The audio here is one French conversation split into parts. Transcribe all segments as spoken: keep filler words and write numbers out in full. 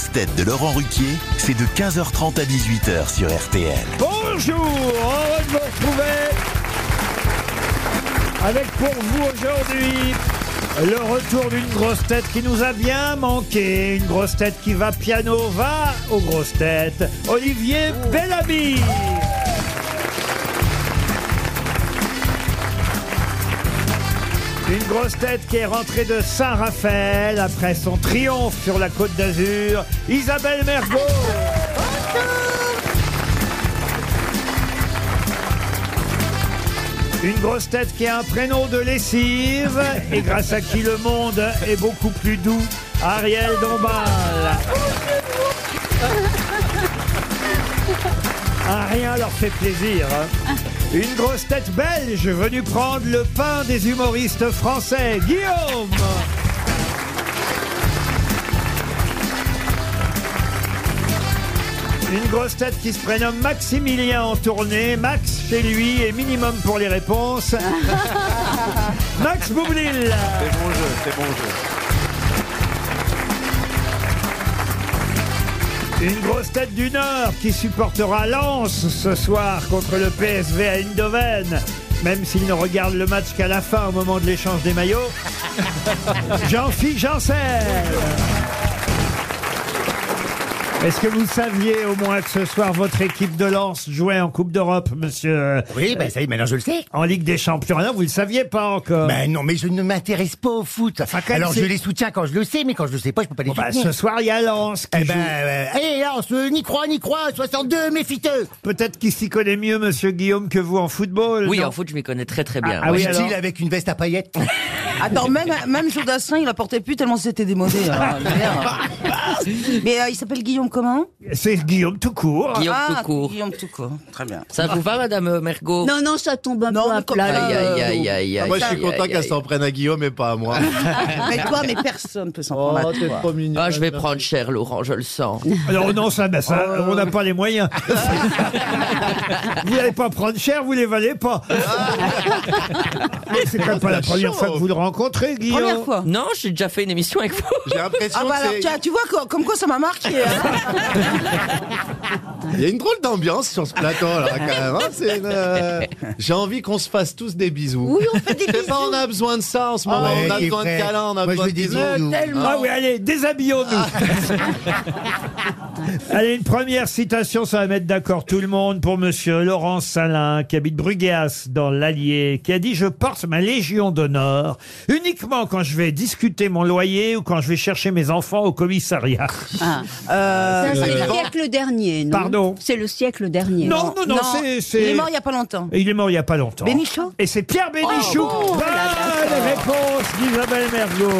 grosses têtes de Laurent Ruquier, c'est de quinze heures trente à dix-huit heures sur R T L. Bonjour, heureux de vous retrouver avec pour vous aujourd'hui le retour d'une grosse tête qui nous a bien manqué, une grosse tête qui va piano, va aux grosses têtes, Olivier Bellamy. Une grosse tête qui est rentrée de Saint-Raphaël après son triomphe sur la Côte d'Azur, Isabelle Mergo. Une grosse tête qui a un prénom de lessive et grâce à qui le monde est beaucoup plus doux, Ariel Dombal. Un rien leur fait plaisir. Hein. Une grosse tête belge venue prendre le pain des humoristes français, Guillaume. Une grosse tête qui se prénomme Maximilien en tournée. Max, chez lui, est minimum pour les réponses. Max Boublil. C'est bon jeu, c'est bon jeu. Une grosse tête du Nord qui supportera Lens ce soir contre le P S V à Eindhoven, même s'il ne regarde le match qu'à la fin au moment de l'échange des maillots. Jean-Philippe Janssen. Est-ce que vous saviez au moins que ce soir votre équipe de Lens jouait en Coupe d'Europe, monsieur? Oui, ben ça y est, maintenant je le sais. En Ligue des Champions, non, vous le saviez pas encore. Ben non, mais je ne m'intéresse pas au foot. Enfin, quand même, Alors c'est- je les soutiens quand je le sais, mais quand je le sais pas, je peux pas les Bon, bah, soutenir. ce soir, il y a Lens qui Eh ben, joue. euh, allez, Lance, euh, n'y crois, n'y crois, soixante-deux, méfiteux. Peut-être qu'il s'y connaît mieux, monsieur Guillaume, que vous en football. Oui, non en foot, je m'y connais très très bien. Ah, ah oui, Style alors avec une veste à paillettes. Attends, même, même Jodassin, il la portait plus tellement c'était démodé. alors, merde. Mais euh, il s'appelle Guillaume comment? C'est Guillaume tout court. Guillaume Ah, tout court. Guillaume tout court. Très bien. Ça vous va, madame Mergo? Non, non, ça tombe un Non, peu à mais comme plat. ça, Aïe, là. aïe, aïe, aïe, aïe. Moi, je suis aïe, content aïe, qu'elle aïe. s'en prenne à Guillaume et pas à moi. Mais toi, mais personne peut s'en prendre à toi. trop mignon. Ah, je vais prendre cher, Laurent, je le sens. Alors non, ça, ben, ça on n'a pas les moyens. Vous n'allez pas prendre cher, vous les valez pas. C'est quand même pas la première fois que vous le rencontrez, Guillaume. Première fois. Non, j'ai déjà fait une émission avec vous. J'ai l'impression Ah bah que alors, c'est... tiens, tu vois co- comme quoi ça m'a marqué. hein. Il y a une drôle d'ambiance sur ce plateau, là, quand même. hein. C'est une, euh, J'ai envie qu'on se fasse tous des bisous. Oui, on fait des Je sais pas, on a besoin de ça en ce moment. ouais, on a les besoin de frères. câlins, on a Moi, besoin je de veux des bisous. bisous. Ah oui, allez, déshabillons-nous. Allez, une première citation, ça va mettre d'accord tout le monde pour monsieur Laurent Salin, qui habite Brugheas dans l'Allier, qui a dit « Je porte ma Légion d'honneur uniquement quand je vais discuter mon loyer ou quand je vais chercher mes enfants au commissariat. Ah. Euh, Ça, c'est euh, le siècle dernier, non? Pardon? C'est le siècle dernier. » Non, non, non, non, c'est... c'est- il est mort il y a pas longtemps. Il est mort il y a pas longtemps. Bénichou. Et c'est Pierre Bénichou. Oh, Bonne là, réponse d'Isabelle Mergo.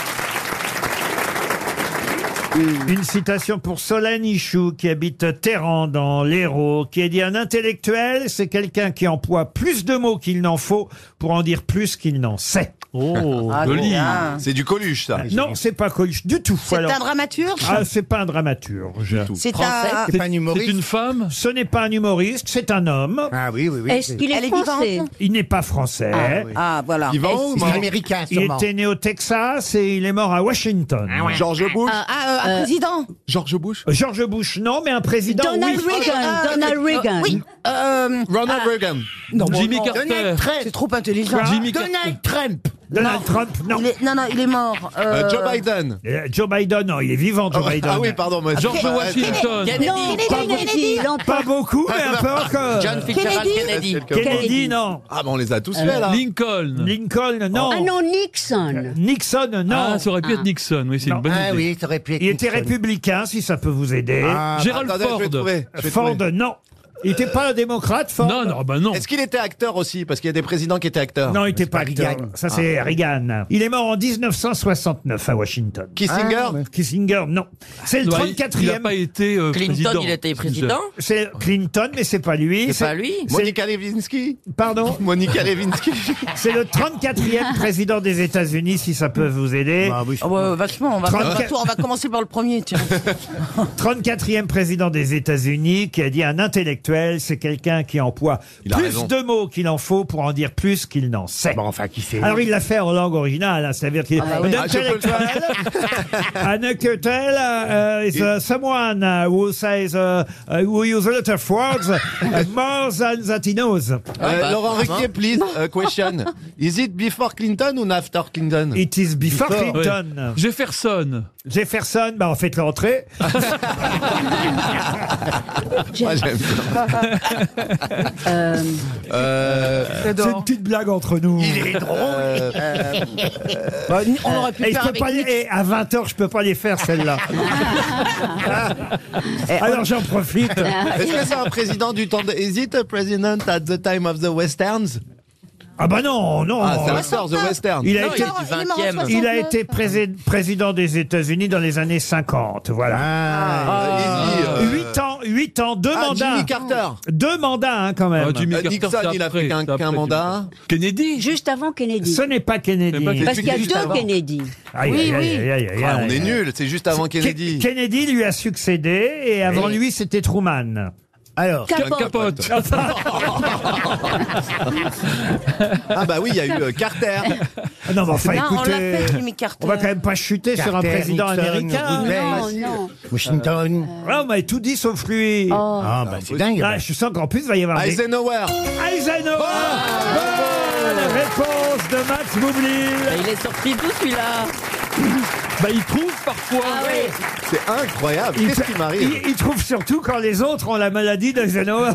Une citation pour Solène Ichou, qui habite Téhéran dans l'Hérault, qui a dit « Un intellectuel, c'est quelqu'un qui emploie plus de mots qu'il n'en faut pour en dire plus qu'il n'en sait. Oh, Ah, bien. C'est du Coluche, ça. » Non, c'est pas Coluche du tout. C'est Alors- un dramaturge. Ah, c'est pas un dramaturge. C'est Français. un. C'est pas un humoriste. femme? Ce n'est pas un humoriste, c'est un homme. Ah oui, oui, oui. Est-ce qu'il est, Elle est français? vivante. Il n'est pas français. Ah, oui. Ah voilà. Vivant ou C'est mort? américain, Il sûrement. était né au Texas et il est mort à Washington. George Bush Ah, ah, euh, un président. George Bush George Bush, non, mais un président, Donald oui. Reagan. Euh, Donald euh, Reagan. Oui. Euh, Ronald Reagan. Jimmy Donald Carter. Trump. c'est trop intelligent. Quoi Jimmy Carter. Donald Trump. Donald Trump, non. Il est- non, non, il est mort. Euh, Euh, Joe Biden. Euh, Joe Biden, non, il est vivant, Joe Biden. Ah oui, pardon. Moi, George je- Washington. Kennedy. Non, Pas Kennedy, l'empereur. Pas beaucoup, mais un peu encore. John Fitzgerald Kennedy. Kennedy. Kennedy, Kennedy. non. Ah, ben on les a tous fait, là. Lincoln. Lincoln, non. Ah non, Nixon. Nixon, non. Ah, ça aurait pu être Nixon, oui, c'est Non. une bonne Ah idée. oui, ça aurait pu être Il était Nixon. républicain, si ça peut vous aider. Ah, Gérald Attendez, je vais Ford. trouver, je vais Ford, trouver. non. Il n'était pas un démocrate, Ford. Non, non, bah non. Est-ce qu'il était acteur aussi? Parce qu'il y a des présidents qui étaient acteurs. Non, il n'était pas pas acteur. Reagan. Ça, c'est Reagan. Il est mort en dix-neuf cent soixante-neuf à Washington. Kissinger? Kissinger, non. C'est le Ouais, Il n'a trente-quatrième. pas été euh, Clinton, président. il était président. C'est Clinton, mais c'est pas lui. C'est pas lui. Monica Lewinsky? Pardon. Monica Lewinsky? C'est le trente-quatrième président des États-Unis, si ça peut vous aider. Ah oui, Ah ouais, vachement. On va, trente-quatre. on va tout- on va commencer par le premier. Tiens. trente-quatrième président des États-Unis qui a dit un intellectuel intellectuel, c'est quelqu'un qui emploie Il a plus raison. de mots qu'il en faut pour en dire plus qu'il n'en sait. Bon, enfin, qui c'est? Alors il l'a fait en langue originale, hein, c'est-à-dire qu'il Ah, oui. un Ah, je peux le intellectual, un intellectual uh, is uh, someone uh, who says uh, uh, who use a lot of words uh, more than that he knows. Euh, bah, Laurent franchement. Ruquier, please, uh, question. Is it before Clinton ou after Clinton? It is before, Before, Clinton. Jefferson. Jefferson, bah en fait l'entrée. Moi, j'aime bien. Euh, Euh, C'est une petite blague entre nous. Il est drôle. euh, Bah, on aurait pu Et, je faire peux avec pas les- Nixon. et à vingt heures, je peux pas les faire celles-là. Alors j'en profite. Est-ce que c'est un président du temps de... Is it a president at the time of the westerns? Ah bah non, non. Ah, c'est la sœur, the western. Il a Non, été, il est du Il est mort en vingtième. il a soixante-neuf. été prés- président des États-Unis dans les années cinquante. Voilà. Ah, easy, euh, Huit ans, huit ans, deux Ah, mandats. Jimmy Carter. Deux mandats hein, quand même. Ah, Jimmy Euh, Carter, Nixon, c'est il a après, fait qu'un c'est après, qu'un Jimmy mandat. Kennedy. juste avant Kennedy. Ce n'est pas Kennedy. C'est pas Kennedy. Parce qu'il y a Juste deux avant. Kennedy. Aïe, Oui, aïe, oui. aïe, aïe, aïe, Ah, aïe. on est nuls, c'est juste avant Kennedy. Ke- Kennedy lui a succédé et avant Oui. lui c'était Truman. Alors, Capote. Capote. Ah bah oui, il y a eu euh, Carter. Ah non, mais enfin Non, on l'a écoutez, fait, Jimmy Carter. on va quand même pas chuter sur un Carter, président Nixon, américain. Roosevelt. Non, non. Washington. Ah, on m'avait tout dit sauf lui. Oh. Ah, bah, c'est dingue. Ah, je sens qu'en plus il va y avoir des... Eisenhower. Eisenhower. Bonne réponse de Max Boublil. Mais il est sorti d'où celui-là? Bah, il trouve parfois. Ah oui. C'est incroyable. Il Qu'est-ce fait- qui m'arrive? il, il trouve surtout quand les autres ont la maladie d'Eisenhower.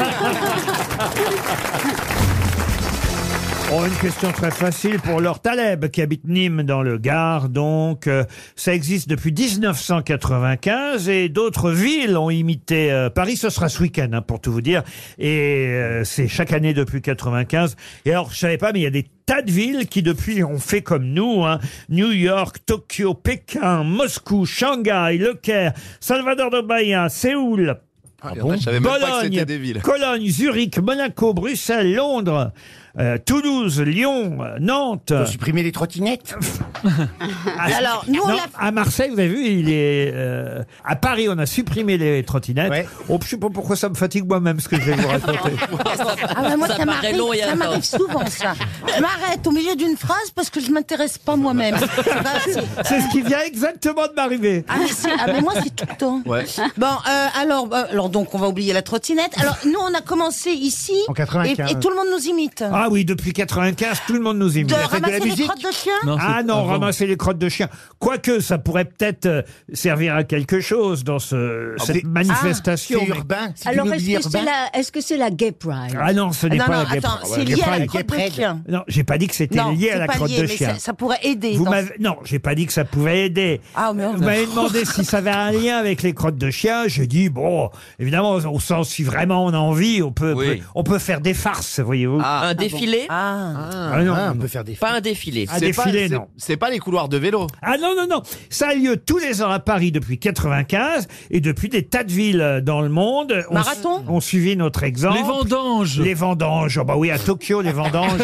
Oh, une question très facile pour Laure Taleb, qui habite Nîmes dans le Gard. Donc, euh, ça existe depuis dix-neuf cent quatre-vingt-quinze et d'autres villes ont imité euh, Paris. Ce sera ce week-end, hein, pour tout vous dire. Et euh, c'est chaque année depuis quatre-vingt-quinze. Et alors, je savais pas, mais il y a des tas de villes qui depuis ont fait comme nous, hein. New York, Tokyo, Pékin, Moscou, Shanghai, Le Caire, Salvador de Bahia, Séoul, Ah bon, je savais même pas que Bologne, c'était des villes. Cologne, Zurich, Monaco, Bruxelles, Londres, euh, Toulouse, Lyon, euh, Nantes. Faut supprimer les trottinettes. Alors, nous, on Non, l'a à Marseille, vous avez vu, il est euh, à Paris, on a supprimé les trottinettes. Ouais. Oh, je sais pas pourquoi ça me fatigue moi-même ce que je vais vous raconter. Ah ouais, moi, Ça ça, paraît m'arrive, long et ça m'arrive intense. souvent, ça. Je m'arrête au milieu d'une phrase parce que je m'intéresse pas moi-même. Bah, c'est- C'est ce qui vient exactement de m'arriver. ah, mais c'est- ah, mais moi, c'est tout le temps. Ouais. Bon, euh, alors, euh, alors, donc, on va oublier la trottinette. Alors, nous, on a commencé ici. En quatre-vingt-quinze. Et, et tout le monde nous imite. Ah oui, depuis quatre-vingt-quinze, tout le monde nous imite. de fête de la ramasser les musique. crottes de chien. Non, Ah c'est non, avant. ramasser les crottes de chien. Quoique, ça pourrait peut-être euh, servir à quelque chose dans ce, cette c'est- manifestation. C'est mais- urbain. C'est Alors, du est-ce mobilier que c'est urbain. la, est-ce que c'est la Gay Pride? Ah non, ce n'est Non, pas non, la Gay attends, Pride. c'est Gay lié à la Pride. crotte de Pride. chien. Non, j'ai pas dit que c'était Non, lié à c'est la pas crotte lié, de mais chien. ça, ça pourrait aider. Vous dans- m'avez non, j'ai pas dit que ça pouvait aider. Ah, merde. Vous m'avez demandé si ça avait un lien avec les crottes de chien. J'ai dit bon, évidemment, au sens si vraiment on a envie, on peut, Oui. peut- on peut faire des farces, voyez-vous. Un défilé? Ah. Ah non, Ah, non, on non. peut faire des. Pas un défilé. Ah, C'est pas- défilé, c'est- non. C'est pas les couloirs de vélo. Ah non, non, non. Ça a lieu tous les ans à Paris depuis quatre-vingt-quinze et depuis des tas de villes euh, dans le monde. On Marathon s- On suivi notre exemple. Les vendanges. Les vendanges. Oh, bah oui, à Tokyo, les vendanges.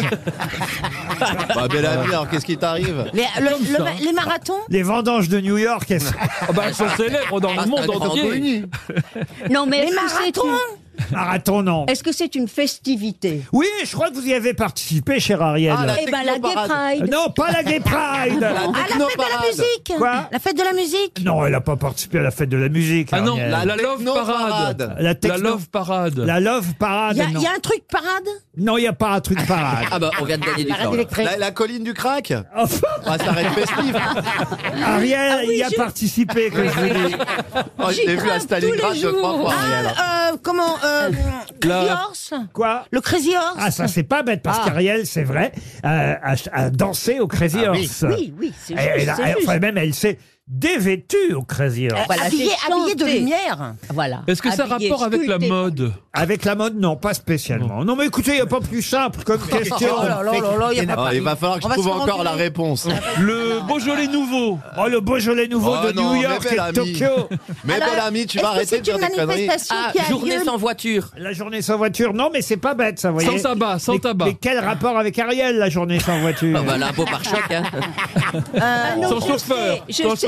Bah, bel ami, alors qu'est-ce qui t'arrive? Les, le- Comme le- ça. les marathons. Les vendanges de New York. elles- Ah bah, elles sont célèbres dans le monde entier. Non, mais Les est-ce que c'est marathons. une, Marathon, non. est-ce que c'est une festivité? Oui, je crois que vous y avez participé, cher Ariel. Ah, la Eh ben, la Gay technoparade. Pride. Non, pas la Gay Pride. Ah, la fête de la Technoparade. musique. Quoi La fête de la musique. Non, elle n'a pas participé à la fête de la musique. Ah non, Ariel. la, La Love technoparade. Parade. La La techno- Love Parade. La Love Parade, Il y, a- non. il y a un truc parade. Non, il n'y a pas un truc parade. Ah bah, on vient de gagner du Parade temps. là. électrique. La, la colline du crack. Enfin, Ah, ça arrête festif. Ariel Ah oui, y a je- participé, que je vous dis. Oh, je l'ai vu à Stalingrad, je crois. Quoi, Ariel. Ah, euh, comment euh, Crazy La- Horse. Quoi Le Crazy Horse. Ah, ça, c'est pas bête, parce Ah. qu'Ariel, c'est vrai, euh, a, a dansé au Crazy Ah oui. Horse. Oui, oui, c'est Elle- juste. elle a- c'est elle- juste. enfin, même, elle s'est dévêtue au Crazy Horse. Voilà, habillé, c'est habillé de chanté. lumière. Voilà. Est-ce que ça a Habillé, rapport avec la sculpté. mode? Avec la mode, non, pas spécialement. Non, mais écoutez, il n'y a pas plus simple comme question. Oh là là là là, il y a pas- Ah, il va falloir que On je va trouve se encore la renculer. réponse. Le Beaujolais nouveau. Oh, le Beaujolais nouveau Oh de non, New mais York et bel de ami. Tokyo. Mais Alors, bel ami, tu est-ce vas que arrêter de c'est dire une des conneries. manifestation Ah, qui a journée lieu sans voiture. La journée sans voiture, non, mais c'est pas bête, ça, vous voyez. Sans tabac, sans mais, tabac. mais quel rapport avec Ariel, la journée sans voiture Ah bah, l'impôt par choc, hein. Euh, Ah non, Sans je chauffeur. sais, je Sans sais,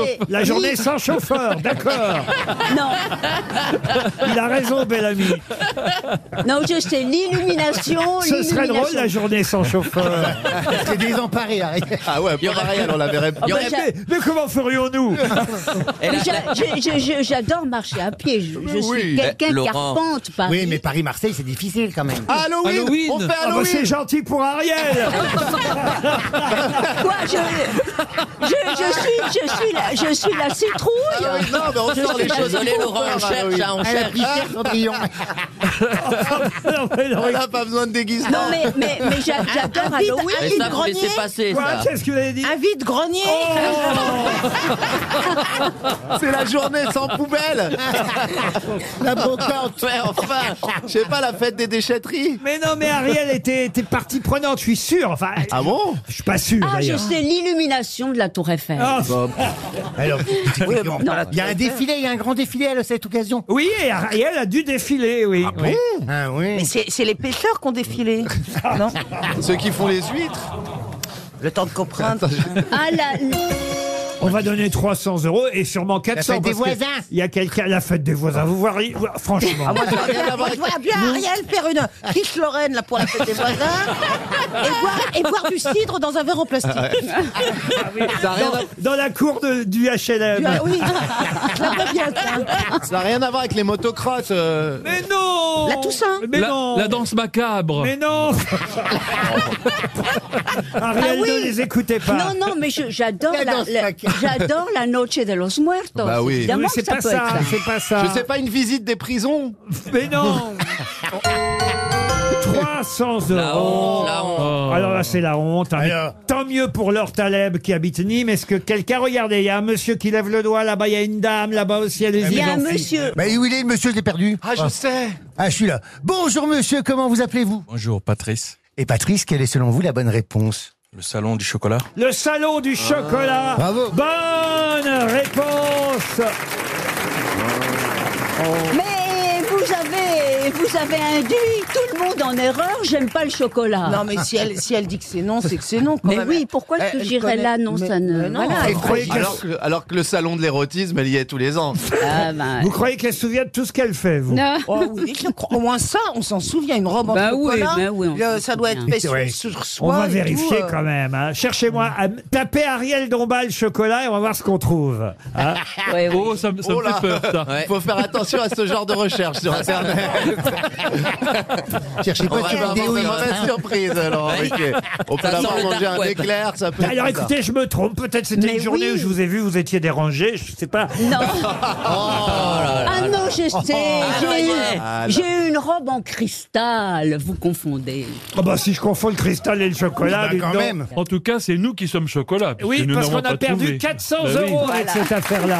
c'est... La journée sans chauffeur, d'accord. Non, Il a raison, bel ami. non, je sais, l'illumination, Ce serait drôle, la journée sans chauffeur. C'est désemparé, arrête. Ah ouais, pour Ariel, on la verrait pas. Oh, bah, j'a- Mais, mais comment ferions-nous? Elle a- j'a- je- je- je- J'adore marcher à pied. Je, je Oui. suis quelqu'un qui Laurent. arpente Paris. Oui, mais Paris-Marseille, c'est difficile quand même. Halloween, Halloween. On fait Ah bah, Halloween c'est gentil pour Ariel. Quoi, je, je, je suis, je suis, la, je suis la citrouille. Ah oui, non, mais on sort les choses. Désolé, Laurent, on cherche, hein, on Elle a cherche. pris cher Cendrillon. Non, mais non, On n'a pas besoin de déguisement. Non, mais, mais, mais j'a- j'adore Un vide- Halloween. un Mais vide ça, vous laissez grenier. passer, quoi, ça. qu'est-ce que vous avez dit? Un vide grenier. C'est la journée sans poubelle. La brocante. Ouais, enfin, je sais pas, la fête des déchetteries. Mais non, mais Ariel était, était partie prenante, je suis sûr. Enfin, Ah bon? je suis pas sûr Ah, je d'ailleurs. sais, l'illumination de la Tour Eiffel. Ah, Alors, Oui, bon, Non. il y a un défilé, il y a un grand défilé à cette occasion. oui, et Ariel a dû défiler, oui. Oui. Ah Mais oui. c'est c'est les pêcheurs qui ont défilé. Non. Ceux qui font les huîtres. Le temps de comprendre. Ah, la, On va donner trois cents euros et sûrement quatre cents. fête des parce que voisins. Il y a quelqu'un, la fête des voisins. Vous voyez, franchement. Ah, moi, je vois bien, moi, je vois bien Ariel faire une quiche Lorraine là, pour la fête des voisins et boire, et boire du cidre dans un verre en plastique. Ça n'a rien, à- Dans la cour de- du H L M. Ah oui, je la vois bien, ça. ça n'a rien à voir avec les motocross. euh. Mais non. La Toussaint. Mais La, non. la danse macabre. Mais non. Ariel, Ah oui. ne les écoutez pas. non, non, mais je- j'adore La la, danse la- macabre. j'adore la Noche de los Muertos. Bah oui. Évidemment Mais que c'est ça pas peut ça, être ça. c'est pas ça. Je sais pas, une visite des prisons. Mais non. trois cents La euros. honte, la honte. Oh. Alors là, c'est la honte. hein. Mais Alors. tant mieux pour Laure Taleb qui habite Nîmes. Est-ce que quelqu'un, regardez, il y a un monsieur qui lève le doigt, là-bas, il y a une dame, là-bas aussi, allez-y. Il y a un j'en prie. monsieur. Bah, où il est le monsieur, je l'ai perdu. Ah, je sais. Ah, je suis là. Bonjour monsieur, comment vous appelez-vous? Bonjour Patrice, Et Patrice, quelle est selon vous la bonne réponse? le salon du chocolat. Le salon du chocolat. Bravo. Bonne réponse. Mais vous avez, vous avez induit tout le monde en erreur. J'aime pas le chocolat. Non, mais si elle, si elle dit que c'est non, c'est que c'est non. Quand mais même. oui, pourquoi est-ce Elle- que elle j'irais connaît- là? Non, mais- ça ne. mais non. Voilà. Et vous croyez qu'elle Alors que, alors que le salon de l'érotisme, elle y est tous les ans. Ah, bah, vous croyez qu'elle se souvient de tout ce qu'elle fait, vous? non. Oh oui, je crois. Au moins ça, on s'en souvient. Une robe en Bah oui, chocolat. bah oui, on le- s'en ça doit être souvient. fait C'est sur, vrai. sur soi. On va et vérifier tout, euh. quand même. hein. Cherchez-moi, à- tapez Ariel Dombal chocolat et on va voir ce qu'on trouve. hein. Ouais, oui. Oh, ça, me- ça Oh me fait là. peur, ça. Ouais. Faut faire attention à ce genre de recherche sur Internet. Cherchez On pas va sur avoir vidéo. une il y a- mauvaise surprise, alors. Oui. ok. On peut Ça l'avoir sent le mangé dark un web. éclair, ça peut Alors être bizarre. écoutez, je me trompe. Peut-être c'était Mais une journée oui. où je vous ai vu, vous étiez dérangé. Je sais pas. Non. Oh Ah non, je sais. ça J'ai y eu, est. Ah, j'ai eu une robe en cristal. Vous confondez. Ah bah si je confonds le cristal et le chocolat, Bah, dites quand donc. même. En tout cas, c'est nous qui sommes chocolat. puisque Oui, nous parce n'avons qu'on a pas perdu trouvé. quatre cents Bah oui. euros avec cette affaire-là.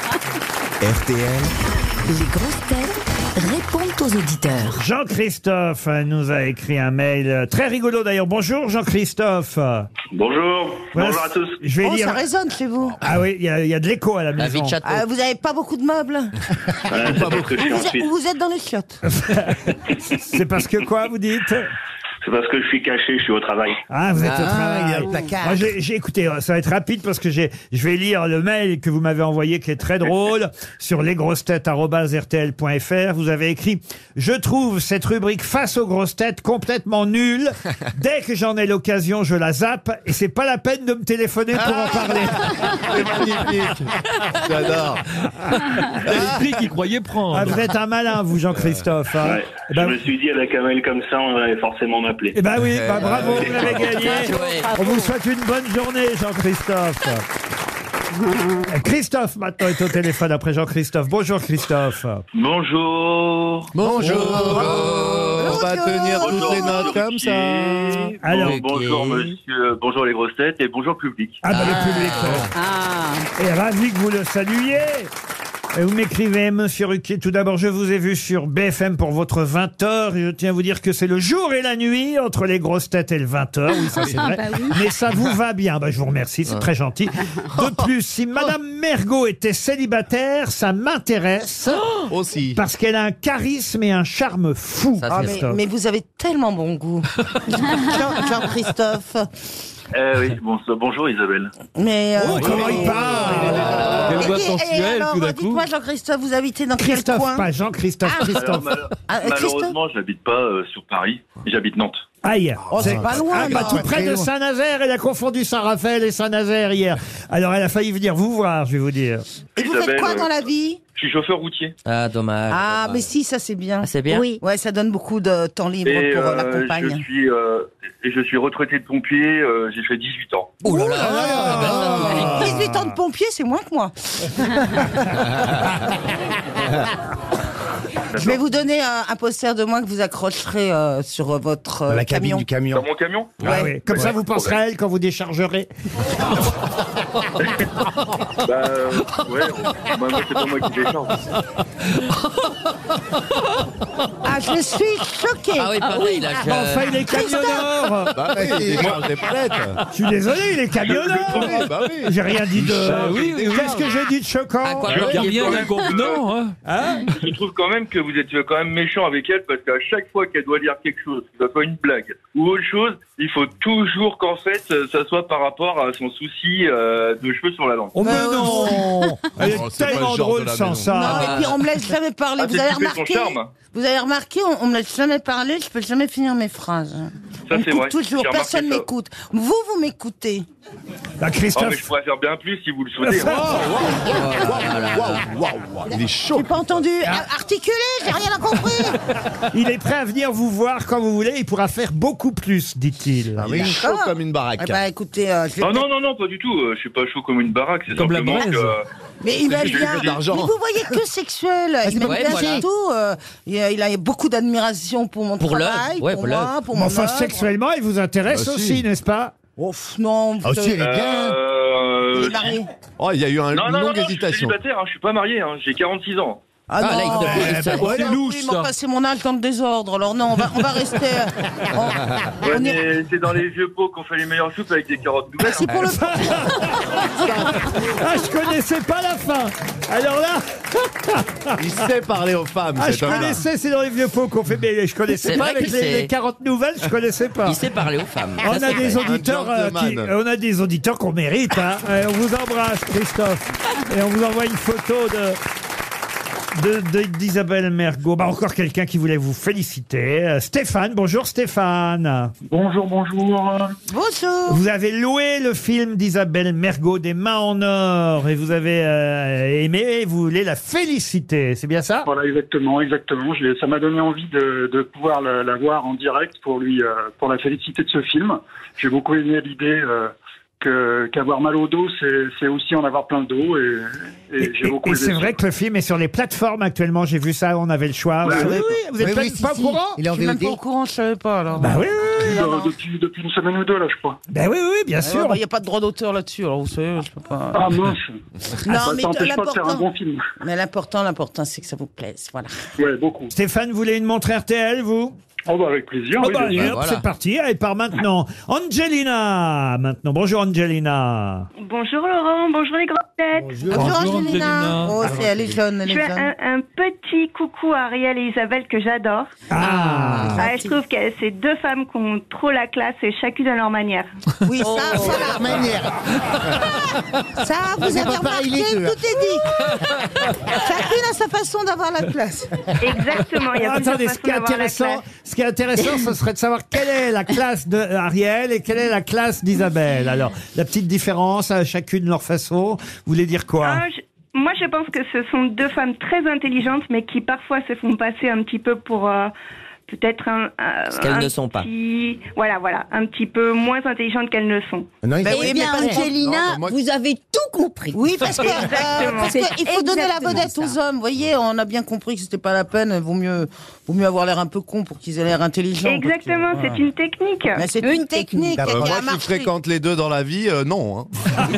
R T L, Les grosses têtes répondent aux auditeurs. Jean-Christophe nous a écrit un mail très rigolo d'ailleurs. Bonjour Jean-Christophe. Bonjour, Voilà, bonjour à tous. Je vais Oh, lire. ça résonne chez vous. Ah oui, il y, a- il y a de l'écho à la La maison. vie de château. Ah, vous n'avez pas beaucoup de meubles. Voilà, c'est parce que je suis en Vous êtes, Suisse. vous êtes dans les chiottes. C'est parce que quoi, vous dites? C'est parce que je suis caché, je suis au travail. Ah, vous êtes au Ah, travail. il y a le placard. Moi, j'ai, j'ai- écoutez, ça va être rapide parce que j'ai, je vais lire le mail que vous m'avez envoyé qui est très drôle sur lesgrossetêtes arobase r t l point f r. Vous avez écrit « Je trouve cette rubrique face aux grosses têtes complètement nulle. Dès que j'en ai l'occasion, je la zappe et c'est pas la peine de me téléphoner pour en parler. C'est magnifique. J'adore. L'esprit qu'il croyait prendre. Ah, vous êtes un malin, vous, Jean-Christophe. hein. Ouais. Eh Je ben, me suis dit, avec un mail comme ça, on allait forcément m'appeler. eh ben oui, bah, bravo, vous l'avez gagné. Ouais. On vous souhaite une bonne journée, Jean-Christophe. Christophe, maintenant, est au téléphone après Jean-Christophe. Bonjour, Christophe. Bonjour. Bonjour. On va tenir toutes les notes comme ça. Alors- Bon, bonjour monsieur, bonjour les grosses têtes et bonjour public. Ah, bah, le public Ah. euh, est ravi que vous le saluiez. Et vous m'écrivez, Monsieur Ruquier, tout d'abord, je vous ai vu sur B F M pour votre vingt heures. Et je tiens à vous dire que c'est le jour et la nuit entre les grosses têtes et le vingt heures. Oui, ça c'est vrai. bah oui. Mais ça vous va bien. Bah, je vous remercie, c'est très gentil. De plus, si Madame Mergot était célibataire, ça m'intéresse. Aussi. Parce qu'elle a un charisme et un charme fou. Ça, Ah, c'est mais, Christophe. mais vous avez tellement bon goût. Jean- Jean-Christophe. Eh oui, bon, bonjour Isabelle. Mais. euh, Oh, comment il parle Quelle voix et- et sensuelle, alors, tout d'un coup. dites-moi, Jean-Christophe, vous habitez dans quel Christophe, coin? pas Jean-Christophe, Ah. Christophe. Alors, mal- Ah, euh, malheureusement, je n'habite pas euh, sur Paris, j'habite Nantes. Aïe. Oh, c'est pas loin, Ah, bah, là. tout près de Saint-Nazaire. Elle a confondu Saint-Raphaël et Saint-Nazaire hier. Alors, elle a failli venir vous voir, je vais vous dire. Et vous faites Isabelle, quoi euh, dans la vie? Je suis chauffeur routier. Ah, dommage. Ah, dommage. mais si, ça c'est bien. Ah, c'est bien. Oui. Ouais, ça donne beaucoup de temps libre Et pour euh, la euh, compagne. je suis euh, et je suis retraité de pompier. euh, j'ai fait dix-huit ans. Oh là là, Ah. dix-huit ans de pompier, c'est moins que moi. Je vais vous donner un, un poster de moi que vous accrocherez euh, sur euh, votre euh, La cabine camion. du camion. Dans mon camion. Ah oui. Comme ça, vous penserez à elle quand vous déchargerez. Bah euh, ouais. Bah, moi, c'est pas moi qui décharge. Ah, je suis choquée. Ah oui, pareil, là, je... Enfin, il est camionneur. Bah oui, il décharge des palettes. Je suis désolé, il est camionneur. Oui, bah oui. J'ai rien dit de. Bah oui, oui, oui. Qu'est-ce que j'ai dit de choquant Ah, quoi, Je alors, dis il est rien quand même- d'inconvenant, hein. Hein Je trouve quand même que vous êtes quand même méchant avec elle parce qu'à chaque fois qu'elle doit dire quelque chose, que ce soit une blague ou autre chose, il faut toujours qu'en fait ça soit par rapport à son souci euh, de cheveux sur la langue. Oh, mais Bah, non. Elle est Oh, c'est pas tellement le genre drôle de la sans maison. ça. Non, et puis on me laisse jamais parler. Ah, vous c'est avez qui fait son remarqué charme. Vous avez remarqué, on, on me laisse jamais parler. Je peux jamais finir mes phrases. Ça, on me c'est coupe vrai. toujours. J'ai Personne remarqué ça. m'écoute. Vous, vous m'écoutez. Bah, Oh, mais je Christophe. pourrais faire bien plus si vous le souhaitez. hein. Waouh, waouh, waouh, il est chaud. J'ai pas entendu. Ah, articulé, j'ai rien compris. Il est prêt à venir vous voir quand vous voulez. Il pourra faire beaucoup plus, dit-il. Ah, mais il est chaud D'accord. comme une baraque. Eh ben, écoutez, euh, je vais Non, peut-être- non, non, non, pas du tout. euh, Je suis pas chaud comme une baraque. C'est Comme la simplement braise. que. Mais il va J'ai bien. eu de l'argent. Mais vous voyez que sexuel. Il m'aime Ouais, bien voilà. surtout. euh, il, a, il a beaucoup d'admiration pour mon Pour l'œuvre, travail, ouais, pour pour moi, l'œuvre. pour Mais mon enfin, œuvre. sexuellement, il vous intéresse Bah, aussi, si. n'est-ce pas Oh, pff, non. Ah, si, elle est bien. Euh, Il est marié. Oh, il y a eu un- Non, une non, non, longue non, je suis hésitation. célibataire, hein, je suis pas marié, hein, j'ai quarante-six ans. Ah, Ah, là, non. il te- Ouais, ça- bah, c'est non, louche, oui, ça. mais enfin, c'est mon âge dans le désordre. Alors non, on va, on va rester. euh, on- Ouais, on y- mais c'est dans les vieux pots qu'on fait les meilleures soupes avec des carottes nouvelles. C'est pour le. Ah, je connaissais pas la fin. Alors là, Il sait parler aux femmes, ah, je cet homme-là. connaissais, c'est dans les vieux pots qu'on fait, mais je connaissais C'est pas vrai avec qu'il les, sait. les quarante nouvelles, je connaissais pas. Il sait parler aux femmes. On Ça, a c'est des vrai. auditeurs, euh, qui, gentleman. on a des auditeurs qu'on mérite. Hein. Euh, on vous embrasse, Christophe, et on vous envoie une photo de. De, de- d'Isabelle Mergo. Bah, encore quelqu'un qui voulait vous féliciter. Euh, Stéphane, bonjour Stéphane. Bonjour, bonjour. Bonjour. Vous avez loué le film d'Isabelle Mergo, Des mains en or, et vous avez euh, aimé, et vous voulez la féliciter, c'est bien ça? Voilà, exactement, exactement. Je l'ai- ça m'a donné envie de, de pouvoir la, la voir en direct pour lui, euh, pour la féliciter de ce film. J'ai beaucoup aimé l'idée euh, que qu'avoir mal au dos, c'est c'est aussi en avoir plein le dos, et, et Et, j'ai beaucoup et aimé c'est ça. vrai que le film est sur les plateformes actuellement, j'ai vu ça, on avait le choix. Bah, vous, oui, savez- oui, vous êtes oui, pas, oui, si, pas au si. courant? Il est en Je suis même V O pas D. au courant, je savais pas alors. Bah oui, oui, oui. Euh, depuis, depuis une semaine ou deux, là, je crois. Ben oui, oui, oui, bien Il sûr. n'y a pas de droit d'auteur là-dessus, alors vous savez, je peux pas. Ah mince. Non, ça mais t'empêche pas de faire un l'important, bon film. mais l'important, l'important, c'est que ça vous plaise, voilà. Ouais, beaucoup. Stéphane, vous voulez une montre R T L, vous? Oh bah avec plaisir. Oh oui, bah, bien allez, sûr. hop, voilà. c'est parti, elle part maintenant. Angelina, maintenant. Bonjour Angelina. Bonjour Laurent, bonjour les grosses têtes. Bonjour, Bonjour, Angelina. Angelina. Oh, c'est elle est jeune, elle Je est fais jeune. un, un petit coucou à Ariel et Isabelle que j'adore. Ah, Ah, je trouve que c'est deux femmes qui ont trop la classe et chacune à leur manière. Oui, ça, voilà. Manière. Ça, vous C'est avez pas pareil, remarqué, les deux. tout est dit. Chacune a sa façon d'avoir la classe. Exactement, il y a plusieurs attendez, ce façons qui est d'avoir la intéressant, classe. ce qui est intéressant, ce serait de savoir quelle est la classe de Ariel et quelle est la classe d'Isabelle. Alors, la petite différence, à chacune leur façon, vous voulez dire quoi? Ah, je- Moi, je pense que ce sont deux femmes très intelligentes, mais qui parfois se font passer un petit peu pour euh, peut-être un, un- Ce qu'elles un ne sont pas. petit- Voilà, voilà, un petit peu moins intelligentes qu'elles ne sont. Non, il Ben faut- oui, Eh mais bien, parce que- Angelina, Non, mais moi- vous avez tout compris. Oui, parce que euh, Exactement. parce que C'est il faut donner la exactement vedette ça. aux hommes. Vous voyez, on a bien compris que c'était pas la peine. Vaut mieux, vaut mieux avoir l'air un peu con pour qu'ils aient l'air intelligents. parce que, Exactement, voilà. c'est une technique. Mais c'est Une une technique technique. qui Euh, a moi qui marché. fréquente les deux dans la vie, euh, non. hein.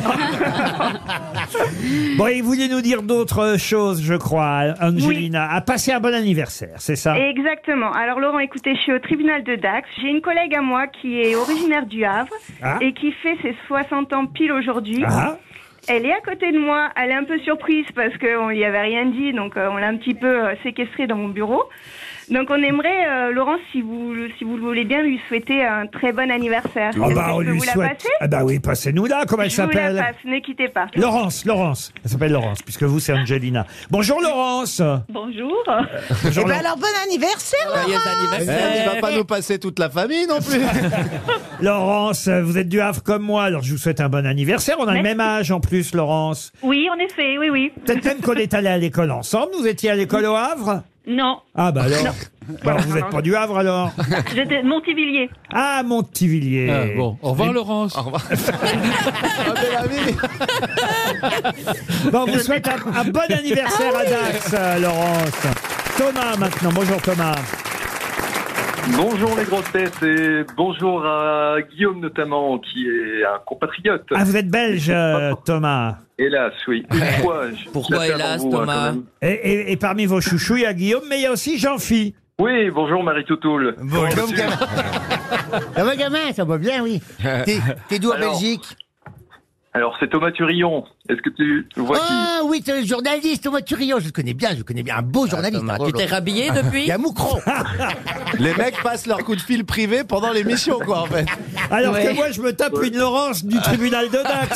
Bon, il voulait nous dire d'autres choses, je crois, Angelina. A passé un bon anniversaire, c'est ça? Exactement. Alors Laurent, écoutez, je suis au tribunal de Dax. J'ai une collègue à moi qui est originaire du Havre Ah. et qui fait ses soixante ans pile aujourd'hui. Ah. Elle est à côté de moi. Elle est un peu surprise parce qu'on lui avait rien dit, donc euh, on l'a un petit peu euh, séquestrée dans mon bureau. Donc on aimerait, euh, Laurence, si vous, si vous le voulez bien, lui souhaiter un très bon anniversaire. Oh Est-ce bah que on je peux lui vous la souhaite. passer Ah bah oui, passez-nous là. Comment elle Je vous la s'appelle? passe, ne quittez pas. Laurence, Laurence. Elle s'appelle Laurence, puisque vous, c'est Angelina. Bonjour, Laurence. Bonjour. Bonjour, Eh ben Laurence. alors, bon anniversaire, Joyeux Laurent. Eh, anniversaire. il va pas nous passer toute la famille non plus. Laurence, vous êtes du Havre comme moi, alors je vous souhaite un bon anniversaire. On a le Merci. même âge en plus, Laurence. Oui, en effet, oui, oui. Peut-être même qu'on est allé à l'école ensemble. Vous étiez à l'école au Havre? Non, Ah bah alors. Non. Bah, vous n'êtes pas du Havre alors? j'étais Montivilliers. Ah, Montivilliers. Ah, bon, au revoir Laurence. Au revoir. Ah, belle amie. Bon, on vous souhaite un, un bon anniversaire à Dax, euh, Laurence. Thomas maintenant. Bonjour Thomas. Bonjour les grosses têtes et bonjour à Guillaume notamment qui est un compatriote. Ah, vous êtes belge, euh, Thomas. Hélas, oui. Une fois, je- Pourquoi je l'appelle hélas, en vous, hein, Thomas quand même. Et, et- et parmi vos chouchous, il y a Guillaume, mais il y a aussi Jean-Phi. Oui, bonjour Marie Toutoul. Bon, comme gamin. Ça va, gamin? Ça va bien, oui. T'es t'es d'où en Alors, Belgique? Alors c'est Thomas Turillon. Est-ce que tu vois qui? Ah oui, c'est le journaliste Thomas Turillon. Je le connais bien, je le connais bien. Un beau journaliste. Thomas, Oh tu là t'es là. rhabillé Il depuis y a Moucron. Les mecs passent leur coup de fil privé pendant l'émission, quoi, en fait. Alors Ouais. que moi, je me tape une Laurence du tribunal de Dax.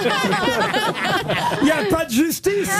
Il n'y a pas de justice.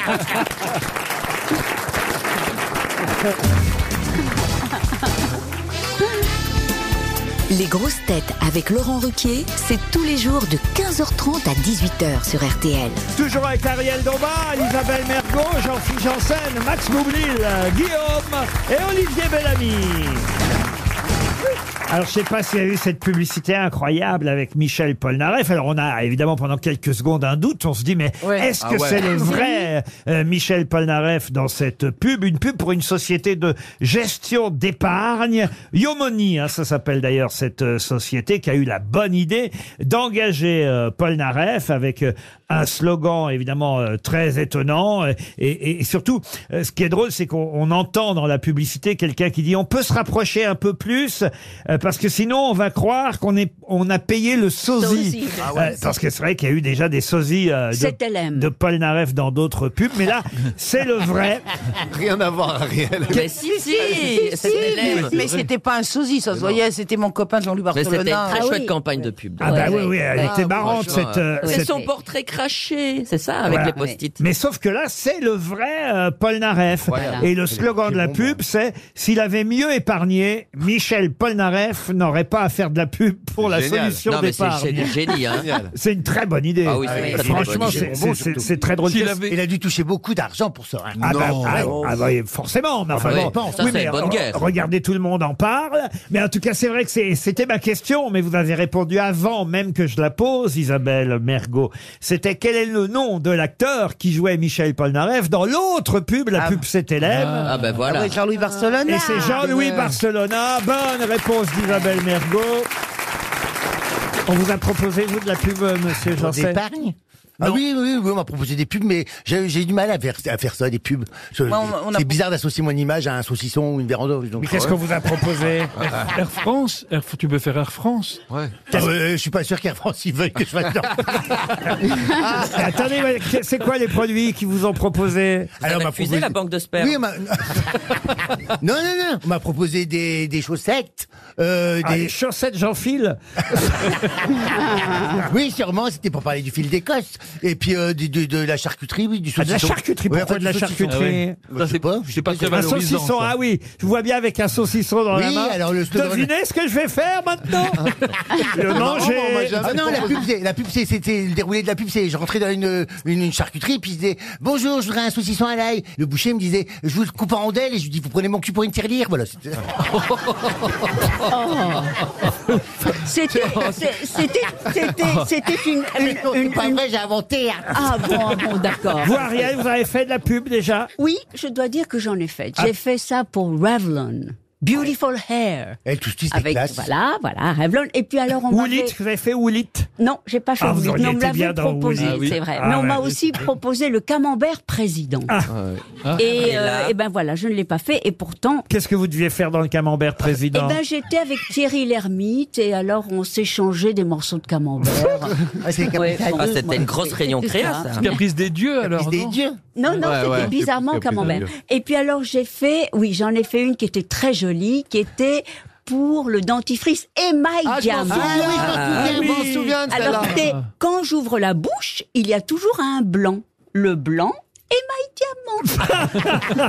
Les grosses têtes avec Laurent Ruquier, c'est tous les jours de quinze heures trente à dix-huit heures sur R T L. Toujours avec Ariel Dombas, Isabelle Mergo, Jean-Philippe Janssen, Max Boublil, Guillaume et Olivier Bellamy. Alors, je sais pas s'il y a eu cette publicité incroyable avec Michel Polnareff. Alors, on a évidemment pendant quelques secondes un doute. On se dit, mais Ouais. est-ce Ah que ouais. c'est le vrai euh, Michel Polnareff dans cette pub? Une pub pour une société de gestion d'épargne. Yomoni, hein, ça s'appelle d'ailleurs cette euh, société qui a eu la bonne idée d'engager euh, Polnareff avec euh, un slogan évidemment euh, très étonnant. Et, et- et surtout, euh, ce qui est drôle, c'est qu'on on entend dans la publicité quelqu'un qui dit on peut se rapprocher un peu plus euh, parce que sinon on va croire qu'on est on a payé le sosie. Sosie. Ah ouais. Euh, parce que c'est vrai qu'il y a eu déjà des sosies euh, sept L M. de, de Polnareff dans d'autres pubs, mais là c'est le vrai. Rien à voir, Ariel. Mais si, si, Si, c'est si, L M. mais, mais c'était pas un sosie, ça se voyait, c'était mon copain Jean-Louis Mais c'était une Barcelona. très Ah chouette oui. campagne de pub. Ah bah Ouais, oui oui, elle Ah, était marrante franchement, cette. euh, C'est cette- son portrait craché, c'est ça, avec Voilà. les post-it. Mais sauf que là, c'est le vrai euh, Polnareff. Voilà. Et le slogan de la pub, c'est « S'il avait mieux épargné, Michel Polnareff n'aurait pas à faire de la pub pour la Génial. solution Non, mais c'est c'est d'épargne. du génie, hein. Génial. » C'est une très bonne idée. Ah oui, c'est Euh, une très Franchement, bonne idée. c'est- c'est c'est- c'est très drôle. S'il Qu'est-ce- avait- Il a dû toucher beaucoup d'argent pour ça. hein. Ah bah, Non. ah, ah bah, oui, forcément. Mais enfin, bah oui, bon, ça, oui, c'est mais une bonne re- guerre. Regardez, tout le monde en parle. Mais en tout cas, c'est vrai que c'est- c'était ma question, mais vous avez répondu avant même que je la pose, Isabelle Mergo. C'était quel est le nom de l'acteur qui jouait Michel Polnareff dans l'autre pub, la Ah. pub C T L M. Ah ben Ah voilà. ouais, Jean-Louis Barcelona. Et c'est Jean-Louis Ouais. Barcelona. Bonne réponse d'Isabelle Mergo. On vous a proposé, vous, de la pub, euh, monsieur Pour Janssen? d'épargne. Ah Non. oui, oui, oui, on m'a proposé des pubs, mais j'ai j'ai eu du mal à faire, à faire ça, des pubs. Je- Ouais, on- on a- C'est bizarre d'associer mon image à un saucisson ou une véranda. Donc, Mais qu'est-ce qu'on vous a proposé? Air France, Air- tu peux faire Air France. Ouais. Ah ouais, je suis pas sûr qu'Air France ils veulent que je fasse ça. Ah, attendez, mais c'est quoi les produits qui vous ont proposé? Vous avez on m'a refusé proposé- la banque de sperme. Oui, on m'a- non, non, non. On m'a proposé des, des chaussettes. Euh, Ah, des... les chaussettes Jean-Phil? Oui, sûrement, c'était pour parler du fil d'Écosse. Et puis euh, de, de, de la charcuterie, oui, du Ah, de la saucisson. charcuterie, Ouais, pourquoi enfin, de la du saucisson. charcuterie? Bah, je sais pas. C'est pas très Un valorisant. saucisson, ça. ah oui, je vois bien avec un saucisson dans la Oui, main. alors le slogan- Devinez ce que je vais faire maintenant? Le manger. on m'a jamais Ah non, la pub, c'est, la pub, c'est, c'était le déroulé de la pub, c'est, je rentrais dans une, une, une charcuterie, puis je disais, bonjour, je voudrais un saucisson à l'ail. Le boucher me disait, je vous le coupe en rondelles, et je lui dis, vous prenez mon cul pour une tirelire, voilà. C'était- C'était, c'est- c'était, c'était, c'était une, une, Non, c'est une- pas une- vrai, j'ai inventé. hein. Ah bon, bon, d'accord. Vous, Ariel, vous avez fait de la pub déjà? Oui, je dois dire que j'en ai fait. J'ai fait ça pour Revlon. Beautiful Hair. Elle touche tous Avec, classes. voilà, voilà, Revlon. Et puis alors, on Woolit, m'avait... vous avez fait Woolit? Non, j'ai pas fait Ah, vous Woolit. auriez Mais on me été bien l'avait dans proposé, Woolit. Ah oui. c'est vrai. Ah Mais on ouais. m'a aussi proposé le camembert président. Ah. Ah. Et, Et euh, là et ben voilà, je ne l'ai pas fait. Et pourtant, Qu'est-ce que vous deviez faire dans le camembert eh président? ben j'étais avec Thierry Lhermitte et alors on s'échangeait des morceaux de camembert. Ah, c'est les Ouais, capitales. Ah, bon, c'était moi, une grosse c'est- réunion c'est créa, ça. ça. Caprice des dieux, alors, des non dieux. Non, non, Ouais, c'était ouais, bizarrement Caprice de camembert. Dieu. Et puis alors j'ai fait, oui, j'en ai fait une qui était très jolie, qui était pour le dentifrice émail Ah, je m'en diamant. souviens, oui, je m'en Ah, souviens, je m'en oui. souviens de Alors celle-là. c'était, quand j'ouvre la bouche, il y a toujours un blanc. Le blanc, émail diamant.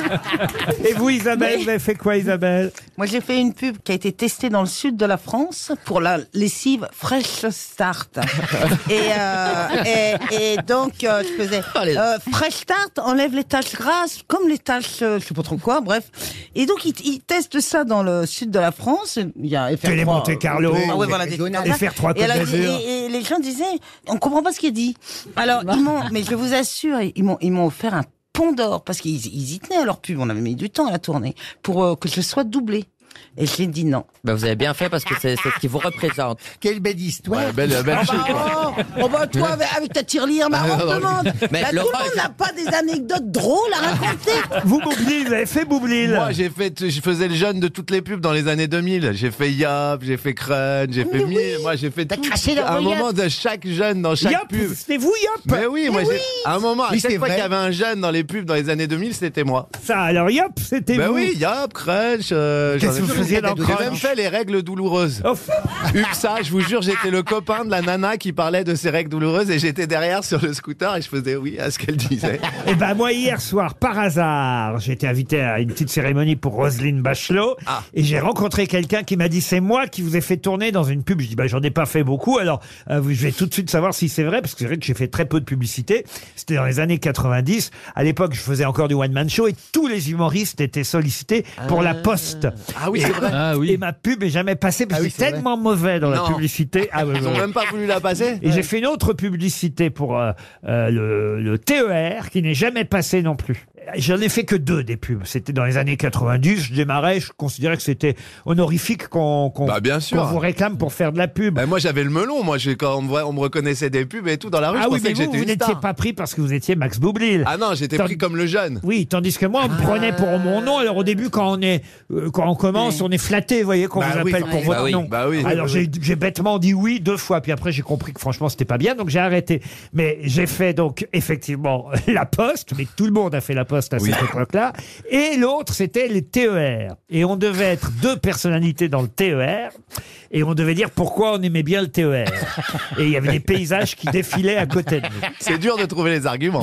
Et vous, Isabelle, vous avez fait quoi, Isabelle? Moi, j'ai fait une pub qui a été testée dans le sud de la France pour la lessive Fresh Start. et, euh, et, et donc, euh, je faisais Allez. euh, Fresh Start enlève les taches grasses, comme les taches, euh, je sais pas trop quoi, bref. Et donc, ils, ils testent ça dans le sud de la France. Il y a F R trois. Télé Monte Carlo. Ah ouais, voilà, des trucs comme ça. F R trois Et, elle a Côte dit- d'Azur. et- et les gens disaient, on comprend pas ce qui est dit. Alors, ils m'ont, mais je vous assure, ils m'ont, ils m'ont offert un pont d'or parce qu'ils ils y tenaient à leur pub. On avait mis du temps à la tourner pour euh, que je sois doublée. Et j'ai dit non. Bah, vous avez bien fait parce que c'est c'est ce qui vous représente. Quelle belle histoire. Ouais, belle, belle Oh chute, quoi. bah, oh, oh bah toi avec, avec ta tirelire marrante Ah, non, demande. Mais Là, tout Laurent, le monde n'a pas des anecdotes drôles à raconter. Vous, Boublil, vous avez fait Boublil? Moi, j'ai fait, je faisais le jeune de toutes les pubs dans les années deux mille. J'ai fait Yop, j'ai fait Crunch, j'ai fait Mi. Moi, j'ai fait T'as tout, craché dans un vos moment de chaque jeune dans chaque Yop, pub. c'était vous, Yop? Mais oui, moi, j'ai, à un moment, à Oui, chaque c'est fois vrai. qu'il y avait un jeune dans les pubs dans les années deux mille, c'était moi. Ça, alors Yop, c'était Ben vous. oui, Yop, Crunch. euh, Qu'est-ce j'en ai que vous fait- faisiez dans J'ai Crunch? même fait les règles douloureuses. Oh, UPSA, je vous jure, j'étais le copain de la nana qui parlait de ses règles douloureuses et j'étais derrière sur le scooter et je faisais oui à ce qu'elle disait. Eh ben moi hier soir, par hasard, j'ai été invité à une petite cérémonie pour Roselyne Bachelot Ah. et j'ai rencontré quelqu'un qui m'a dit c'est moi qui vous ai fait tourner dans une pub. Je dis bah j'en ai pas fait beaucoup, alors euh, je vais tout de suite savoir si c'est vrai parce que c'est vrai que j'ai fait très peu de publicité. C'était dans les années quatre-vingt-dix. À l'époque, je faisais encore du one man show et tous les humoristes étaient sollicités pour la Poste. Ah oui, c'est vrai. Ah oui. Et ma pub est jamais passée parce Ah que oui, c'est c'est tellement mauvais dans la Non. publicité. Ah ouais, Ils ouais, ont ouais. même pas voulu la passer. Et j'ai fait une autre publicité pour euh, euh, le, le T E R qui n'est jamais passé non plus. J'en ai fait que deux des pubs. C'était dans les années quatre-vingt-dix. Je démarrais, je considérais que c'était honorifique qu'on qu'on Bah, bien sûr. qu'on vous réclame pour faire de la pub. Ben, moi, j'avais le melon. Moi, je- quand on me, voit- on me reconnaissait des pubs et tout dans la rue, ah je oui, pensais mais que vous, j'étais vous une n'étiez star. pas pris parce que vous étiez Max Boublil. Ah non, j'étais Tant- pris comme le jeune. Oui, tandis que moi, on me prenait pour mon nom. Alors au début, quand on est, euh, quand on commence, on est flatté, vous voyez, qu'on Bah vous oui, appelle bah pour oui. votre Bah oui, nom. bah oui. Alors Oui, j'ai j'ai bêtement dit oui deux fois, puis après j'ai compris que franchement c'était pas bien, donc j'ai arrêté. Mais j'ai fait donc effectivement la Poste, mais tout le monde a fait la Poste à Oui. cette époque-là. Et l'autre, c'était les T E R. Et on devait être deux personnalités dans le T E R. Et on devait dire pourquoi on aimait bien le T E R. Et il y avait des paysages qui défilaient à côté de nous. C'est dur de trouver les arguments.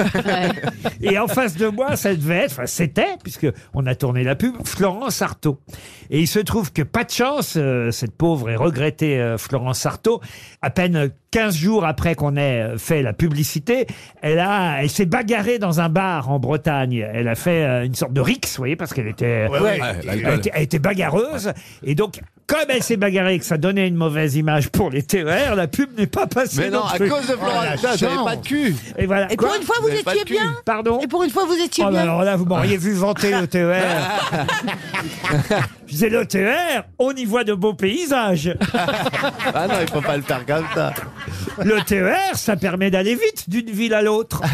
Et en face de moi, ça devait être, enfin c'était, puisque on a tourné la pub, Florence Artaud. Et il se trouve que pas de chance, euh, cette pauvre et regrettée euh, Florence Artaud, à peine quinze jours après qu'on ait euh, fait la publicité, elle a, elle s'est bagarrée dans un bar en Bretagne. Elle a fait euh, une sorte de rixe, vous voyez, parce qu'elle était, Ouais, ouais, elle, l'alcool. était, elle était bagarreuse. Et donc, comme elle s'est bagarrée et que ça donnait une mauvaise image pour les T E R, la pub n'est pas passée. Mais non, à plus. cause de Florence, putain, j'avais pas de cul. Et voilà. Et pour une fois, vous Vous avez pas de étiez cul. bien. Pardon. Et pour une fois, vous étiez Oh, bah bien. alors là, vous m'auriez vu vanter le T E R. Je disais, le T E R, on y voit de beaux paysages. Ah non, il faut pas le faire comme ça. Le T E R, ça permet d'aller vite d'une ville à l'autre.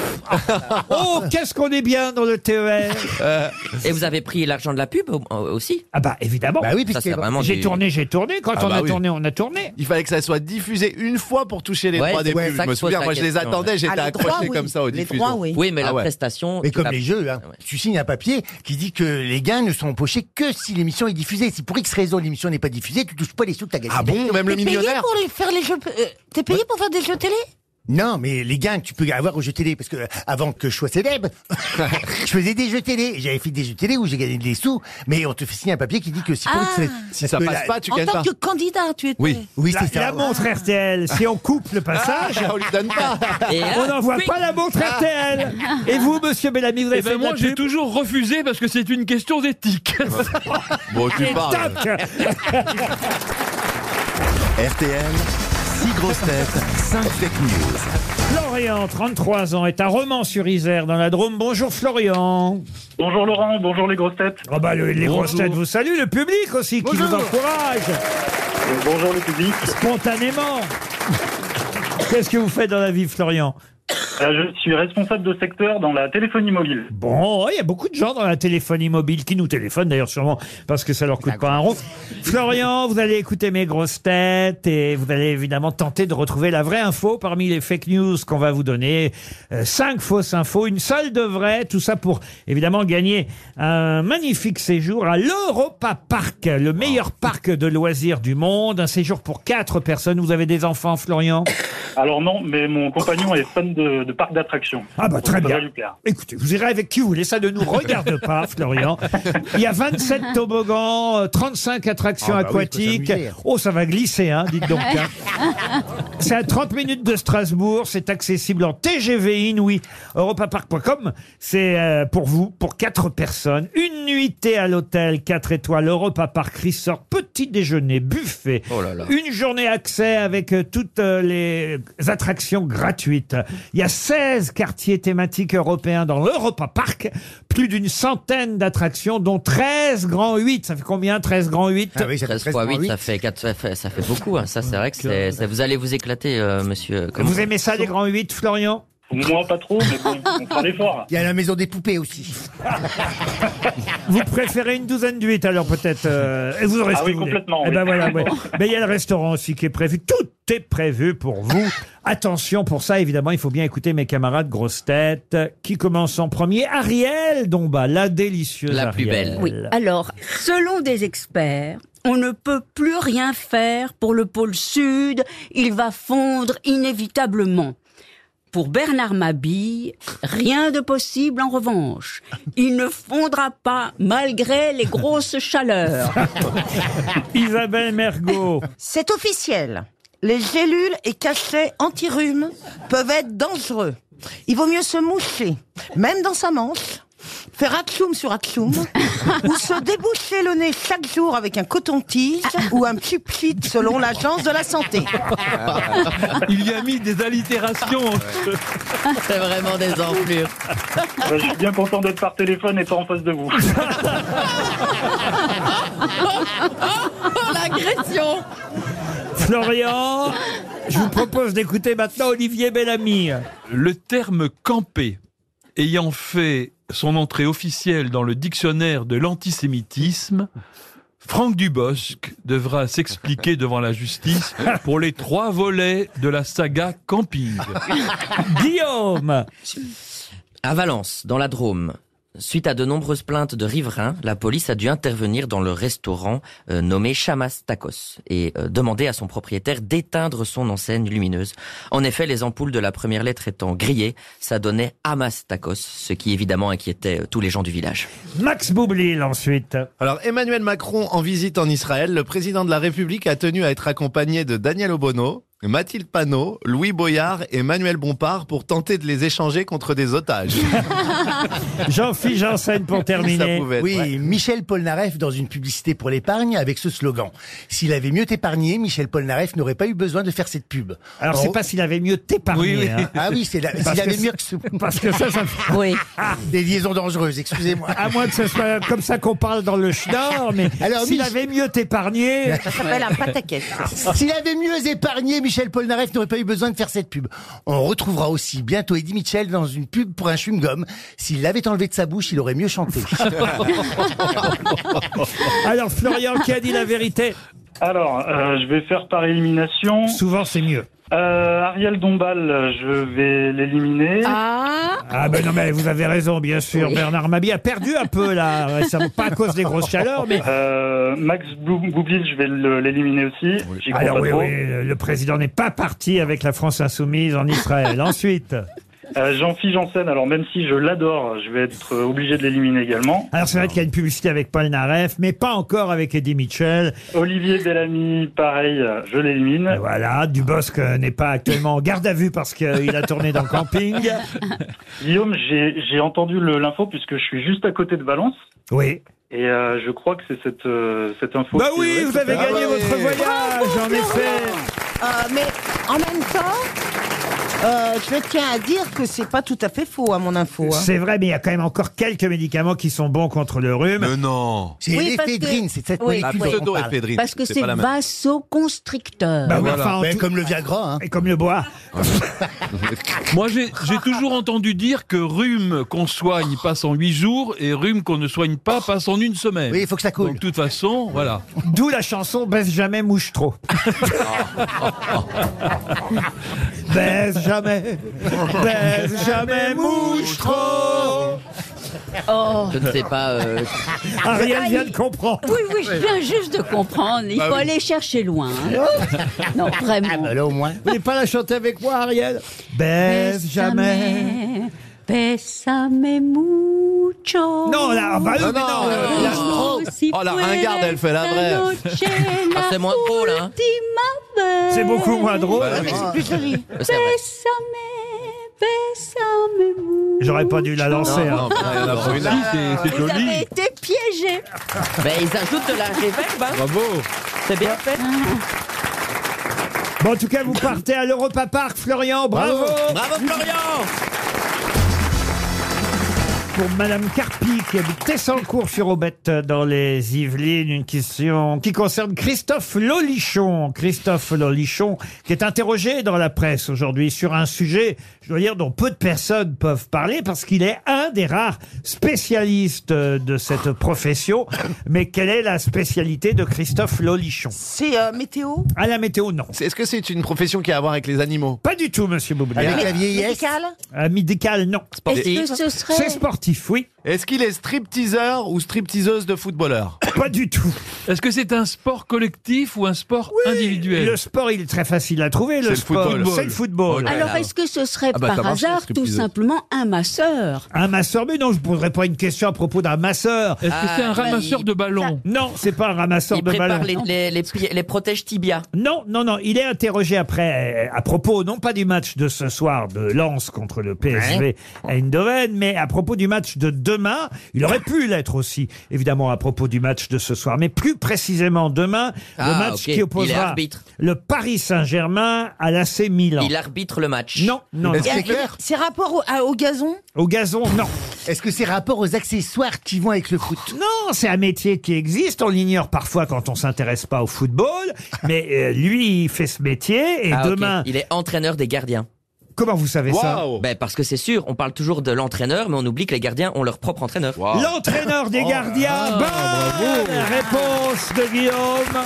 Oh, qu'est-ce qu'on est bien dans le T E R. Et vous avez pris l'argent de la pub au- aussi? Ah bah, évidemment. Bah oui, Ça, puisque c'est vraiment J'ai du- tourné, j'ai tourné. Quand Ah on bah a oui. tourné, on a tourné. Il fallait que ça soit diffusé une fois pour toucher les Ouais, droits des c'est pubs. ça Je que me je pose souviens, la moi je les question, attendais, ouais. j'étais Ah, les accroché droits, oui. comme ça aux Les diffusions. droits, oui. Oui, mais Ah la ouais. prestation. Mais tu comme l'as- les jeux, hein. Ouais. Tu signes un papier qui dit que les gains ne sont empochés que si l'émission est diffusée. Si pour X raison l'émission n'est pas diffusée, tu touches pas les sous que t'as gagnés. Ah bon, même le T'es payé millionnaire. pour les faire les jeux. euh, T'es payé pour faire des jeux télé? Non, mais les gains que tu peux avoir aux jeux télé, parce que euh, avant que je sois célèbre, je faisais des jeux télé. J'avais fait des jeux télé où j'ai gagné des sous, mais on te fait signer un papier qui dit que si pour Ah. X Si ça parce que passe la- pas, tu En gagnes tant pas. que candidat, tu étais. Oui. Oui, La, c'est ça. la montre R T L, si on coupe le passage, Ah, on lui donne pas. Et là, on n'envoie oui. pas la montre R T L. Et vous, monsieur Bellamy, vous avez Eh fait ben de moi, la j'ai pub toujours refusé parce que c'est une question d'éthique. Bon, tu Et parles. toc. R T L, six grosses têtes, cinq fake news. Florian, trente-trois ans, est à Romans-sur-Isère, dans la Drôme. Bonjour Florian. Bonjour Laurent, bonjour les grosses têtes. Oh bah, le- les Bonjour. grosses têtes vous saluent, le public aussi qui Bonjour. vous encourage. Euh, Bonjour le public. Spontanément. Qu'est-ce que vous faites dans la vie, Florian? Euh, je suis responsable de secteur dans la téléphonie mobile. Bon, il y a beaucoup de gens dans la téléphonie mobile qui nous téléphonent d'ailleurs sûrement parce que ça leur coûte pas un rond. Florian, vous allez écouter mes grosses têtes et vous allez évidemment tenter de retrouver la vraie info parmi les fake news qu'on va vous donner. Euh, cinq fausses infos, une seule de vraie, tout ça pour évidemment gagner un magnifique séjour à l'Europa Park, le meilleur parc de loisirs du monde. Un séjour pour quatre personnes. Vous avez des enfants, Florian? Alors non, mais mon compagnon est fan de, de parcs d'attractions. Ah bah très Ça bien. va lui plaire. Écoutez, vous irez avec qui vous voulez, ça ne nous regarde pas, Florian. Il y a vingt-sept toboggans, euh, trente-cinq attractions Ah bah oui, aquatiques. faut s'amuser. Oh, ça va glisser, hein, dites donc. hein. C'est à trente minutes de Strasbourg, c'est accessible en T G V Inouï, europapark point com. C'est euh, pour vous, pour quatre personnes. Une nuitée à l'hôtel quatre étoiles, Europa Park Resort, petit déjeuner, buffet. Oh là là. Une journée accès avec euh, toutes euh, les attractions gratuites. Il y a seize quartiers thématiques européens dans l'Europa Park. Plus d'une centaine d'attractions, dont treize grands huit. Ça fait combien, treize grands huit? Ah oui, ça fait treize treize fois point huit, ça fait quatre, ça fait, ça fait beaucoup. Hein. Ça, c'est vrai que c'est, ça- vous allez vous éclater, euh, monsieur. Comment- Vous aimez ça, les grands huit, Florian? Moi pas trop, mais bon, on fera l'effort. Il y a la maison des poupées aussi. Vous préférez une douzaine de huit, alors peut-être euh, et vous restez Ah oui, où vous complètement, voulez. Eh ben oui. voilà, ouais. Mais il y a le restaurant aussi qui est prévu. Tout est prévu pour vous. Attention, pour ça, évidemment, il faut bien écouter mes camarades grosses têtes. Qui commence en premier? Ariel Domba, la délicieuse La plus Ariel. belle. Oui. Alors, selon des experts, on ne peut plus rien faire pour le pôle sud. Il va fondre inévitablement. Pour Bernard Mabille, rien de possible en revanche. Il ne fondra pas malgré les grosses chaleurs. Isabelle Mergot. C'est officiel. Les gélules et cachets anti-rhume peuvent être dangereux. Il vaut mieux se moucher, même dans sa manche, faire atchoum sur atchoum, ou se déboucher le nez chaque jour avec un coton-tige ou un pchit selon l'agence de la santé. Il y a mis des allitérations. C'est vraiment des enflures. Bah, je suis bien content d'être par téléphone et pas en face de vous. Oh, l'agression! Florian, je vous propose d'écouter maintenant Olivier Bellamy. Le terme camper ayant fait son entrée officielle dans le dictionnaire de l'antisémitisme, Franck Dubosc devra s'expliquer devant la justice pour les trois volets de la saga Camping. Guillaume. À Valence, dans la Drôme, suite à de nombreuses plaintes de riverains, la police a dû intervenir dans le restaurant euh, nommé Chamas Tacos et euh, demander à son propriétaire d'éteindre son enseigne lumineuse. En effet, les ampoules de la première lettre étant grillées, ça donnait Hamas Tacos, ce qui évidemment inquiétait euh, tous les gens du village. Max Boublil ensuite. Alors, Emmanuel Macron en visite en Israël, le président de la République a tenu à être accompagné de Daniel Obono, Mathilde Panot, Louis Boyard et Manuel Bompard pour tenter de les échanger contre des otages. Jean-Philippe Janssen pour Ça terminer. pouvait être, Oui, ouais. Michel Polnareff dans une publicité pour l'épargne avec ce slogan. S'il avait mieux épargné, Michel Polnareff n'aurait pas eu besoin de faire cette pub. Alors, c'est En- pas s'il avait mieux t'épargner. Oui, oui. hein. Ah oui, c'est la- Parce s'il que avait c'est- mieux que ce... Parce que ça, ça fait... Oui. Des liaisons dangereuses, excusez-moi. À moins que ce soit comme ça qu'on parle dans le schnorr, mais Alors, s'il Mich- avait mieux t'épargné... Ça s'appelle un pataquès. S'il avait mieux épargné, Michel Polnareff n'aurait pas eu besoin de faire cette pub. On retrouvera aussi bientôt Eddie Mitchell dans une pub pour un chewing-gum. S'il l'avait enlevé de sa bouche, il aurait mieux chanté. Alors, Florian, qui a dit la vérité? Alors, euh, je vais faire par élimination. Souvent, c'est mieux. Euh, Ariel Dombal, je vais l'éliminer. Ah, Ah ben non, mais vous avez raison, bien sûr. Oui. Bernard Mabille a perdu un peu, là, récemment. Pas à cause des grosses chaleurs, mais... Euh, Max Bou- Boublil, je vais le- l'éliminer aussi. J'y crois Alors pas oui, trop. oui, le président n'est pas parti avec la France insoumise en Israël. Ensuite... Euh, Jean-Philippe Janssen, alors même si je l'adore, je vais être euh, obligé de l'éliminer également. Alors c'est vrai qu'il y a une publicité avec Paul Naref, mais pas encore avec Eddie Mitchell. Olivier Bellamy, pareil, euh, je l'élimine. Et voilà, Dubosc euh, n'est pas actuellement en garde à vue parce qu'il a tourné dans Camping. Guillaume, j'ai j'ai entendu le- l'info puisque je suis juste à côté de Valence. Oui. Et euh, je crois que c'est cette, euh, cette info. Bah qui est oui, vraie, vous c'est avez ça gagné Ah ouais. votre voyage, en effet. Euh, mais En même temps, euh, je tiens à dire que c'est pas tout à fait faux à mon info. Hein. C'est vrai, mais il y a quand même encore quelques médicaments qui sont bons contre le rhume. Mais non. C'est Oui, parce l'éphédrine, que- c'est cette oui, molécule oui. dont on parle. Pseudo-éphédrine. Parce que c'est pas la même. vasoconstricteur. Bah oui, voilà. enfin, en Ben, tout- comme le Viagra. Hein. Et comme le bois. Moi, j'ai j'ai toujours entendu dire que rhume qu'on soigne passe en huit jours et rhume qu'on ne soigne pas passe en une semaine. Oui, il faut que ça coule. Donc, de toute façon, voilà. D'où la chanson Baisse jamais, mouche trop. Baisse jamais, baisse jamais, mouche trop. Oh. Je ne sais pas. euh, Ariel vient de comprendre. Oui, oui, je viens juste de comprendre. Il Bah faut oui. aller chercher loin. hein. Non, vraiment. Ah, bah là, au moins. Vous voulez pas la chanter avec moi, Ariel? Baisse jamais. Bésame mucho. Non, là, bah oui, Non, mais non, non. euh, là- Oh, si Oh, la ringarde, elle fait la vraie. Ah, c'est moins drôle, hein. C'est beaucoup moins drôle. Bah oui. C'est plus joli. c'est vrai. J'aurais pas dû la lancer. Non, hein. non, il y en a pas une. Si, c'est- c'est Vous joli. avez été piégé. Ben, ils ajoutent de la réverb, hein. Bravo. C'est bien fait. Bon, en tout cas, vous partez à l'Europa Park, Florian. Bravo. Bravo, Florian. Pour Madame Carpi, qui habite Tessancourt-sur-Aubette dans les Yvelines, une question qui concerne Christophe Lolichon. Christophe Lolichon, qui est interrogé dans la presse aujourd'hui sur un sujet, je dois dire, dont peu de personnes peuvent parler parce qu'il est un des rares spécialistes de cette profession. Mais quelle est la spécialité de Christophe Lolichon? C'est euh, météo À la météo, non. Est-ce que c'est une profession qui a à voir avec les animaux? Pas du tout, monsieur Boublil. Avec la vieillesse. Médical Euh, médical, non. Est-ce que ce serait... C'est sportif, oui. Est-ce qu'il est stripteaseur ou stripteaseuse de footballeur? Pas du tout. Est-ce que c'est un sport collectif ou un sport individuel? Le sport, il est très facile à trouver. Le, C'est le sport, football. c'est le football. Ok. Alors, est-ce que ce serait Ah bah, ça par marche, la hasard tout stripteaseuse. simplement un masseur? Un masseur, mais non, je ne poserai pas une question à propos d'un masseur. Est-ce que c'est un Ah, ramasseur il- de ballons? Non, c'est pas un ramasseur Il de prépare ballon. les, les, les, pli- les protèges tibia. Non, non, non. Il est interrogé après, euh, à propos, non pas du match de ce soir de Lens contre le P S V à Eindhoven, mais à propos du match de demain. Il aurait pu l'être aussi, évidemment, à propos du match de ce soir. Mais plus précisément, demain, le Ah, match ok. qui Il est opposera arbitre. le Paris Saint-Germain à l'A C Milan. Il arbitre le match. Non, non, Est-ce non. qu'il est clair? C'est rapport au, à- au gazon Au gazon, non. Est-ce que c'est rapport aux accessoires qui vont avec le foot? Non, c'est un métier qui existe. On l'ignore parfois quand on s'intéresse pas au football. Mais euh, lui, il fait ce métier. Et Ah, ok. demain, Il est entraîneur des gardiens. comment vous savez ça? Waouh. Ben, parce que c'est sûr, on parle toujours de l'entraîneur, mais on oublie que les gardiens ont leur propre entraîneur. Waouh. L'entraîneur des gardiens. Bonne réponse de Guillaume.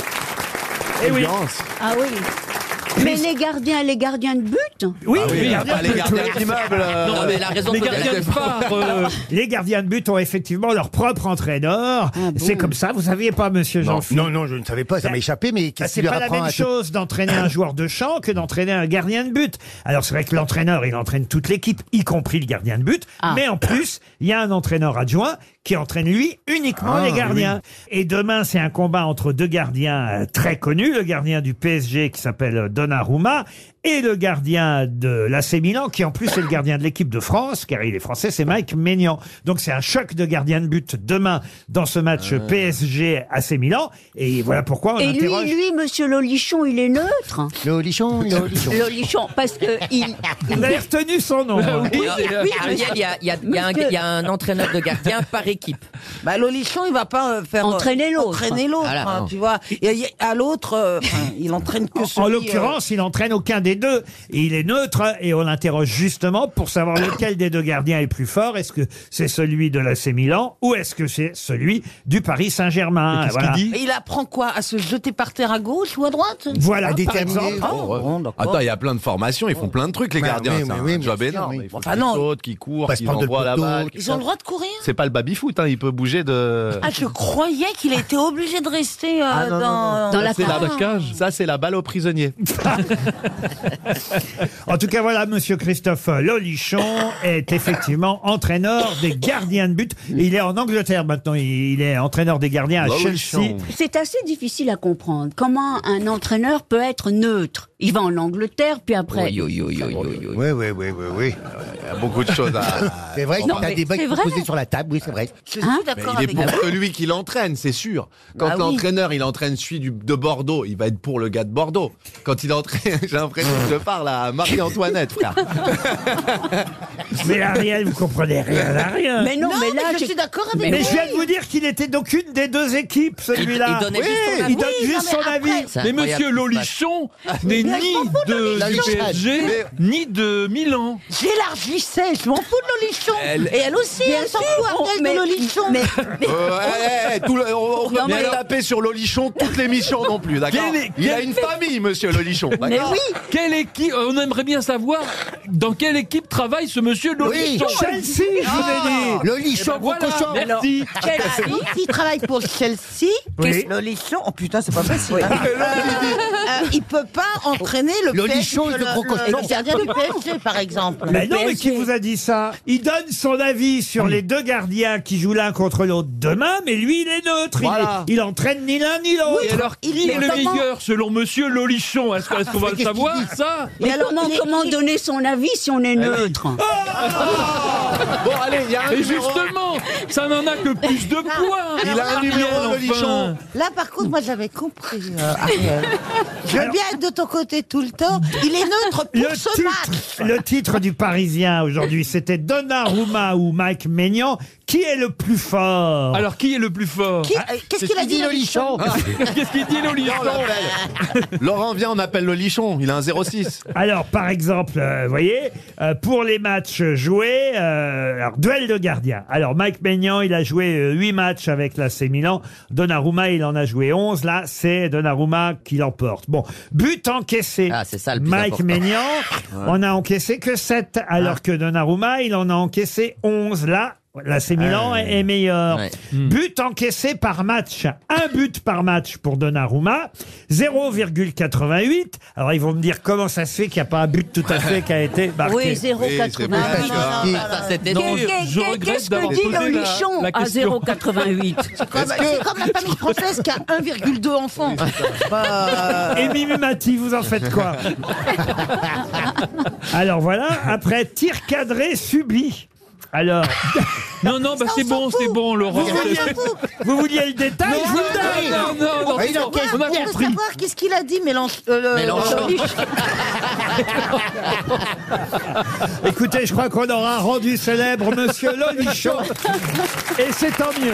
Et oui, Ambiance. Ah oui. Mais les gardiens, les gardiens de but? oui, Ah oui, les, pas gardiens les de gardiens but. d'immeuble. euh, Non, mais la raison Les de gardiens de phare. euh, Les gardiens de but ont effectivement leur propre entraîneur. bon C'est comme ça. Vous saviez pas, monsieur Non, Jean-Philippe? non, non, je ne savais pas, ça m'a échappé, mais Bah, qu'est-ce c'est qu'il leur pas la apprend même à tout- chose d'entraîner un joueur de champ que d'entraîner un gardien de but. Alors c'est vrai que l'entraîneur, il entraîne toute l'équipe, y compris le gardien de but. Ah. Mais en plus, il y a un entraîneur adjoint qui entraîne lui uniquement Ah, les gardiens. Et demain, c'est un combat entre deux gardiens euh, très connus. Le gardien du P S G qui s'appelle Donnarumma et le gardien de l'A C Milan qui en plus est le gardien de l'équipe de France, car il est français, c'est Mike Maignan. Donc c'est un choc de gardien de but demain dans ce match P S G-A C Milan. Et voilà pourquoi on Et lui, interroge... lui, monsieur Lolichon, il est neutre? Le lichon, le lichon. Lolichon, parce que il... Vous avez retenu son nom. hein. Oui, c'est, euh, Ariel, il y a, il y a- il y a un- il y a un entraîneur de gardien par équipe. Bah, Lolichon, il va pas euh, faire euh, Entraîner l'autre. Entraîner l'autre, Voilà. hein, tu vois. Et y a- à l'autre, euh, enfin, il entraîne que celui. En l'occurrence, il n'entraîne aucun des deux. Et il est neutre et on l'interroge justement pour savoir lequel des deux gardiens est plus fort. Est-ce que c'est celui de l'A C Milan ou est-ce que c'est celui du Paris Saint-Germain? Qu'est-ce Voilà. qu'il dit? Et il apprend quoi? À se jeter par terre à gauche ou à droite? Voilà, À par déterminer. exemple. Ah, bon, d'accord. Attends, il y a plein de formations, ils font plein de trucs, les Bah, gardiens. oui, c'est oui, un oui, job bien sûr, énorme. oui. Il faut Enfin, qu'ils non. sautent, qu'ils courent, Passe qu'ils par de envoient la poteau. balle. Ils ont le droit de courir? C'est pas le baby-foot, hein, il peut bouger de... Ah, je croyais qu'il était obligé de rester euh, Ah, non, non, dans... Dans la c'est la cage. cage. Ça, c'est la balle aux prisonniers. En tout cas, voilà, monsieur Christophe Lolichon est effectivement entraîneur des gardiens de but. Et il est en Angleterre maintenant. Il est entraîneur des gardiens à Chelsea. Lolichon. C'est assez difficile à comprendre. Comment un entraîneur peut être neutre? Il va en Angleterre, puis après... Oui, oui, oui, oui, oui, oui. Oui, oui, oui, oui, oui. Il y a beaucoup de choses à... C'est vrai, Non, il y a mais des débat c'est qui sont vrai. posés sur la table, oui, c'est vrai. Je suis Hein d'accord Mais il est avec pour vous. celui qui l'entraîne, c'est sûr. Quand Ah oui. l'entraîneur, il entraîne celui du, de Bordeaux, il va être pour le gars de Bordeaux. Quand il entraîne, j'ai l'impression que je parle à Marie-Antoinette, frère. Mais Ariel, vous comprenez rien à rien. Mais non, Non, mais mais là, je j'ai- suis d'accord avec Mais vous. je viens de vous dire qu'il était d'aucune des deux équipes, celui-là. Il donnait juste son il avis. donne Oui, juste non, mais son après- avis. C'est Mais incroyable monsieur ce qui se Lolichon n'est Mais je ni m'en fous de de, Lolichon. du P S G, Mais- ni de Milan. J'élargissais, je m'en fous de Lolichon. Elle- Et elle aussi, elle s'en fout, Oh, Ariel, mais- de Lolichon. mais- mais- Euh, eh, eh, tout le- on on peut Non, pas mais- taper sur Lolichon toute l'émission non plus, d'accord? Quel est- Il a quel- une famille, monsieur Lolichon. Mais d'accord oui, Quelle équipe On aimerait bien savoir dans quelle équipe travaille ce monsieur Lolichon. Chelsea, je vous ai dit. Le lichon, Eh ben voilà, gros cochon. merci. Chelsea, il travaille pour Chelsea. Oui. Qu'est-ce- Lolichon, oh putain, c'est pas possible. hein. Euh, il peut pas entraîner le Lolichon, P S G, le gros cochon. le gardien du P S G, par exemple. Mais non, P S G. mais qui vous a dit ça? Il donne son avis sur les deux gardiens qui jouent l'un contre l'autre demain, mais lui, il est neutre. Il, Voilà. est- il entraîne ni l'un ni l'autre. Et alors, qui est le comment- meilleur selon monsieur Lolichon? Est-ce que- est-ce qu'on va le Qu'est-ce qu'il savoir, dit ça mais alors, comment, il est- comment il- donner son avis si on est neutre? Bon, allez, il y a un Et numéro. justement, ça n'en a que plus de points. Il a un numéro, Ariel, Lolichon. Là, par contre, moi, j'avais compris, euh, Ariel. Je veux bien être de ton côté tout le temps. Il est neutre pour Le ce match. titre, le titre du Parisien aujourd'hui, c'était Donnarumma ou Mike Maignan. Qui est le plus fort? Alors, qui est le plus fort? Qui- euh, Qu'est-ce qu'il a dit, Lolichon? Qu'est-ce qu'il dit, Viens, Lolichon? on l'appelle. Laurent, viens, on appelle Lolichon. Il a un zéro six. Alors, par exemple, euh, vous voyez, euh, pour les matchs joués, euh, alors, duel de gardiens. Alors, Mike Maignan, il a joué euh, huit matchs avec l'A C Milan. Donnarumma, il en a joué onze. Là, c'est Donnarumma qui l'emporte. Bon, but encaissé. Ah, c'est ça le plus Mike important. Maignan, on a encaissé que sept, alors que Donnarumma, il en a encaissé onze. Là, l'A C Milan est est meilleur. Ouais. But encaissé par match. Un but par match pour Donnarumma. zéro virgule quatre-vingt-huit. Alors, ils vont me dire comment ça se fait qu'il n'y a pas un but tout à fait qui a été marqué. Oui, zéro Oui, c'est quatre-vingt-huit. bon. Ça, c'était Non, dur. je regrette Qu'est-ce d'avoir que dit posé la- Lolichon la à question. zéro virgule quatre-vingt-huit? C'est comme, c'est comme la famille française qui a un virgule deux enfants. Bah, Et Mimi Mati, vous en faites quoi? Alors voilà, après tir cadré subi. Alors, Non, non, bah Ça, c'est on s'en bon, fout. c'est bon, Laurent. vous vouliez, vous vouliez le détail? Je vous le donne. Non, non, non, Ah, il non, encaisse. on a on veut compris. savoir qu'est-ce qu'il a dit, Mélenchon. euh, le- Mélenchon. Lolichon. Écoutez, je crois qu'on aura rendu célèbre Monsieur Lolichon. Et c'est tant mieux.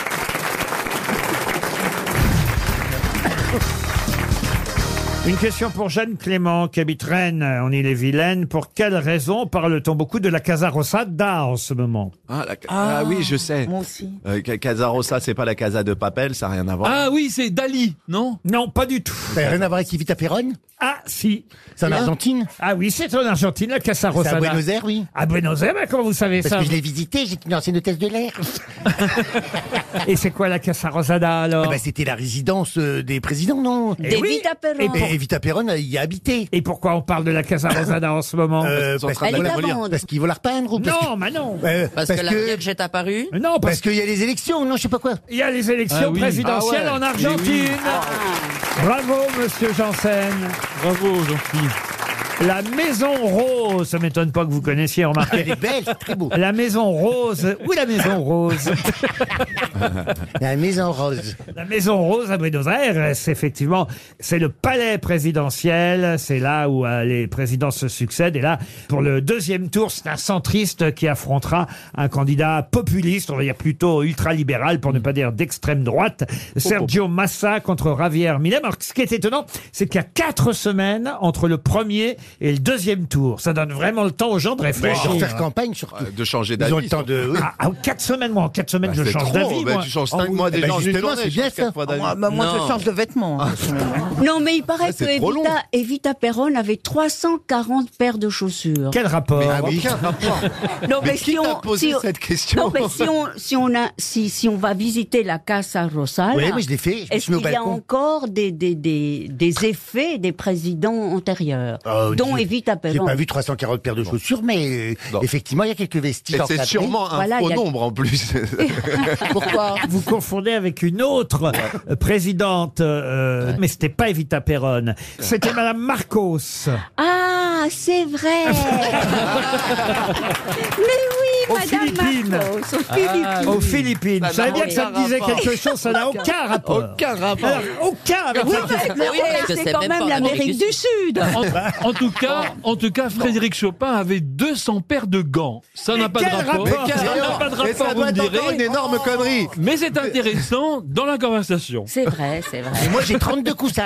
Une question pour Jeanne Clément, qui habite Rennes, en Ille-et-Vilaine. Pour quelle raison parle-t-on beaucoup de la Casa Rosada en ce moment? Ah, la- ah oui, je sais. Moi aussi. Euh, Ca- Casa Rosa, c'est pas la Casa de Papel, ça n'a rien à voir. Ah oui, c'est Dali, non? Non, pas du tout. Ça n'a rien à voir avec Evita Perron? Ah, si. C'est en Argentine? Ah oui, c'est en Argentine, la Casa C'est à Rosada. Buenos Aires, oui. À Buenos Aires, mais comment vous savez Parce ça? que je l'ai visité, j'étais une ancienne hôtesse de l'air. Et c'est quoi la Casa Rosada alors? Eh ben, c'était la résidence euh, des présidents, non? Eh Des oui. Vita Perron. Et pour- Et Evita Perron, elle y a habité. Et pourquoi on parle de la Casa Rosada en ce moment? Euh, qu'ils sont en parce train qu'ils de vont la la relire. vendre. Parce qu'ils vont la repeindre ou parce Non, mais non. que... Euh, Parce, que la Vierge est apparue. Non, parce Parce qu'il y a les élections, non, je sais pas quoi. qu'il y a les élections Ah oui. présidentielles Ah ouais. en Argentine. Bravo, monsieur Janssen. Bravo, Jean-Philippe. La Maison Rose, ça m'étonne pas que vous connaissiez, Elle remarquez. est belle, c'est très beau. La Maison Rose, où est la Maison Rose? La maison rose. La Maison Rose à Buenos Aires, c'est effectivement, c'est le palais présidentiel, c'est là où euh, les présidents se succèdent. Et là, pour le deuxième tour, c'est un centriste qui affrontera un candidat populiste, on va dire plutôt ultralibéral, pour ne pas dire d'extrême droite, Sergio Massa contre Javier Milei. Alors, ce qui est étonnant, c'est qu'il y a quatre semaines entre le premier et le deuxième tour. Ça donne vraiment le temps aux gens de Mais réfléchir. de faire campagne surtout. Euh, De changer Ils d'avis. ont le temps de... oui. Ah, ah, quatre semaines, moi, en quatre semaines, Bah, je c'est change trop. d'avis, Bah, moi. tu changes Ah cinq oui. mois Eh déjà ben, en une justement, journée, c'est je bien change ça. quatre fois d'avis. Moi, bah, moi, Non. je change de vêtements. hein. Non, mais il paraît Ah, que c'est trop long. Evita, Evita Perron avait trois cent quarante paires de chaussures. Quel rapport? Ah oui. Aucun rapport. Non, Mais qui t'a posé si on- cette question Non, mais si on, si on a, si, si on va visiter la Casa Rosada. Oui, oui, je l'ai fait. Je me Est-ce suis mis au qu'il y a balcon. encore des, des, des, des effets des présidents antérieurs? Ah, euh, Dont je- Evita J'ai Perron. pas vu trois cent quarante paires de chaussures, mais euh, effectivement, il y a quelques vestiges. Et c'est encadrés. sûrement un Voilà, faux il y a- nombre en plus. Pourquoi Vous confondez avec une autre euh, présidente, euh, mais c'était pas Evita Perron. C'était Madame Marcos. Ah, c'est vrai. Mais oui, Aux Madame Philippines. Marcos, aux Philippines. Aux Philippines. Ça Je savais n'a bien que ça aucun me disait rapport. quelque chose, ça n'a aucun rapport. Aucun rapport. Alors, aucun avec Oui, la- mais, mais Oui, parce que c'est c'est quand même même pas en l'Amérique Amérique du Sud. En, en tout cas, en tout cas, Frédéric Chopin avait deux cents paires de gants. Ça n'a pas de quel rapport. rapport Ça n'a pas de Et ça rapport, vous doit me être encore direz. une énorme connerie. Mais c'est intéressant dans la conversation. C'est vrai, c'est vrai. Et moi, j'ai trente-deux coussins.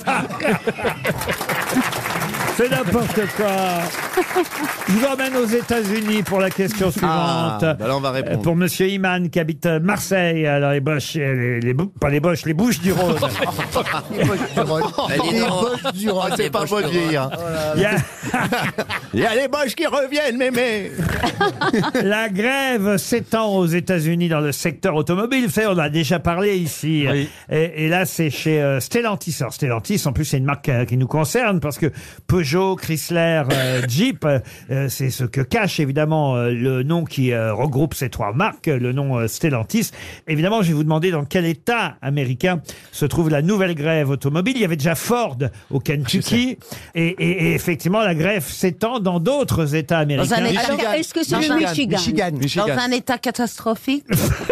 C'est n'importe quoi. Je vous emmène aux États-Unis pour la question suivante. Ah, bah là, on va Euh, répondre. Pour Monsieur Iman qui habite euh, Marseille, alors les Boches, euh, les, les Bou- pas les Boches, les Bouches du Rhône. Les poches du Rhône. dis Les donc. poches du Rhône. Ah, c'est pas beau de vieillir. Il y a- Il y a les boches qui reviennent, mémé. La grève s'étend aux États-Unis dans le secteur automobile. Vous savez, on en a déjà parlé ici. Oui. Et, et là, c'est chez euh, Stellantis. Alors, Stellantis, en plus, c'est une marque euh, qui nous concerne parce que Peugeot, Chrysler, euh, Jeep, euh, c'est ce que cache évidemment euh, le nom qui euh, regroupe ces trois marques, le nom euh, Stellantis. Évidemment, je vais vous demander dans quel État américain se trouve la nouvelle grève automobile. Il y avait déjà Ford au Kentucky. Et, et- et effectivement, la grève s'étend dans d'autres États américains. État- Alors, est-ce que c'est le Michigan. Michigan, Michigan. Michigan. Dans un état catastrophique.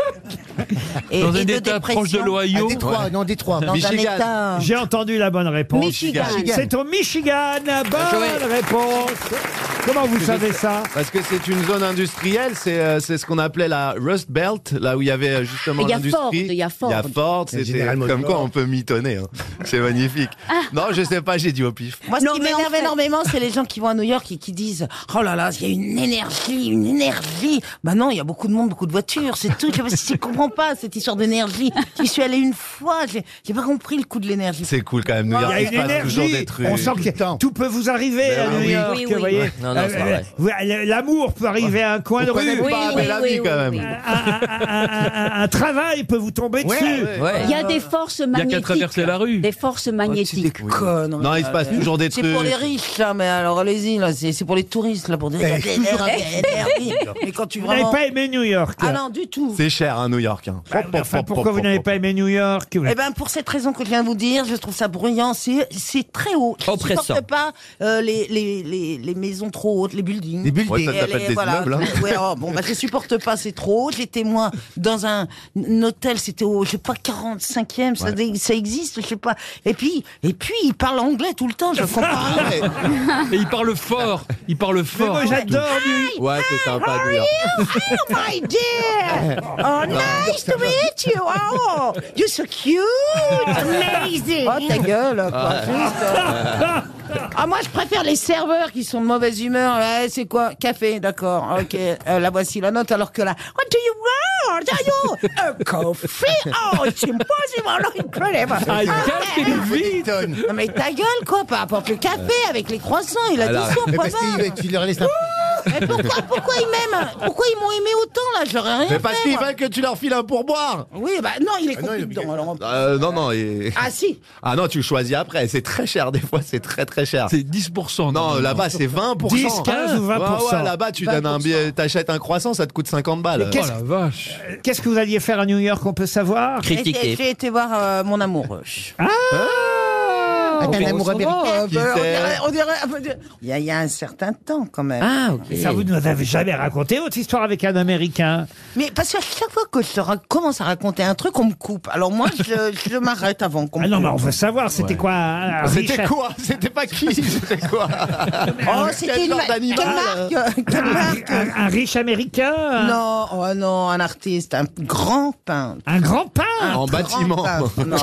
Et- Dans et un de état proche de dépression. À l'Ohio. Détroit, non, Détroit. Dans Michigan. un état. J'ai entendu la bonne réponse. Michigan. C'est au Michigan. Bonne réponse. Comment vous savez ça? Parce que c'est une zone industrielle, c'est euh, c'est ce qu'on appelait la Rust Belt, là où il y avait euh, justement Il y a l'industrie. Ford, il y a Ford. Il y a Ford, Il y a c'était General comme Motors. quoi on peut mitonner. Hein. C'est magnifique. Non, je sais pas, j'ai dit au pif. Moi, ce Non, qui mais en m'énerve fait- énormément, c'est les gens qui vont à New York et qui disent « Oh là là, il y a une énergie, une énergie !» Bah non, il y a beaucoup de monde, beaucoup de voitures, c'est tout. Je ne comprends pas cette histoire d'énergie. J'y suis allé une fois, j'ai j'ai pas compris le coup de l'énergie. C'est cool quand même, New Il y York, a il une se passe toujours énergie. des trucs. On sent que temps. tout peut vous arriver Ben à New oui. York, Oui, vous oui. voyez. Ouais. Non, non, c'est pas vrai. vous- L'amour peut arriver à un coin de On connaît rue. Oui, pas oui, la oui, vie oui, quand même. oui. Un, un- un- un- un travail peut vous tomber Ouais, dessus. ouais. Ouais. Il y a des forces Il y a magnétiques. qu'à traverser la rue. Des forces magnétiques. Conneries. Non, il se passe toujours des C'est trucs. pour les riches, là, mais alors allez-y, là, c'est c'est pour les touristes, là, pour dire Eh, il y a de l'énergie, il y a de l'énergie. Mais quand tu Vous n'avez vraiment. pas aimé New York. Ah non, du tout. C'est cher, hein, New York. Hein. Ah, mais enfin, pourquoi vous n'avez pas aimé New York? Eh ben pour cette raison que je viens de vous dire, je trouve ça bruyant, c'est c'est très haut. Je Oppressant. supporte pas euh, les, les, les, les maisons trop hautes, les buildings. Les buildings. Ouais, ça Et s'appelle les- des voilà. immeubles. Hein. Ouais, oh, bon, bah, je supporte pas, c'est trop haut. J'étais moi dans un, un hôtel, c'était au, je sais pas, quarante-cinquième, ça, ça existe, je sais pas. Et puis, et puis, il parle anglais tout le temps, je comprends rien. Et il parle fort. Il parle Mais fort. moi j'adore New Ouais, c'est sympa, New York. Oh my dear! Oh, nice to meet you! Oh, you're so cute! Amazing! Oh, ta gueule, quoi. Juste, euh. Ah, moi, je préfère les serveurs qui sont de mauvaise humeur. Ouais, c'est quoi? Café, d'accord. Ok, euh, la voici la note, alors que là, what do you want? Are you a coffee? Oh, it's impossible, incredible! Ah, il casse et il vite. Non, mais ta gueule, quoi, peu importe le café avec les croissants, il a Alors, dit son Mais point parce barre. que tu leur laisses un... Mais pourquoi, pourquoi ils m'aiment? Pourquoi ils m'ont aimé autant, là? J'aurais rien Mais fait, parce qu'ils moi. veulent que tu leur files un pourboire. Oui, bah non, il est Ah non, compris il est dedans. Alors, on- Euh, non, non. et- Ah si. Ah non, tu choisis après. C'est très cher, des fois, c'est très très cher. C'est dix pour cent. Non, là-bas, c'est vingt pour cent. dix, quinze ou vingt pour cent. Ouais, ouais, là-bas, tu donnes un billet, t'achètes un croissant, ça te coûte cinquante balles. Oh la vache. Qu'est-ce que vous alliez faire à New York, on peut savoir? J'ai été- Critiqué. J'ai été voir euh, mon amoureux. Ah Ah, t'as un amour Ça va, américain. euh, Qui bah, on c'est dirait- on dirait- on dirait- Il y, a, il y a un certain temps quand même. Ah, ok. Et ça, vous ne nous avez jamais raconté votre histoire avec un Américain. Mais parce qu'à chaque fois que je ra- commence à raconter un truc, on me coupe. Alors moi, je, je m'arrête avant qu'on me Ah non, coupe. mais on veut savoir, c'était quoi un, un C'était riche- quoi C'était pas qui C'était quoi Oh, c'était Quel une genre ma- quelle d'animal marque Quelle marque un, un riche Américain? un- Non, oh non, un artiste, un grand peintre. Un grand peintre? En Un bâtiment. grand peintre, Non.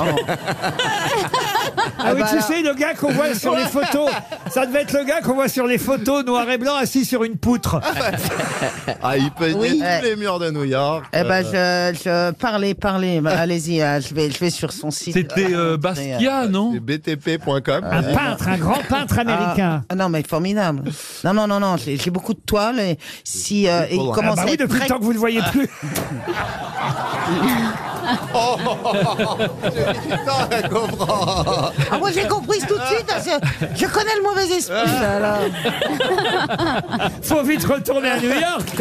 Ah oui, bah tu alors. sais, le gars qu'on voit sur les photos, ça devait être le gars qu'on voit sur les photos noir et blanc assis sur une poutre. Ah, il peut Oui. tous les murs de New York. Eh ben, Euh, je, je parlez, parlez. Bah, allez-y, euh, je vais, je vais sur son site. C'était euh, Euh, Basquiat, non? C'est b t p point com. Un peintre, un grand peintre américain. Ah, non, mais formidable. Non, non, non, non. J'ai j'ai beaucoup de toiles et si euh, il Ah Ah commence bah à oui, être depuis très... le temps que vous ne le voyez plus. Oh, j'ai mis du temps à comprendre. Ah, moi, j'ai compris tout de suite. Parce que je connais le mauvais esprit, là, là. Faut vite retourner à New York.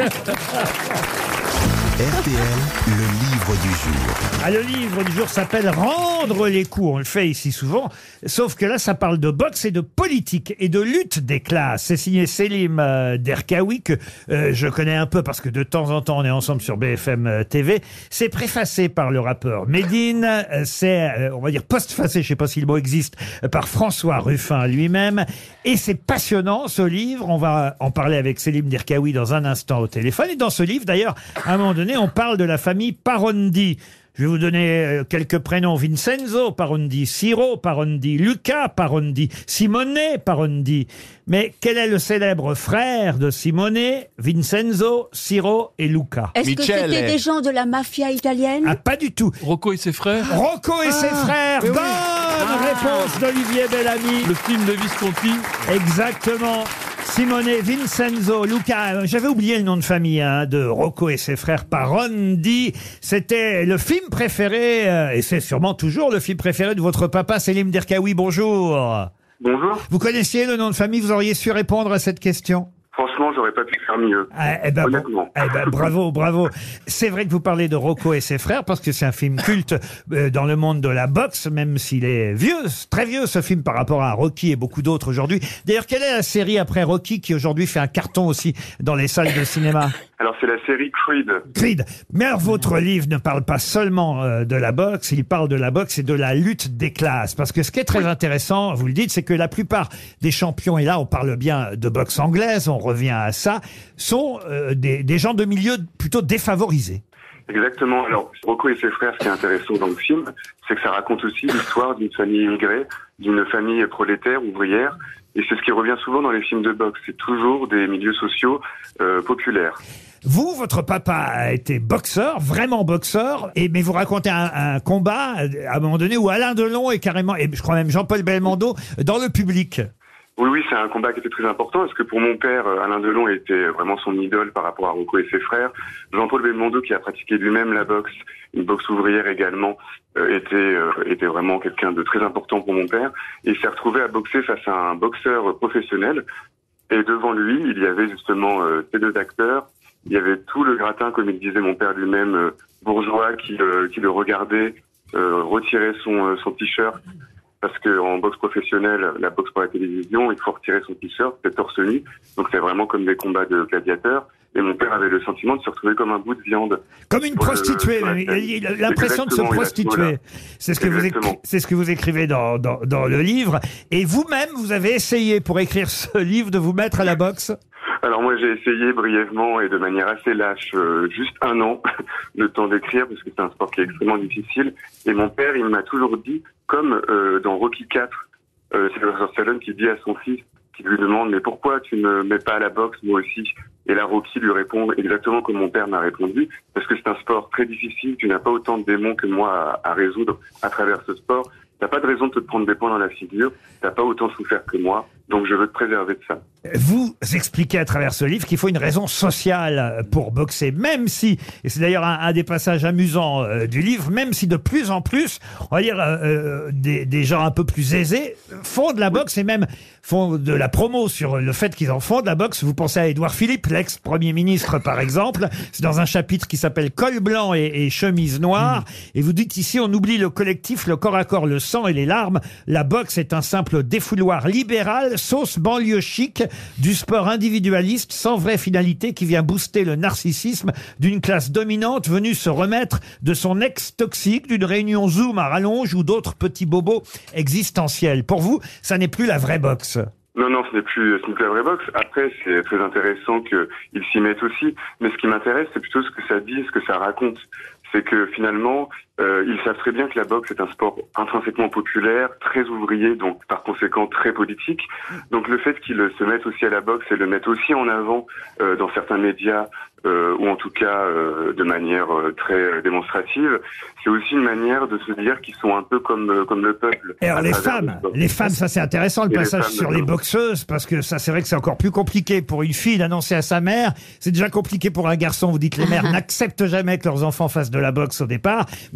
R T L, le livre du jour. Ah, le livre du jour s'appelle « Rendre les coups ». On le fait ici souvent. Sauf que là, ça parle de boxe et de politique et de lutte des classes. C'est signé Selim euh, Derkaoui, que euh, je connais un peu parce que de temps en temps, on est ensemble sur B F M T V. C'est préfacé par le rappeur Médine. Euh, c'est, euh, on va dire, postfacé, je sais pas si le mot existe, euh, par François Ruffin lui-même. Et c'est passionnant, ce livre. On va en parler avec Selim Derkaoui dans un instant au téléphone. Et dans ce livre, d'ailleurs, à un moment donné, on parle de la famille Parondi. Je vais vous donner quelques prénoms. Vincenzo Parondi, Ciro Parondi, Luca Parondi, Simone Parondi. Mais quel est le célèbre frère de Simone, Vincenzo, Ciro et Luca? Est-ce que c'était des gens de la mafia italienne? Ah, pas du tout. Rocco et ses frères. Rocco et Ah, ses frères. oui. Bonne Ah. réponse d'Olivier Bellamy. Le film de Visconti. Exactement. Simone, Vincenzo, Luca. J'avais oublié le nom de famille hein, de Rocco et ses frères Parondi. C'était le film préféré, euh, et c'est sûrement toujours le film préféré de votre papa, Selim Derkaoui. Bonjour. Bonjour. Vous connaissiez le nom de famille, vous auriez su répondre à cette question? Franchement, j'aurais pas pu faire mieux. Ah, eh ben, Honnêtement. bon, eh ben, bravo, bravo. C'est vrai que vous parlez de Rocco et ses frères parce que c'est un film culte euh, dans le monde de la boxe, même s'il est vieux, très vieux ce film par rapport à Rocky et beaucoup d'autres aujourd'hui. D'ailleurs, quelle est la série après Rocky qui aujourd'hui fait un carton aussi dans les salles de cinéma? Alors, c'est la série Creed. Creed. Mais alors, votre livre ne parle pas seulement euh, de la boxe, il parle de la boxe et de la lutte des classes. Parce que ce qui est très intéressant, vous le dites, c'est que la plupart des champions, et là on parle bien de boxe anglaise, on revient à ça, sont euh, des, des gens de milieux plutôt défavorisés. Exactement. Alors, Rocco et ses frères, ce qui est intéressant dans le film, c'est que ça raconte aussi l'histoire d'une famille immigrée, d'une famille prolétaire, ouvrière. Et c'est ce qui revient souvent dans les films de boxe. C'est toujours des milieux sociaux euh, populaires. Vous, votre papa a été boxeur, vraiment boxeur, et mais vous racontez un, un combat à un moment donné où Alain Delon est carrément, et je crois même Jean-Paul Belmondo, dans le public. Oui, oui, c'est un combat qui était très important, parce que pour mon père, Alain Delon était vraiment son idole par rapport à Rocco et ses frères. Jean-Paul Belmondo, qui a pratiqué lui-même la boxe, une boxe ouvrière également, euh, était euh, était vraiment quelqu'un de très important pour mon père. Et il s'est retrouvé à boxer face à un boxeur professionnel. Et devant lui, il y avait justement euh, ces deux acteurs. Il y avait tout le gratin, comme il disait mon père lui-même, euh, bourgeois, qui, euh, qui le regardait euh, retirer son, euh, son t-shirt. Parce que en boxe professionnelle, la boxe pour la télévision, il faut retirer son t-shirt, c'est torse nu. Donc c'est vraiment comme des combats de gladiateurs. Et mon père avait le sentiment de se retrouver comme un bout de viande. Comme une prostituée, le, il a l'impression de se prostituer. C'est ce que vous écri- c'est ce que vous écrivez dans, dans, dans le livre. Et vous-même, vous avez essayé pour écrire ce livre de vous mettre à la boxe? Alors moi j'ai essayé brièvement et de manière assez lâche, euh, juste un an, le temps d'écrire, parce que c'est un sport qui est extrêmement difficile. Et mon père, il m'a toujours dit, comme euh, dans Rocky quatre, euh, c'est Sylvester Stallone qui dit à son fils, qui lui demande, mais pourquoi tu ne mets pas à la boxe, moi aussi? Et là, Rocky lui répond exactement comme mon père m'a répondu, parce que c'est un sport très difficile, tu n'as pas autant de démons que moi à, à résoudre à travers ce sport. T'as pas de raison de te prendre des points dans la figure, t'as pas autant souffert que moi, donc je veux te préserver de ça. Vous expliquez à travers ce livre qu'il faut une raison sociale pour boxer, même si, et c'est d'ailleurs un, un des passages amusants euh, du livre, même si de plus en plus, on va dire, euh, euh, des, des gens un peu plus aisés font de la boxe et même font de la promo sur le fait qu'ils en font de la boxe. Vous pensez à Édouard Philippe, l'ex-premier ministre par exemple, c'est dans un chapitre qui s'appelle Col blanc et, et chemise noire, mmh. et vous dites ici, on oublie le collectif, le corps à corps, le sang et les larmes, la boxe est un simple défouloir libéral, sauce banlieue chic, du sport individualiste sans vraie finalité qui vient booster le narcissisme d'une classe dominante venue se remettre de son ex toxique, d'une réunion Zoom à rallonge ou d'autres petits bobos existentiels. Pour vous, ça n'est plus la vraie boxe. Non, non, ce n'est plus, ce n'est plus la vraie boxe. Après, c'est très intéressant qu'ils s'y mettent aussi. Mais ce qui m'intéresse, c'est plutôt ce que ça dit, ce que ça raconte. C'est que finalement, euh, ils savent très bien que la boxe est un sport intrinsèquement populaire, très ouvrier, donc par conséquent très politique. Donc le fait qu'ils se mettent aussi à la boxe et le mettent aussi en avant euh, dans certains médias, euh, ou en tout cas euh, de manière euh, très démonstrative, c'est aussi une manière de se dire qu'ils sont un peu comme euh, comme le peuple. Et alors les femmes, les femmes, ça c'est intéressant le Et passage les femmes, sur les boxeuses, parce que ça c'est vrai que c'est encore plus compliqué pour une fille d'annoncer à sa mère. C'est déjà compliqué pour un garçon. Vous dites les mères n'acceptent jamais que leurs enfants fassent de la boxe au départ, mais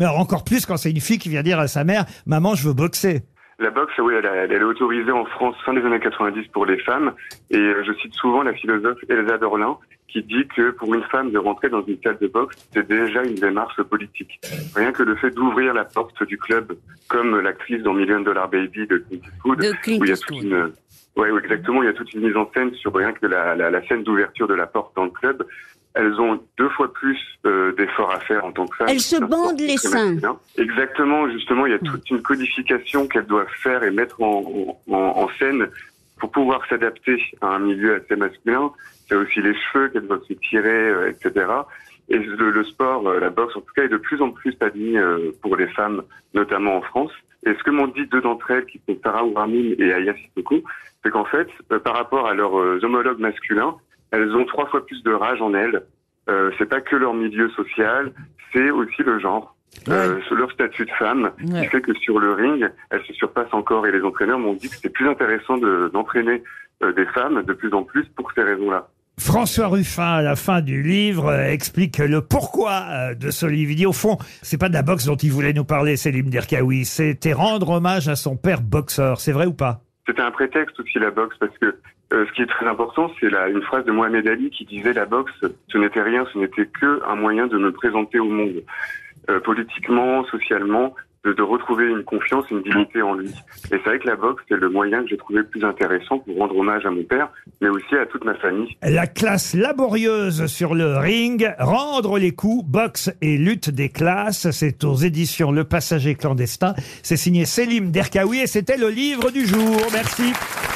alors encore plus quand c'est une fille qui vient dire à sa mère « Maman, je veux boxer ». La boxe, oui, elle, elle est autorisée en France fin des années quatre-vingt-dix pour les femmes. Et euh, je cite souvent la philosophe Elsa Dorlin qui dit que pour une femme de rentrer dans une salle de boxe, c'est déjà une démarche politique. Rien que le fait d'ouvrir la porte du club, comme l'actrice dans Million Dollar Baby de Clint Eastwood, De Clint où il y a Eastwood. toute une... Ouais, ouais, exactement, il y a toute une mise en scène sur rien que la, la, la scène d'ouverture de la porte dans le club. Elles ont deux fois plus euh, d'efforts à faire en tant que femmes. Elles se C'est un sport bandent les très seins. masculin. Exactement, justement, il y a toute une codification qu'elles doivent faire et mettre en, en, en scène pour pouvoir s'adapter à un milieu assez masculin. C'est aussi les cheveux qu'elles doivent se tirer, euh, et cetera. Et le, le sport, euh, la boxe en tout cas, est de plus en plus admis euh, pour les femmes, notamment en France. Et ce que m'ont dit deux d'entre elles, qui sont Sarah Ouarmine et Aya Sissoko, c'est qu'en fait, euh, par rapport à leurs euh, homologues masculins, elles ont trois fois plus de rage en elles. Euh, c'est pas que leur milieu social, c'est aussi le genre, euh, ouais. leur statut de femme, ouais. qui fait que sur le ring, elles se surpassent encore. Et les entraîneurs m'ont dit que c'était plus intéressant de, d'entraîner euh, des femmes de plus en plus pour ces raisons-là. François Ruffin, à la fin du livre, euh, explique le pourquoi euh, de ce livre. Il dit, au fond, c'est pas de la boxe dont il voulait nous parler, Selim Derkaoui, c'était rendre hommage à son père boxeur. C'est vrai ou pas? C'était un prétexte aussi, la boxe, parce que euh, ce qui est très important, c'est la, une phrase de Mohamed Ali qui disait « La boxe, ce n'était rien, ce n'était que un moyen de me présenter au monde, euh, politiquement, socialement, de, de retrouver une confiance, une dignité en lui. » Et c'est vrai que la boxe, c'est le moyen que j'ai trouvé le plus intéressant pour rendre hommage à mon père, mais aussi à toute ma famille. La classe laborieuse sur le ring, rendre les coups, boxe et lutte des classes, c'est aux éditions Le Passager clandestin. C'est signé Selim Derkaoui et c'était le livre du jour. Merci.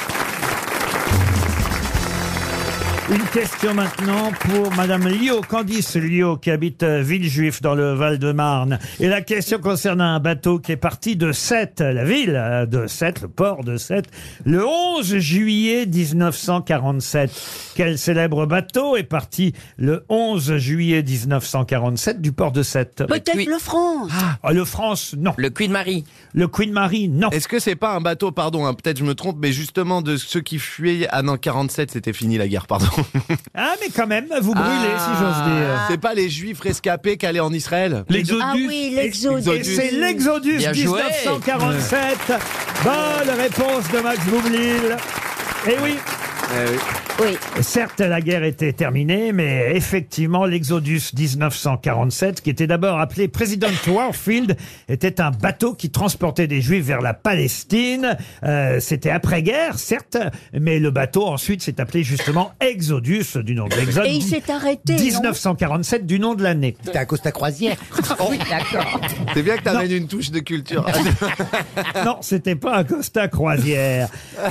Une question maintenant pour Madame Lio, Candice Lio, qui habite Villejuif dans le Val-de-Marne. Et la question concerne un bateau qui est parti de Sète, la ville de Sète, le port de Sète, le onze juillet mille neuf cent quarante-sept. Quel célèbre bateau est parti le onze juillet mille neuf cent quarante-sept du port de Sète? Peut-être le, le France. Ah, le France, non. Le Queen Mary. Le Queen Mary, non. Est-ce que c'est pas un bateau, pardon, hein, peut-être je me trompe, mais justement de ceux qui fuyaient, ah non, quarante-sept, c'était fini la guerre, pardon. Ah, mais quand même, vous brûlez, ah, si j'ose dire. C'est pas les Juifs rescapés qui allaient en Israël? L'Exodus. Ah oui, l'Exodus. Et c'est l'Exodus mille neuf cent quarante-sept. Ouais. Bonne réponse de Max Boublil. Eh oui. Eh oui. Oui. Certes, la guerre était terminée, mais effectivement, l'Exodus mille neuf cent quarante-sept, qui était d'abord appelé President Warfield, était un bateau qui transportait des Juifs vers la Palestine. Euh, c'était après-guerre, certes, mais le bateau ensuite s'est appelé justement Exodus, du nom de l'Exode. Et il s'est arrêté, mille neuf cent quarante-sept, du nom de l'année. C'était à Costa Croisière. Oui, d'accord. C'est bien que t'amènes une touche de culture. Non, c'était pas un Costa Croisière.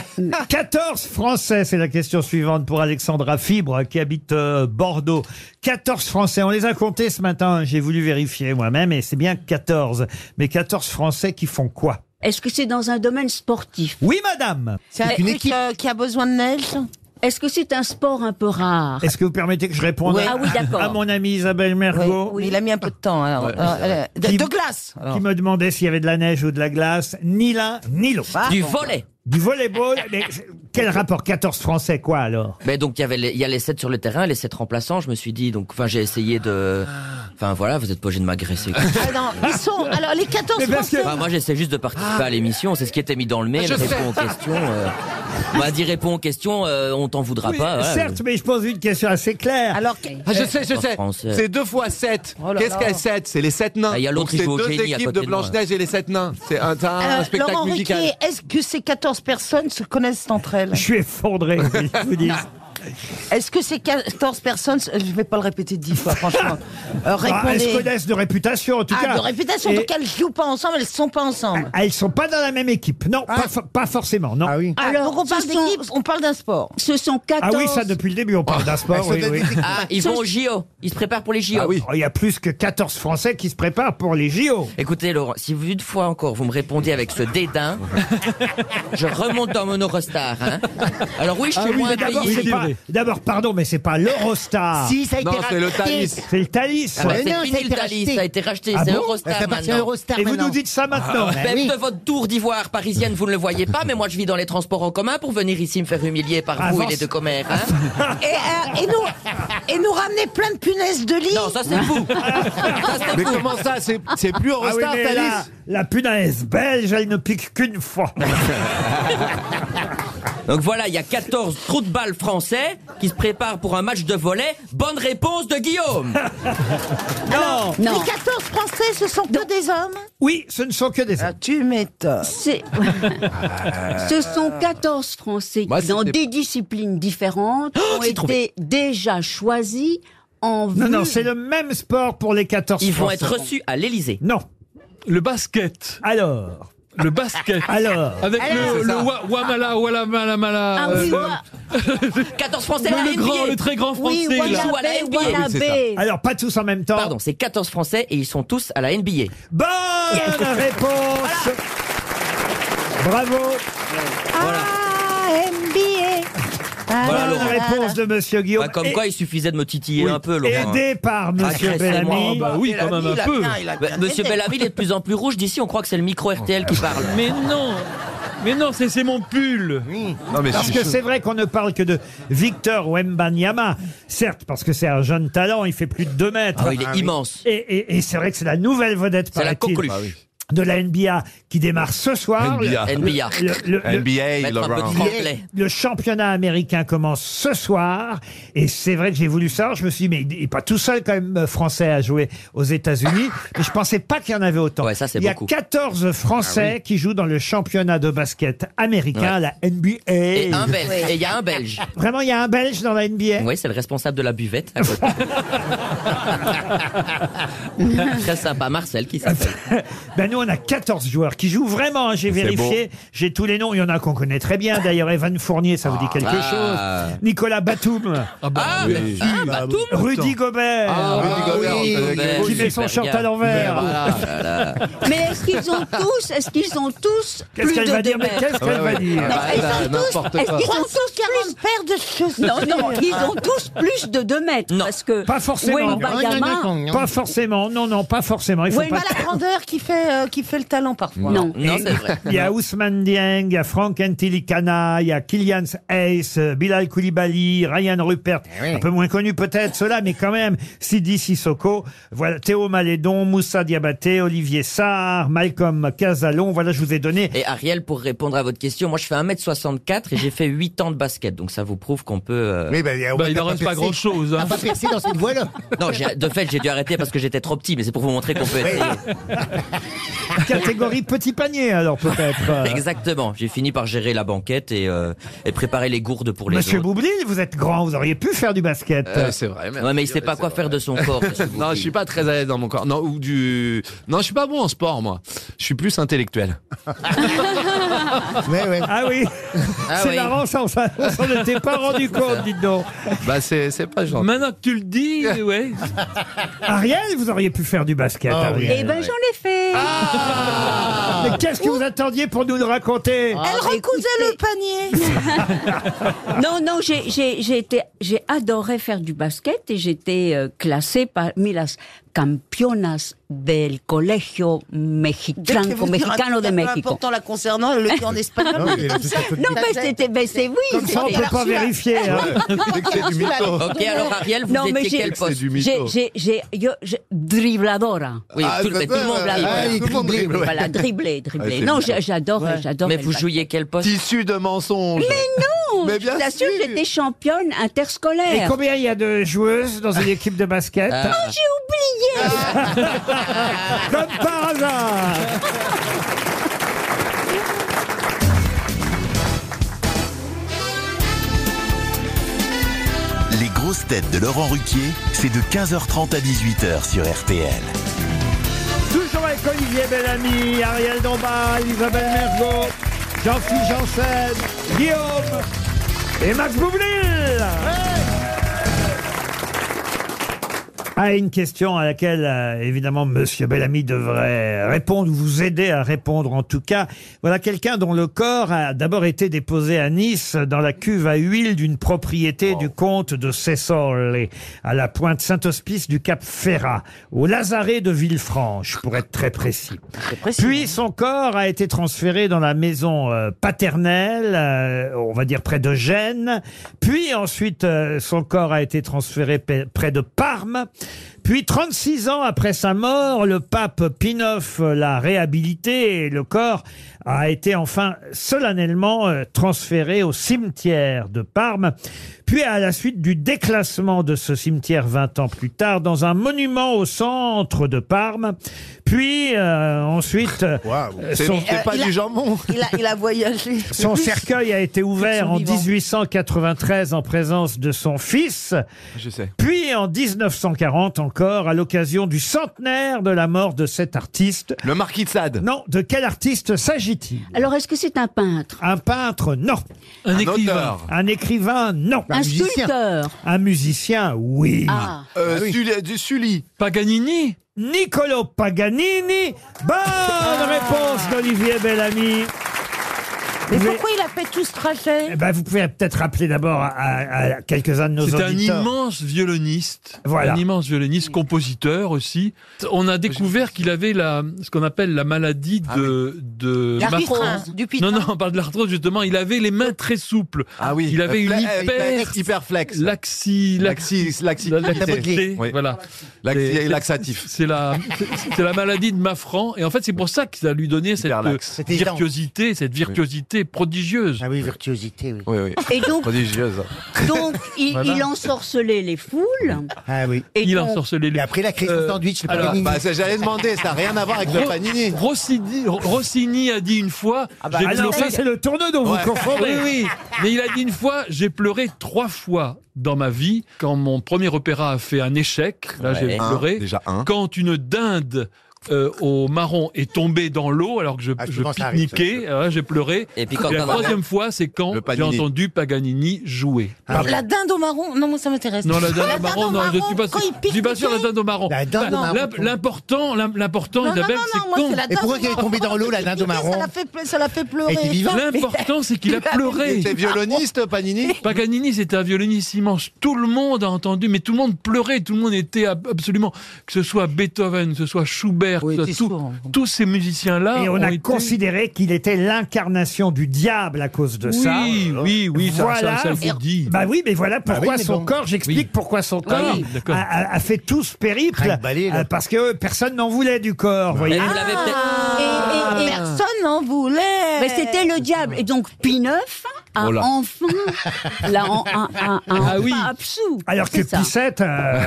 quatorze Français, c'est la question suivante pour Alexandra Fibre, qui habite euh, Bordeaux. quatorze Français, on les a comptés ce matin, j'ai voulu vérifier moi-même, et c'est bien quatorze. Mais quatorze Français qui font quoi? Est-ce que c'est dans un domaine sportif? Oui, madame. C'est une équipe euh, qui a besoin de neige? Est-ce que c'est un sport un peu rare? Est-ce que vous permettez que je réponde oui. à, ah oui, à mon amie Isabelle Mergo? Oui, oui, il a mis un peu de temps. Alors, ouais. euh, de, qui, de glace alors. Qui me demandait s'il y avait de la neige ou de la glace. Ni l'un, ni l'autre. Ah, du bon. volley. Du volleyball, mais quel rapport? quatorze Français, quoi, alors? Mais donc, il y avait les, il y a les sept sur le terrain, les sept remplaçants, je me suis dit, donc, enfin, j'ai essayé de, enfin, voilà, vous êtes pas obligé de m'agresser. Ah non, ils sont, alors, les quatorze Français. Enfin, moi, j'essaie juste de participer ah. à l'émission, c'est ce qui était mis dans le mail, je réponds sais. aux questions, euh, on m'a dit réponds aux questions, euh, on t'en voudra oui, pas. Voilà. Certes, mais je pose une question assez claire. Alors, ah, je sais, je sais. C'est deux fois sept. Oh Qu'est-ce qu'est sept? C'est les sept nains. Il ah, y a l'autre, c'est il deux génie équipes de Blanche-Neige et les sept nains. C'est un, un, alors, un spectacle Laurent musical. Ruquier, est-ce que ces quatorze personnes se connaissent entre elles? Je suis effondré, je vous dis. Est-ce que ces quatorze personnes, je ne vais pas le répéter dix fois, franchement. Euh, ah, elles se connaissent de réputation, en tout ah, cas. de réputation, et... en tout cas, elles ne jouent pas ensemble, elles ne sont pas ensemble. Ah, elles ne sont pas dans la même équipe, non, ah. pas, pas forcément, non. Ah oui. Ah, alors, donc on parle d'équipe, on parle d'un sport. Ce sont quatorze... Ah oui, ça, depuis le début, on parle d'un sport, oui, oui. Ah, ils vont aux J O, ils se préparent pour les J O. Ah oui. Il y a plus que quatorze Français qui se préparent pour les J O. Écoutez, Laurent, si vous, une fois encore, vous me répondez avec ce dédain, je remonte dans mon Eurostar, hein. Alors oui, je suis ah oui, moins d'abord, payé. c'est pas, D'abord, pardon, mais c'est pas l'Eurostar. Si, ça a été Non, c'est le racheté. Thalys. C'est le Thalys. Ah bah, Mais c'est non, ça a fini été le Thalys, racheté. ça a été racheté, Ah c'est bon Eurostar Ça appartient à maintenant. Eurostar Et vous maintenant. nous dites ça maintenant. Bah Même oui. de votre tour d'ivoire parisienne, vous ne le voyez pas, mais moi je vis dans les transports en commun pour venir ici me faire humilier par vous Avance. et les deux commères. Hein. Et, euh, et nous, et nous ramener plein de punaises de lit. Non, ça c'est vous. Ça, c'est Mais vous. comment ça? C'est c'est plus Ah oui, Eurostar, mais Thalys? la, la punaise belge, elle ne pique qu'une fois. Donc voilà, il y a quatorze trous de balles français qui se préparent pour un match de volley. Bonne réponse de Guillaume. Non. Non. Les quatorze Français, ce sont que des hommes. Oui, ce ne sont que des hommes. Ah, tu m'étonnes. C'est- Ce sont quatorze Français Moi, qui, dans c'était- des disciplines différentes, ont j'ai été trouvé. déjà choisis en vue... Non, non, c'est le même sport pour les quatorze Ils vont Français. être reçus à l'Élysée. Non. Le basket. Alors. Le basket. Alors. Avec Alors, le, c'est le ça. wa- Wamala, Walamala, Mala. Ah oui, euh, wa- quatorze Français le, à la le grand, N B A. le très grand oui, français, là. joue à la Wanabé, N B A. Oui, c'est Wanabé. Alors, pas tous en même temps. Pardon, c'est quatorze Français et ils sont tous à la N B A. Bonne réponse. Bravo. Ah, M B A. Ah, Voilà, là, Bonne Laurent. là, là. réponse de Monsieur Guillaume. Bah, comme Et- quoi, il suffisait de me titiller oui, un peu, Laurent. aidé par Monsieur Agressez-moi. Bellamy. Bah oui, Il quand a même dit, il un a peu. bien, il a Bah, bien Monsieur aidé. Bellamy, il est de plus en plus rouge. D'ici, on croit que c'est le micro R T L qui parle. Mais non. Mais non, c'est c'est mon pull. Non, mais Parce je- que c'est vrai qu'on ne parle que de Victor Wembanyama. Certes, parce que c'est un jeune talent, il fait plus de deux mètres. Ah, il est immense. Et, et- et c'est vrai que c'est la nouvelle vedette, C'est la paraît-il, coqueluche. Ah oui. de la N B A qui démarre ce soir. N B A. Le- N B A. Le, le- le- N B A, Mettre un peu Laurent. de tremplay. le championnat américain commence ce soir. Et c'est vrai que j'ai voulu savoir. Je me suis dit, mais il n'est pas tout seul quand même euh, français à jouer aux États-Unis. Mais je pensais pas qu'il y en avait autant. Ouais, ça, c'est il y a beaucoup. quatorze Français qui jouent dans le championnat de basket américain, Ouais. la N B A. Et un Belge. Et il y a un Belge. Vraiment, il y a un Belge dans la N B A. Oui, c'est le responsable de la buvette. à côté. Très sympa, Marcel qui s'appelle. Ben nous, on a quatorze joueurs qui jouent vraiment. hein, J'ai vérifié. J'ai tous les noms. Il y en a qu'on connaît très bien. D'ailleurs, Evan Fournier, ça vous dit quelque Ah. chose. Nicolas Batum. Ah bah Ah, oui. mais- ah, Batum. Rudy Gobert. Ah, Rudy Gobert, oui, on connaît Gobert. que- qui met super son short gars. à l'envers. Ah là là. Mais est-ce qu'ils ont tous, est-ce qu'ils ont tous Qu'est-ce plus qu'elle de va dire? deux Mais mètres qu'est-ce qu'elle va dire? Ah, Ils là, ont tous, n'importe est-ce quoi. qu'ils ont trois cent tous quarante paires de chaussures. Non, non, ils ont tous plus de deux mètres. Non. Parce que Pas forcément. Wembanyama, Pas forcément. Non, non, pas forcément. Il faut Oui, pas. pas la grandeur qui fait, euh, qui fait le talent parfois. non. Non, c'est vrai. Il y a Ousmane Dieng, il y a Frank Ntilikana, il y a Kylian Hayes, Bilal Koulibaly, Ryan Rupert, un peu moins connu peut-être ceux-là, mais quand même, Sidi Sissoko, voilà, Théo Malédon, Moussa Diabaté, Olivier Sarr, Malcolm Casalon, voilà, je vous ai donné. Et Ariel, pour répondre à votre question, moi je fais un mètre soixante-quatre et j'ai fait huit ans de basket, donc ça vous prouve qu'on peut... euh, Oui, bah, au Bah, moins, il t'as en reste pas percé. grand-chose. T'as Hein. pas percé dans cette voie-là. Non, j'ai- de fait, j'ai dû arrêter parce que j'étais trop petit, mais c'est pour vous montrer qu'on peut essayer. Catégorie petit panier, alors peut-être. Exactement. J'ai fini par gérer la banquette et, euh, et préparer les gourdes pour les Monsieur autres. Boublil, vous êtes grand, vous auriez pu faire du basket. Euh, c'est vrai. merci. Ouais, mais il sait pas quoi faire de son corps. monsieur Non, Boublil. je suis pas très à l'aise dans mon corps. Non, ou du. Non, je suis pas bon en sport, moi. Je suis plus intellectuel. Ouais, ouais. Ah oui, Ah c'est oui. marrant, ça, on s'en on s'en était pas rendu compte, dites donc. Bah, c'est c'est pas gentil. Maintenant que tu le dis, ouais. Ariel, vous auriez pu faire du basket, Ah oui. Ariel. Eh ben, j'en ai fait. Mais qu'est-ce que vous attendiez pour nous le raconter? Elle Ah, recousait le panier. Non, non, j'ai, j'ai, j'ai été, j'ai adoré faire du basket et j'étais euh, classée parmi las campeonas del Colegio Mexicano, Mexicano de México. Pourtant, la concernant, elle le dit en espagnol. Non, mais là, c'est ça. Non, mais c'était, ben c'est oui. Comme ça, on c'était- peut pas vérifier. hein. Dès que c'est du mytho. Ok, alors Ariel, vous Non, mais étiez j'ai- quel C'est poste du J'ai, mytho. j'ai, j'ai, yo, j'ai- dribladora. Oui, Ah, tout, le- c'est mais tout le ça, monde l'a. ouais. Ah, il tout le monde dribblait, dribble, ouais. Voilà, dribbler, dribbler. Ouais, c'est non, bien. j'a- j'adore, j'adore. Mais le vous basket. jouiez quel poste? Tissu de mensonges. Non, Mais je bien t'assure, sûr. j'étais championne Et interscolaire. combien il y a de joueuses dans une équipe de basket? Ah. J'ai oublié. Comme par hasard. Les grosses têtes de Laurent Ruquier, c'est de quinze heures trente à dix-huit heures sur R T L. Toujours avec Olivier Bellamy, Ariel Dombal, Isabelle Mergo, Jean-Philippe Janssen, Guillaume et Max Boublil. Ah, une question à laquelle, euh, évidemment, Monsieur Bellamy devrait répondre, ou vous aider à répondre en tout cas. Voilà quelqu'un dont le corps a d'abord été déposé à Nice, dans la cuve à huile d'une propriété du comte de Cessole, à la pointe Saint-Hospice du Cap Ferrat, au lazaret de Villefranche, pour être très précis. précis. Puis son corps a été transféré dans la maison euh, paternelle, euh, on va dire près de Gênes. Puis ensuite, euh, son corps a été transféré pe- près de Parme. Puis, trente-six ans après sa mort, le pape Pie neuf l'a réhabilité et le corps a été enfin solennellement euh, transféré au cimetière de Parme. Puis, à la suite du déclassement de ce cimetière vingt ans plus tard, dans un monument au centre de Parme. Puis, euh, ensuite... euh, C'est son- c'est pas il a- du jambon. Il a, il a voyagé. son cercueil a été ouvert Son en vivant. dix-huit cent quatre-vingt-treize en présence de son fils. Je sais. Puis en dix-neuf cent quarante encore, à l'occasion du centenaire de la mort de cet artiste. Le marquis de Sade. Non, de quel artiste s'agit-il? Alors, est-ce que c'est un peintre? Un peintre, non. Un, Un écrivain. auteur. Un écrivain, non. Un sculpteur? Un musicien, oui. Ah. Euh, Sully, du Sully. Paganini. Niccolò Paganini. Bonne réponse d'Olivier Bellamy. Mais Vous pourquoi il a fait tout ce trajet Eh ben, vous pouvez peut-être rappeler d'abord à, à- à quelques-uns de nos C'est un auditeurs. immense violoniste, Voilà. un immense violoniste, compositeur aussi. On a découvert qu'il avait la, ce qu'on appelle la maladie de, de L'arthrose, Mafran. du pitrin. Non, non, on parle de l'arthrose justement. Il avait les mains très souples. Ah oui. Il avait une Fle- hyper, hyper- hyperflex. laxi, Laxi- laxité. laxité. Oui. Voilà. Laxi- C'est- laxatif. C'est la, c'est- c'est la maladie de Mafran. Et en fait, c'est pour ça que ça lui donnait cette Hyperlaxe. euh, C'était évident. virtuosité, cette virtuosité prodigieuse. Ah oui, virtuosité, oui. Oui, oui. Et donc, Prodigieuse. donc il, Voilà. il ensorcelait les foules. Ah oui. Et Il donc- ensorcelait Et les. après, il a créé son Euh, sandwich, le alors, Paganini. Bah, ça, j'allais demander, ça n'a rien à voir avec le Ro- panini. Rossini, Rossini a dit une fois. bah, j'ai Ah non, pleuré- ça c'est le tourneux dont Ouais. vous confondez. Oui, oui. Mais il a dit une fois, j'ai pleuré trois fois dans ma vie. Quand mon premier opéra a fait un échec, là j'ai Ouais. Un, pleuré. déjà un. Quand une dinde euh, au marron est tombée dans l'eau alors que je, Ah, je souvent, ça arrive, pique-niquais, alors là, j'ai pleuré. Et puis quand Et la on a- troisième fois, c'est quand Le j'ai Paganini. entendu Paganini jouer. Ah oui. La dinde au marron. Non, moi ça m'intéresse. Non, la dinde La au marron, au non, je suis pas quand sûr. il Je suis pas sûr la pique-niquait. dinde au marron. La dinde Bah, au marron. l'imp- L'important, l'im- l'important, Non, non, Isabelle, non, c'est non, moi quand c'est la Et dinde pourquoi au qu'elle est marron. tombée dans l'eau, la dinde au Ça marron? l'a fait, ple- ça l'a fait Elle pleurer. était vivante. L'important, c'est qu'il a pleuré. T'es violoniste, Panini? Paganini, c'était un violoniste immense. Tout le monde a entendu, mais tout le monde pleurait. Tout le monde était ab- absolument, que ce soit Beethoven, que ce soit Schubert, Oui, que ce t'es soit tout- sourd. tous ces musiciens-là. Et on ont a été- considéré qu'il était l'incarnation du diable à cause de ça. Oui, oui, oui, ça, Voilà. ça, ça vous dit. Bah oui, mais voilà pourquoi oui, mais son bon. corps, j'explique Oui. pourquoi son Ah corps oui, d'accord. a, a- a fait tout ce périple. Craque balai, là. euh, parce que personne n'en voulait du corps, voyez. Et vous l'avez peut-être. Et- et- et- Personne n'en voulait. Mais c'était le diable. Et donc, Pie neuf a Oh là. enfin là, un, un, un, un Ah oui. pas absous. Alors que C'est ça. Pissette, euh,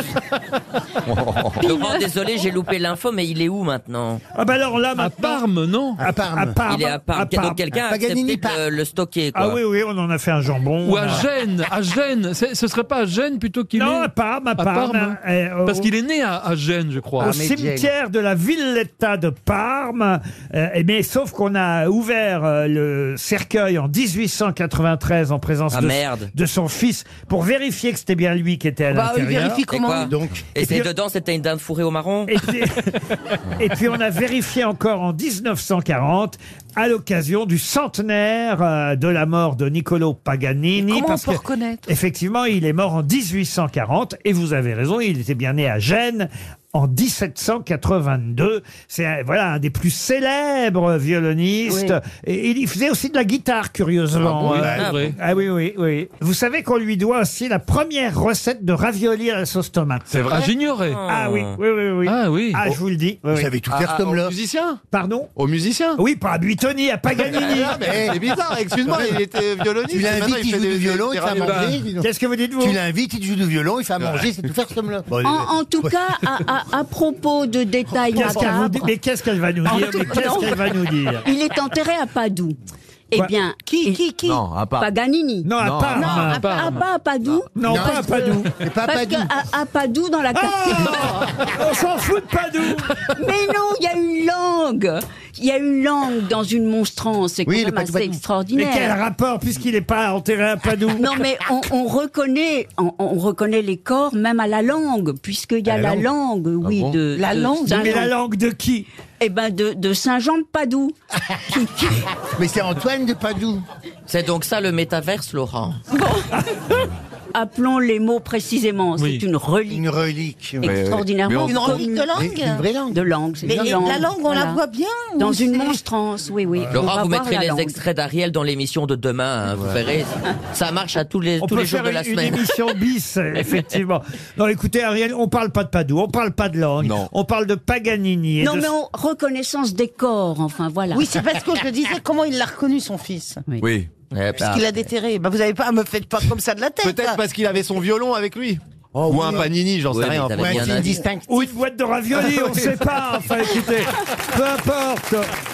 Laurent, désolé, j'ai loupé l'info, mais il est où maintenant? ah bah alors là À maintenant, Parme, non? à, Parme. à Parme, Il est à Parme. à Parme. Donc quelqu'un a Paganini, accepté de Parme. le stocker, quoi. Ah oui, oui, on en a fait un jambon. Ou à Euh, Gênes, à Gênes. C'est- Ce serait pas à Gênes plutôt qu'il Non, est à Parme, à à Parme. Parme. euh, Parce au- qu'il est né à, à Gênes, je crois. au Ah, mais cimetière de la Villetta de Parme. Euh, et mais sauf qu'on a ouvert euh, le cercueil en dix-huit cent quatre-vingt-treize en présence Ah de, merde. de son fils pour vérifier que c'était bien lui qui était à Bah, il l'intérieur. vérifie Et comment quoi Donc, Et, Et c'est puis- dedans, c'était une dinde fourrée au marron? Et puis, et puis on a vérifié encore en dix-neuf cent quarante à l'occasion du centenaire euh, de la mort de Niccolò Paganini. Comment on parce peut que reconnaître? effectivement, il est mort en dix-huit cent quarante et vous avez raison, il était bien né à Gênes en dix-sept cent quatre-vingt-deux. C'est euh, voilà un des plus célèbres violonistes. Et il faisait aussi de la guitare, curieusement. Ah bon, hein. c'est vrai. Ah oui, oui, oui. Vous savez qu'on lui doit aussi la première recette de raviolis à la sauce tomate. C'est vrai. Ah, j'ignorais. Ah oui, oui, oui, oui. Ah oui. Ah, je vous le dis. Oui, vous oui. savez tout Ah, faire, ah, cet homme-là. Au musicien? Pardon Au musicien? Oui, pas à Buitoni, à Paganini. Ah, mais c'est bizarre, excuse-moi, il était violoniste. Tu et maintenant, l'invites, il fait joue des- du violon, des il fait à raviolis. manger. dis donc. Qu'est-ce que vous dites, vous Tu l'invites, il joue du violon, il fait à manger, c'est tout faire, cet homme-là. Bon, En, en tout ouais. cas, à, à- à propos de détails Qu'est-ce qu'elle vous dit macabres, Mais qu'est-ce qu'elle va nous En dire tout- Mais qu'est-ce non. qu'elle va nous dire il est enterré à Padoue. Eh Quoi bien, Qui, il- qui, qui? Non, à part. Paganini. Non, à Non, Parme. Non, à, Parme. à- pas à Padoue. Non, pas à parce que- Padoue. C'est pas Parce Padoue. qu'à à Padoue, dans la capitale. On s'en fout de Padoue. Mais non, il y a une langue. il y a une langue dans une monstrance, c'est quand Oui, le même Padoue assez Padoue. Mais extraordinaire. quel rapport, puisqu'il n'est pas enterré à Padoue? Non, mais on, on reconnaît, on, on reconnaît les corps même à la langue, puisqu'il y a À la la langue, oui, bon de La de langue Saint Mais la Jean. langue de qui? Eh ben de, de Saint-Jean de Padoue. Qui- qui- Mais c'est Antoine de Padoue. C'est donc ça le métaverse, Laurent. Appelons les mots précisément. Oui. C'est une relique Une relique. extraordinairement Mais Une on- relique de Mais langue. une vraie langue. de langue. C'est Mais une et langue. la langue, on Voilà. la voit bien. Dans ou une c'est- monstrance, oui, oui. On va Laurent, vous voir mettrez la les langue. extraits d'Ariel dans l'émission de demain, hein, vous verrez. Ça marche à tous les, On tous peut les jours faire de la une, une semaine. émission bis, euh, effectivement. Non, écoutez, Ariel, on parle pas de Padoue, on parle pas de langue, Non. on parle de Paganini. et Non, de- mais on, reconnaissance des corps, enfin voilà. Oui, c'est parce que je disais comment il l'a reconnu, son fils. Oui. Eh, Parce bah, qu'il a déterré. Bah, vous avez pas, me faites pas comme ça de la tête. Peut-être là. parce qu'il avait son violon avec lui. Oh, Ou oui, un non. panini, j'en Oui, sais mais rien. t'avais Ouais, bien c'est une dit. distinctive. Ou une boîte de raviolis, on ne sait pas. Enfin, écoutez, peu importe.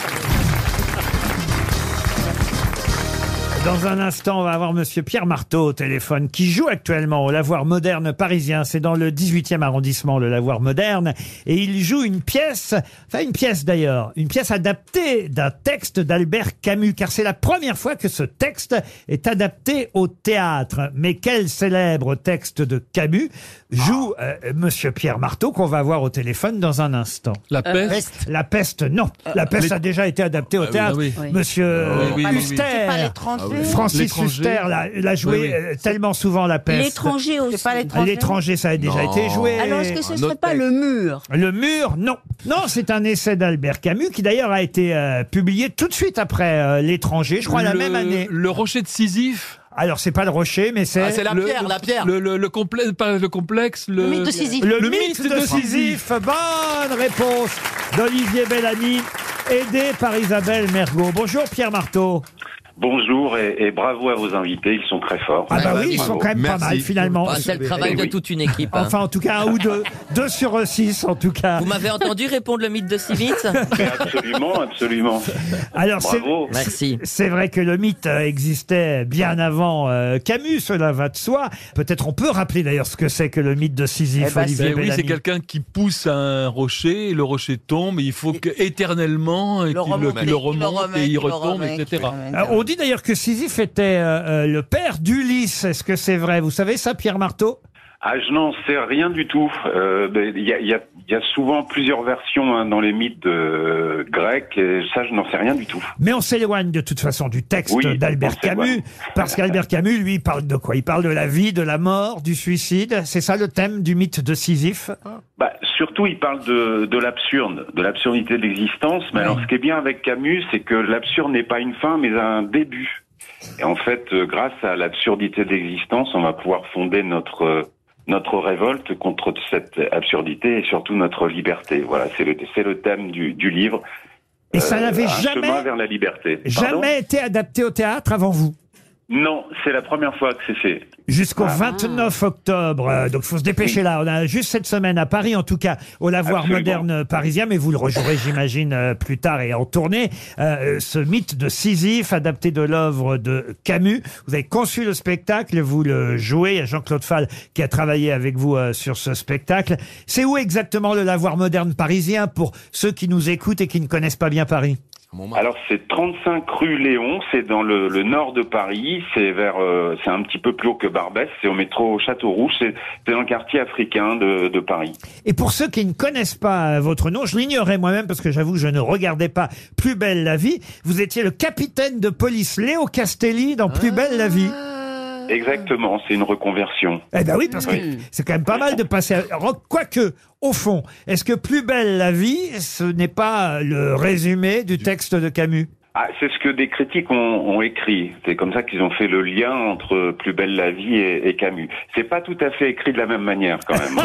Dans un instant, on va avoir Monsieur Pierre Marteau au téléphone, qui joue actuellement au Lavoir Moderne parisien. C'est dans le dix-huitième arrondissement, le Lavoir Moderne. Et il joue une pièce, enfin une pièce d'ailleurs, une pièce adaptée d'un texte d'Albert Camus, car c'est la première fois que ce texte est adapté au théâtre. Mais quel célèbre texte de Camus joue euh, Monsieur Pierre Marteau, qu'on va avoir au téléphone dans un instant. La peste. Peste. La peste, non. La peste Les- a déjà été adaptée au Ah oui, théâtre. ah oui. Oui. Monsieur Ah oui, oui, oui, oui. Huster, C'est pas l'étranger. Francis L'étranger. Huster l'a l'a joué Oui, oui. euh, tellement souvent, la peste. L'étranger aussi. C'est pas l'étranger. L'étranger, ça a déjà Non. été joué. Alors, est-ce que ce Un serait autre pas texte. le mur? Le mur, non. Non, c'est un essai d'Albert Camus qui d'ailleurs a été euh, publié tout de suite après euh, L'étranger, je crois la Le- même année. Le rocher de Sisyphe. Alors, c'est pas le rocher, mais c'est Ah, c'est la le- pierre, le- la pierre. Le, le, le, complè- pas le complexe. Le, Le mythe de Sisyphe. le, le mythe, mythe de, de Sisyphe. Bonne réponse d'Olivier Bellamy, aidé par Isabelle Mergot. Bonjour Pierre Marteau. Bonjour et, et bravo à vos invités, ils sont très forts. Ah bah Ouais, oui, ils bravo. sont quand même pas Merci. mal finalement. bah, c'est le travail Eh de oui. toute une équipe. hein. Enfin, en tout cas, un ou deux. Deux sur six, en tout cas. Vous m'avez entendu répondre le mythe de Sisyphe? Mais absolument, absolument. Alors, c'est, Bravo. Merci. c'est vrai que le mythe euh, existait bien avant euh, Camus, cela va de soi. Peut-être on peut rappeler d'ailleurs ce que c'est que le mythe de Sisyphe, Eh ben, Olivier Ben oui, Bellamy. c'est quelqu'un qui pousse un rocher, et le rocher tombe, et il faut que, éternellement qu'il le, remonte, qu'il le remonte et il qu'il le retombe, remet, et cetera. qu'il le Euh, remet. on dit d'ailleurs que Sisyphe était euh, euh, le père d'Ulysse. Est-ce que c'est vrai? Vous savez ça, Pierre Marteau? Ah, je n'en sais rien du tout. Euh, ben, Il y, a, il y, a, il y a souvent plusieurs versions hein, dans les mythes euh, grecs, et ça, je n'en sais rien du tout. Mais on s'éloigne de toute façon du texte Oui, d'Albert on s'éloigne. Camus, parce qu'Albert Camus, lui, il parle de quoi? Il parle de la vie, de la mort, du suicide. C'est ça le thème du mythe de Sisyphe? Bah, surtout, il parle de, de l'absurde, de l'absurdité de l'existence. Mais Oui. alors, ce qui est bien avec Camus, c'est que l'absurde n'est pas une fin, mais un début. Et en fait, euh, grâce à l'absurdité de l'existence, on va pouvoir fonder notre euh, notre révolte contre cette absurdité et surtout notre liberté. Voilà, c'est le c'est le thème du, du livre. Et ça Euh, n'avait un jamais, chemin vers la liberté. Pardon jamais été adapté au théâtre avant vous? Non, c'est la première fois que c'est fait. Jusqu'au vingt-neuf octobre. Euh, donc, faut se dépêcher là. On a juste cette semaine à Paris, en tout cas, au Lavoir Absolument. Moderne parisien, mais vous le rejouerez, j'imagine, euh, plus tard et en tournée. Euh, ce mythe de Sisyphe, adapté de l'œuvre de Camus. Vous avez conçu le spectacle, vous le jouez. Il y a Jean-Claude Fall qui a travaillé avec vous euh, sur ce spectacle. C'est où exactement le Lavoir Moderne parisien pour ceux qui nous écoutent et qui ne connaissent pas bien Paris? Alors c'est trente-cinq rue Léon, c'est dans le, le nord de Paris, c'est vers, euh, c'est un petit peu plus haut que Barbès, c'est au métro Château-Rouge, c'est c'est dans le quartier africain de, de Paris. Et pour ceux qui ne connaissent pas euh, votre nom, je l'ignorais moi-même parce que j'avoue, je ne regardais pas Plus belle la vie. Vous étiez le capitaine de police Léo Castelli dans Plus belle la vie. Exactement, c'est une reconversion. Eh ben oui, parce que Oui. c'est quand même pas mal de passer à... Alors, quoique, au fond, est-ce que Plus belle la vie, ce n'est pas le résumé du texte de Camus? Ah, c'est ce que des critiques ont, ont écrit. C'est comme ça qu'ils ont fait le lien entre Plus belle la vie et, et Camus. C'est pas tout à fait écrit de la même manière, quand même.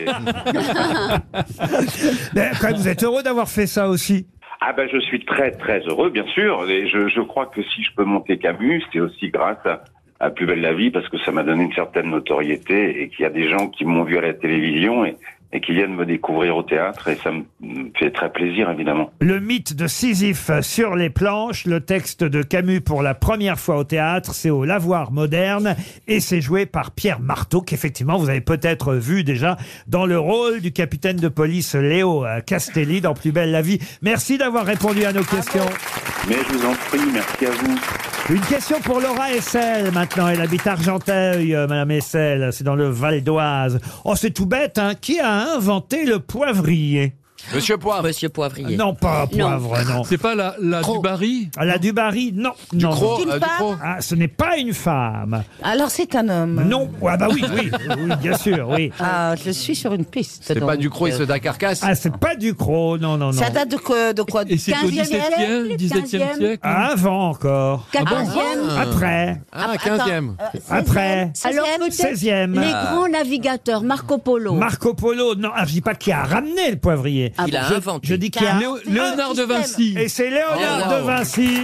Mais- Mais quand même, vous êtes heureux d'avoir fait ça aussi. Ah ben je suis très très heureux, bien sûr. Et je, je crois que si je peux monter Camus, c'est aussi grâce à, à Plus belle la vie, parce que ça m'a donné une certaine notoriété et qu'il y a des gens qui m'ont vu à la télévision et, et qui viennent me découvrir au théâtre, et ça me fait très plaisir, évidemment. Le mythe de Sisyphe sur les planches, le texte de Camus pour la première fois au théâtre, c'est au Lavoir Moderne, et c'est joué par Pierre Marteau, qu'effectivement vous avez peut-être vu déjà dans le rôle du capitaine de police Léo Castelli dans Plus belle la vie. Merci d'avoir répondu à nos questions. Mais je vous en prie, merci à vous. Une question pour Laura Essel maintenant. Elle habite Argenteuil, euh, Madame Essel. C'est dans le Val d'Oise. Oh, c'est tout bête, hein. Qui a inventé le poivrier? Monsieur Poivre. Monsieur Poivrier. Non, pas Poivre, non. C'est pas la, la Dubarry Ah, la Dubarry, non. non. Cros, C'est une euh, du femme Cros. Ah, ce n'est pas une femme. Alors c'est un homme. Non. Ah bah oui, oui, oui, bien sûr, oui. Ah, je suis sur une piste. C'est donc. pas Ducrot et ceux d'Acarcasse. Ah, c'est pas Ducrot, non, non, non. Ça date de quoi, de quoi Et c'est au dix-septième, dix-septième siècle. Avant encore. quatorzième. Après. Ah, quinzième. Après. Alors peut-être seizième. les grands navigateurs, Marco Polo. Marco Polo, non, ah, je dis pas qui a ramené le poivrier. Il a je, inventé. Je dis qui a... Léo- Léonard de Vinci. Et c'est Léonard Oh, de Vinci.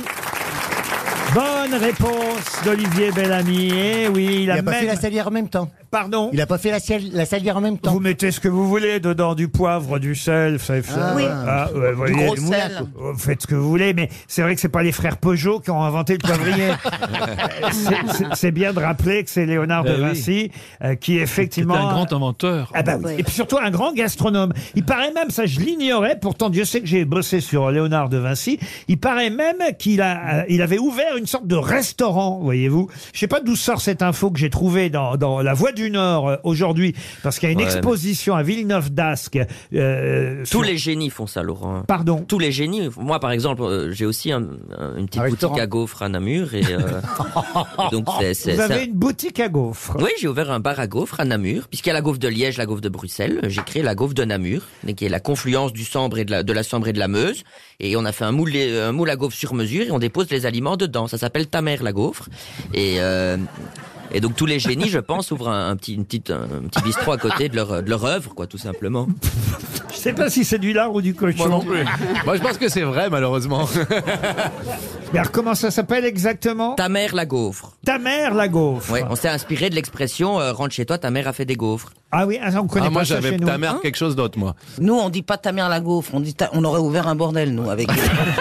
Bonne réponse d'Olivier Bellamy. Eh oui, il Il a, a pas même... fait la salière en même temps. Pardon. Il a pas fait la, sali- la salière en même temps. Vous mettez ce que vous voulez dedans, du poivre, du sel, vous savez ça. Ah, Oui. Ah, ouais, vous Du voyez, gros vous- sel. Vous faites ce que vous voulez, mais c'est vrai que c'est pas les frères Peugeot qui ont inventé le poivrier. C'est- c'est- C'est bien de rappeler que c'est Léonard de Ben oui. Vinci euh, qui C'est effectivement. un grand inventeur. Ah bah oui. Et puis surtout un grand gastronome. Il paraît même, ça je l'ignorais, pourtant Dieu sait que j'ai bossé sur Léonard de Vinci, il paraît même qu'il a, euh, il avait ouvert une sorte de restaurant, voyez-vous. Je sais pas d'où sort cette info que j'ai trouvée dans, dans La Voix du Nord euh, aujourd'hui, parce qu'il y a une Ouais, exposition à Villeneuve-d'Ascq. euh, Tous sur- les génies font ça, Laurent. Pardon. Tous les génies. Moi, par exemple, euh, j'ai aussi un- un- une petite Un boutique restaurant. à gaufres à Namur. Et, euh, donc c'est, c'est, Vous avez c'est un- une boutique à gaufres. Oui, j'ai ouvert un bar à gaufres à Namur. Puisqu'il y a la gaufre de Liège, la gaufre de Bruxelles, j'ai créé la gaufre de Namur, qui est la confluence du Sambre et de la, de la Sambre et de la Meuse. Et on a fait un moule, un moule à gaufres sur mesure et on dépose les aliments dedans. Ça s'appelle Ta mère la gaufre. Et... Euh, Et donc tous les génies, je pense, ouvrent un, un petit, une petite, un, petit bistrot à côté de leur, de leur œuvre, quoi, tout simplement. Je sais pas si c'est du lard ou du cochon. Moi non plus. Moi, je pense que c'est vrai, malheureusement. Mais alors, comment ça s'appelle exactement? Ta mère la gaufre. Ta mère la gaufre. Ouais, on s'est inspiré de l'expression euh, rentre chez toi, ta mère a fait des gaufres. Ah oui, ah, on connaît Ah, moi, pas ça j'avais chez nous. ta mère quelque chose d'autre, moi. Nous, on dit pas ta mère la gaufre, on dit ta- on aurait ouvert un bordel, nous, avec.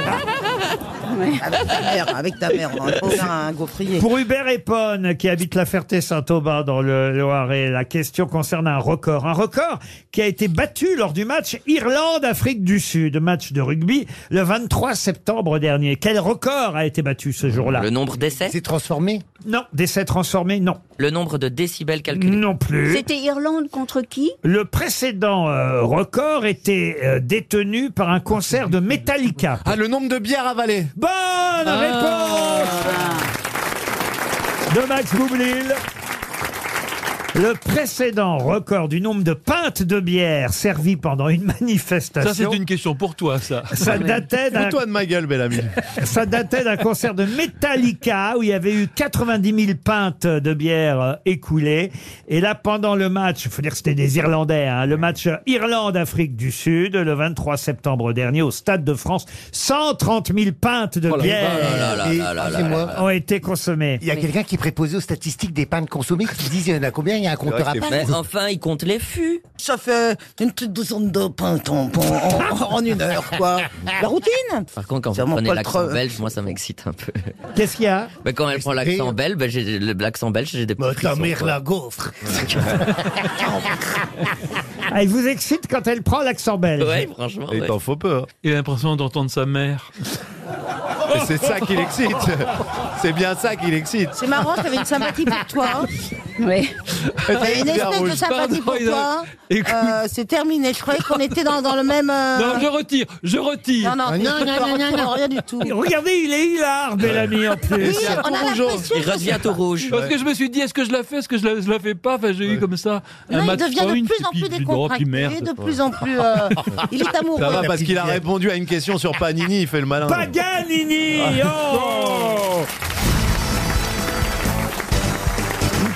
Avec ta mère, avec ta mère, on aurait pas ouvert un gaufrier. Pour Hubert Epone, qui habite la Ferté-Saint-Aubin dans le Loiret, la question concerne un record. Un record qui a été battu lors du match Irlande-Afrique du Sud, match de rugby, le vingt-trois septembre dernier. Quel record a été battu ce jour-là? Le nombre d'essais? C'est transformé. Non. D'essais transformés? Non. Le nombre de décibels calculés? Non plus. C'était Irlande contre qui? Le précédent euh, record était euh, détenu par un concert de Metallica. Ah, le nombre de bières avalées. Bonne réponse de Max Boublil. Le précédent record du nombre de pintes de bière servies pendant une manifestation. Ça, c'est une question pour toi, ça. Ça datait d'un, Fous-toi de ma gueule, bel ami. ça datait d'un concert de Metallica où il y avait eu quatre-vingt-dix mille pintes de bière euh, écoulées. Et là, pendant le match, il faut dire que c'était des Irlandais, hein, le match Irlande-Afrique du Sud, le vingt-trois septembre dernier, au Stade de France, cent trente mille pintes de Oh là bière là là Et, là là là excusez-moi, là. ont été consommées. il y a quelqu'un qui est préposé aux statistiques des pintes consommées qui disent il y en a combien, il y a un compteur à vrai que pintes. Mais enfin, il compte les fûts. Ça fait une petite douzaine de pintes en, en, en- en une heure, quoi. La routine. Par contre, quand C'est vous vraiment prenez pas le l'accent tre- belge, moi, ça m'excite un peu. Qu'est-ce qu'il y a? Mais quand elle prend l'accent belge, ben, j'ai le- l'accent belge, j'ai des Bah, petits ta frissons, mère quoi. la gaufre. Ah, il vous excite quand elle prend l'accent belge. Ouais, franchement. Il ouais. t'en faut peu. hein. Il a l'impression d'entendre sa mère. Et c'est ça qui l'excite. C'est bien ça qui l'excite. C'est marrant, j'avais une sympathie pour toi. Oui. J'avais une espèce de sympathie Pardon, pour il a- toi. Écoute. Euh, c'est terminé. Je croyais qu'on était dans, dans le même. euh, Non, je retire, je retire. Non, non, Ah, non, tu- tu non, en non, retires non, non. rien du tout. Et regardez, il est hilar, Bellamy, en plus. Oui, on a l'impression Il que revient tout rouge. Parce que je me suis dit, est-ce que je la fais, est-ce que je la, je la fais pas? Enfin, j'ai eu comme ça un non, il match devient point, de plus en puis- plus puis- oh, puis décontracté, merde. de plus en plus. euh, il est amoureux. Ça va la parce petite qu'il a bière. répondu à une question sur Panini, il fait le malin. Paganini. Oh. Une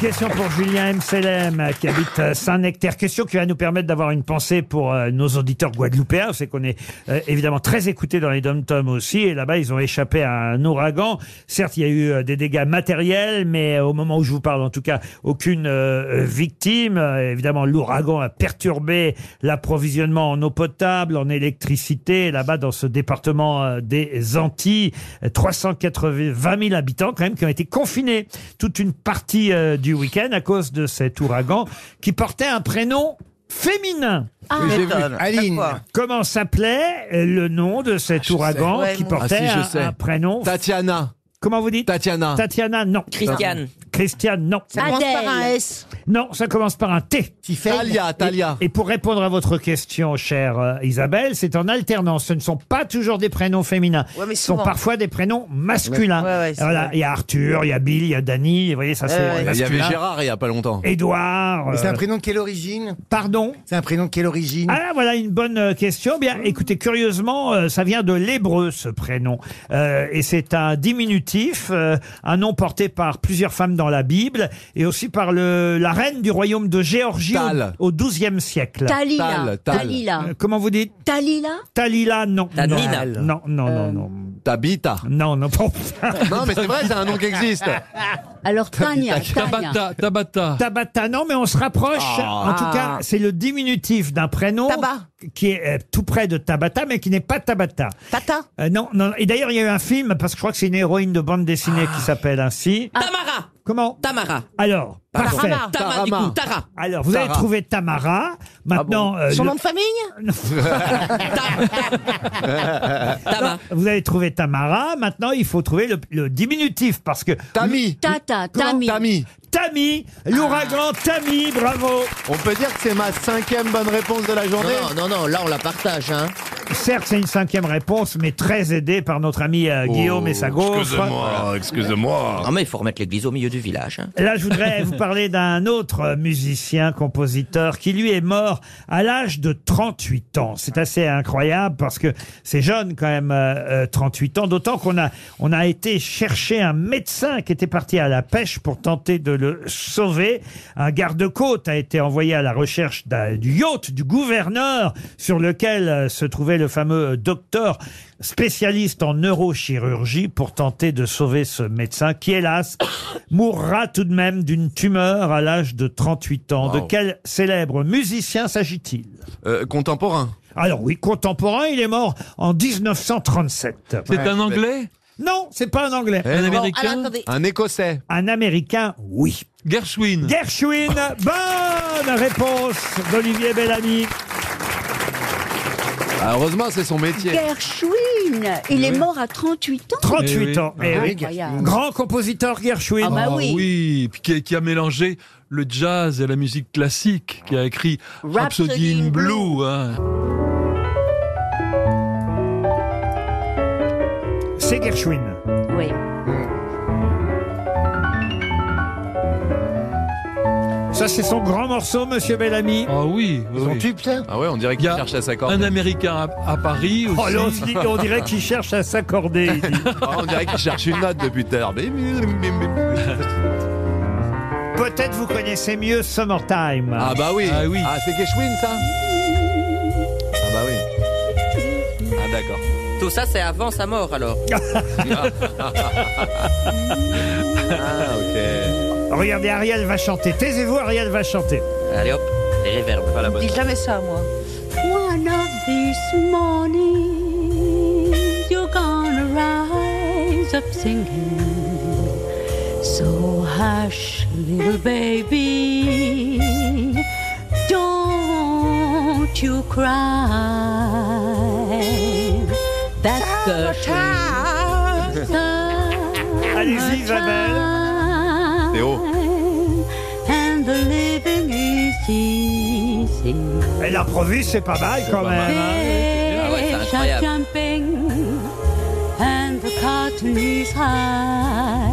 question pour Julien M. Selem, qui habite euh, Saint-Nectaire. Question qui va nous permettre d'avoir une pensée pour euh, nos auditeurs guadeloupéens. C'est qu'on est euh, évidemment très écoutés dans les dom-toms aussi. Et là-bas, ils ont échappé à un ouragan. Certes, il y a eu euh, des dégâts matériels, mais euh, au moment où je vous parle, en tout cas, aucune euh, victime. Euh, évidemment, l'ouragan a perturbé l'approvisionnement en eau potable, en électricité. Là-bas, dans ce département euh, des Antilles, trois cent quatre-vingt mille habitants quand même qui ont été confinés toute une partie euh, du week-end à cause de cet ouragan qui portait un prénom féminin. Ah, Oui, j'ai vu. Aline. Comment s'appelait euh, le nom de cet ouragan Ouais, qui moi- portait Ah, si, je un- sais. un, prénom Tatiana. Comment vous dites Tatiana. Tatiana, non. Christiane. Christiane, non. Ça commence par un Adèle. S. Non, ça commence par un T. Talia, Talia. Et pour répondre à votre question, chère euh, Isabelle, c'est en alternance. Ce ne sont pas toujours des prénoms féminins. Ouais, mais Ce sont souvent. parfois des prénoms masculins. Ouais, ouais, c'est Voilà, vrai. il y a Arthur, il y a Bill, il y a Danny. Vous voyez, ça c'est Ouais, ouais. Il y masculin. avait Gérard il y a pas longtemps. Édouard. Mais c'est un euh, prénom de quelle origine? Pardon. C'est un prénom de quelle origine? Ah, voilà une bonne euh, question. Bien, écoutez, curieusement, euh, ça vient de l'hébreu, ce prénom. Euh, et c'est un diminutif, euh, un nom porté par plusieurs femmes dans la Bible, et aussi par le, la reine du royaume de Géorgie Tal. au, au douzième siècle. Talila. Tal, Tal. Talila. Euh, comment vous dites Talila. Talila, non. Tanina. Non, non, non, non. Tabita. Non, non, non. Non, mais c'est vrai, c'est un nom qui existe. Alors Tania. Tania. Tabata, Tabata. Tabata, non, mais on se rapproche. Ah. En tout cas, c'est le diminutif d'un prénom Tabac. qui est euh, tout près de Tabata, mais qui n'est pas Tabata. Tata. Euh, non, non. Et d'ailleurs, il y a eu un film, parce que je crois que c'est une héroïne de bande dessinée qui s'appelle ainsi. Tamara. Comment Tamara. Alors, parfait. Tarama. Tama, du coup, Tara. Alors, vous avez Tara. trouvé Tamara. Maintenant, euh, Son le- nom de famille? Tama. vous avez trouvé Tamara. Maintenant, il faut trouver le, le diminutif, parce que Tami. Tata. Comment Tami. Tami. Tami, l'ouragan Tami, bravo. On peut dire que c'est ma cinquième bonne réponse de la journée. Non, non, non, là on la partage, hein. Certes, c'est une cinquième réponse, mais très aidée par notre ami euh, Guillaume et sa gaufre. Excusez-moi, excusez-moi. Non mais il faut remettre l'église au milieu du village. Hein. Là, je voudrais vous parler d'un autre musicien, compositeur, qui lui est mort à l'âge de trente-huit ans. C'est assez incroyable parce que c'est jeune quand même, euh, trente-huit ans. D'autant qu'on a, on a été chercher un médecin qui était parti à la pêche pour tenter de le sauver. Un garde-côte a été envoyé à la recherche d'un- du yacht du gouverneur sur lequel euh, se trouvait le fameux docteur spécialiste en neurochirurgie pour tenter de sauver ce médecin qui, hélas, mourra tout de même d'une tumeur à l'âge de trente-huit ans. Wow. De quel célèbre musicien s'agit-il? Euh, contemporain. Alors oui, contemporain, il est mort en dix-neuf cent trente-sept. C'est un anglais? Non, c'est pas un anglais. Eh Un non. américain? Alors, attendez. Un écossais. Un américain, oui. Gershwin. Gershwin, bonne réponse d'Olivier Bellamy. Ah, heureusement, c'est son métier. Gershwin. Il est mort à trente-huit ans. trente-huit Eh oui. ans. Eh oui. Incroyable. Grand compositeur Gershwin. Ah bah Ah oui. oui, puis qui, qui a mélangé le jazz et la musique classique, qui a écrit Rhapsody in Blue. Hein. C'est Gershwin. Oui. Ça, c'est son grand morceau, Monsieur Bellamy. Ah oui, Son oui. tube, ça? Ah ouais, on dirait Il y qu'il a cherche à s'accorder. un Américain à, à Paris aussi. Oh, l'autre, il dit- on dirait qu'il cherche à s'accorder. il dit. Ah, on dirait qu'il cherche une note depuis tout à l'heure. Peut-être vous connaissez mieux Summertime. Ah bah oui. Ah oui. Ah, c'est Gershwin, ça? Ah bah oui. Ah d'accord. Tout ça c'est avant sa mort alors. Ah ok. Regardez, Ariel va chanter. Taisez-vous, Ariel va chanter. Allez hop, les réverbes. Pas la bonne. Dis jamais ça, moi. One of these mornings you're gonna rise up singing. So hush, little baby, don't you cry. That's Gershwin. Allez-y, Isabelle. Théo. And the living is easy. Et l'improvise, c'est pas mal quand même. hein. Ah ouais, c'est Fish are incroyable. jumping and the cotton is high.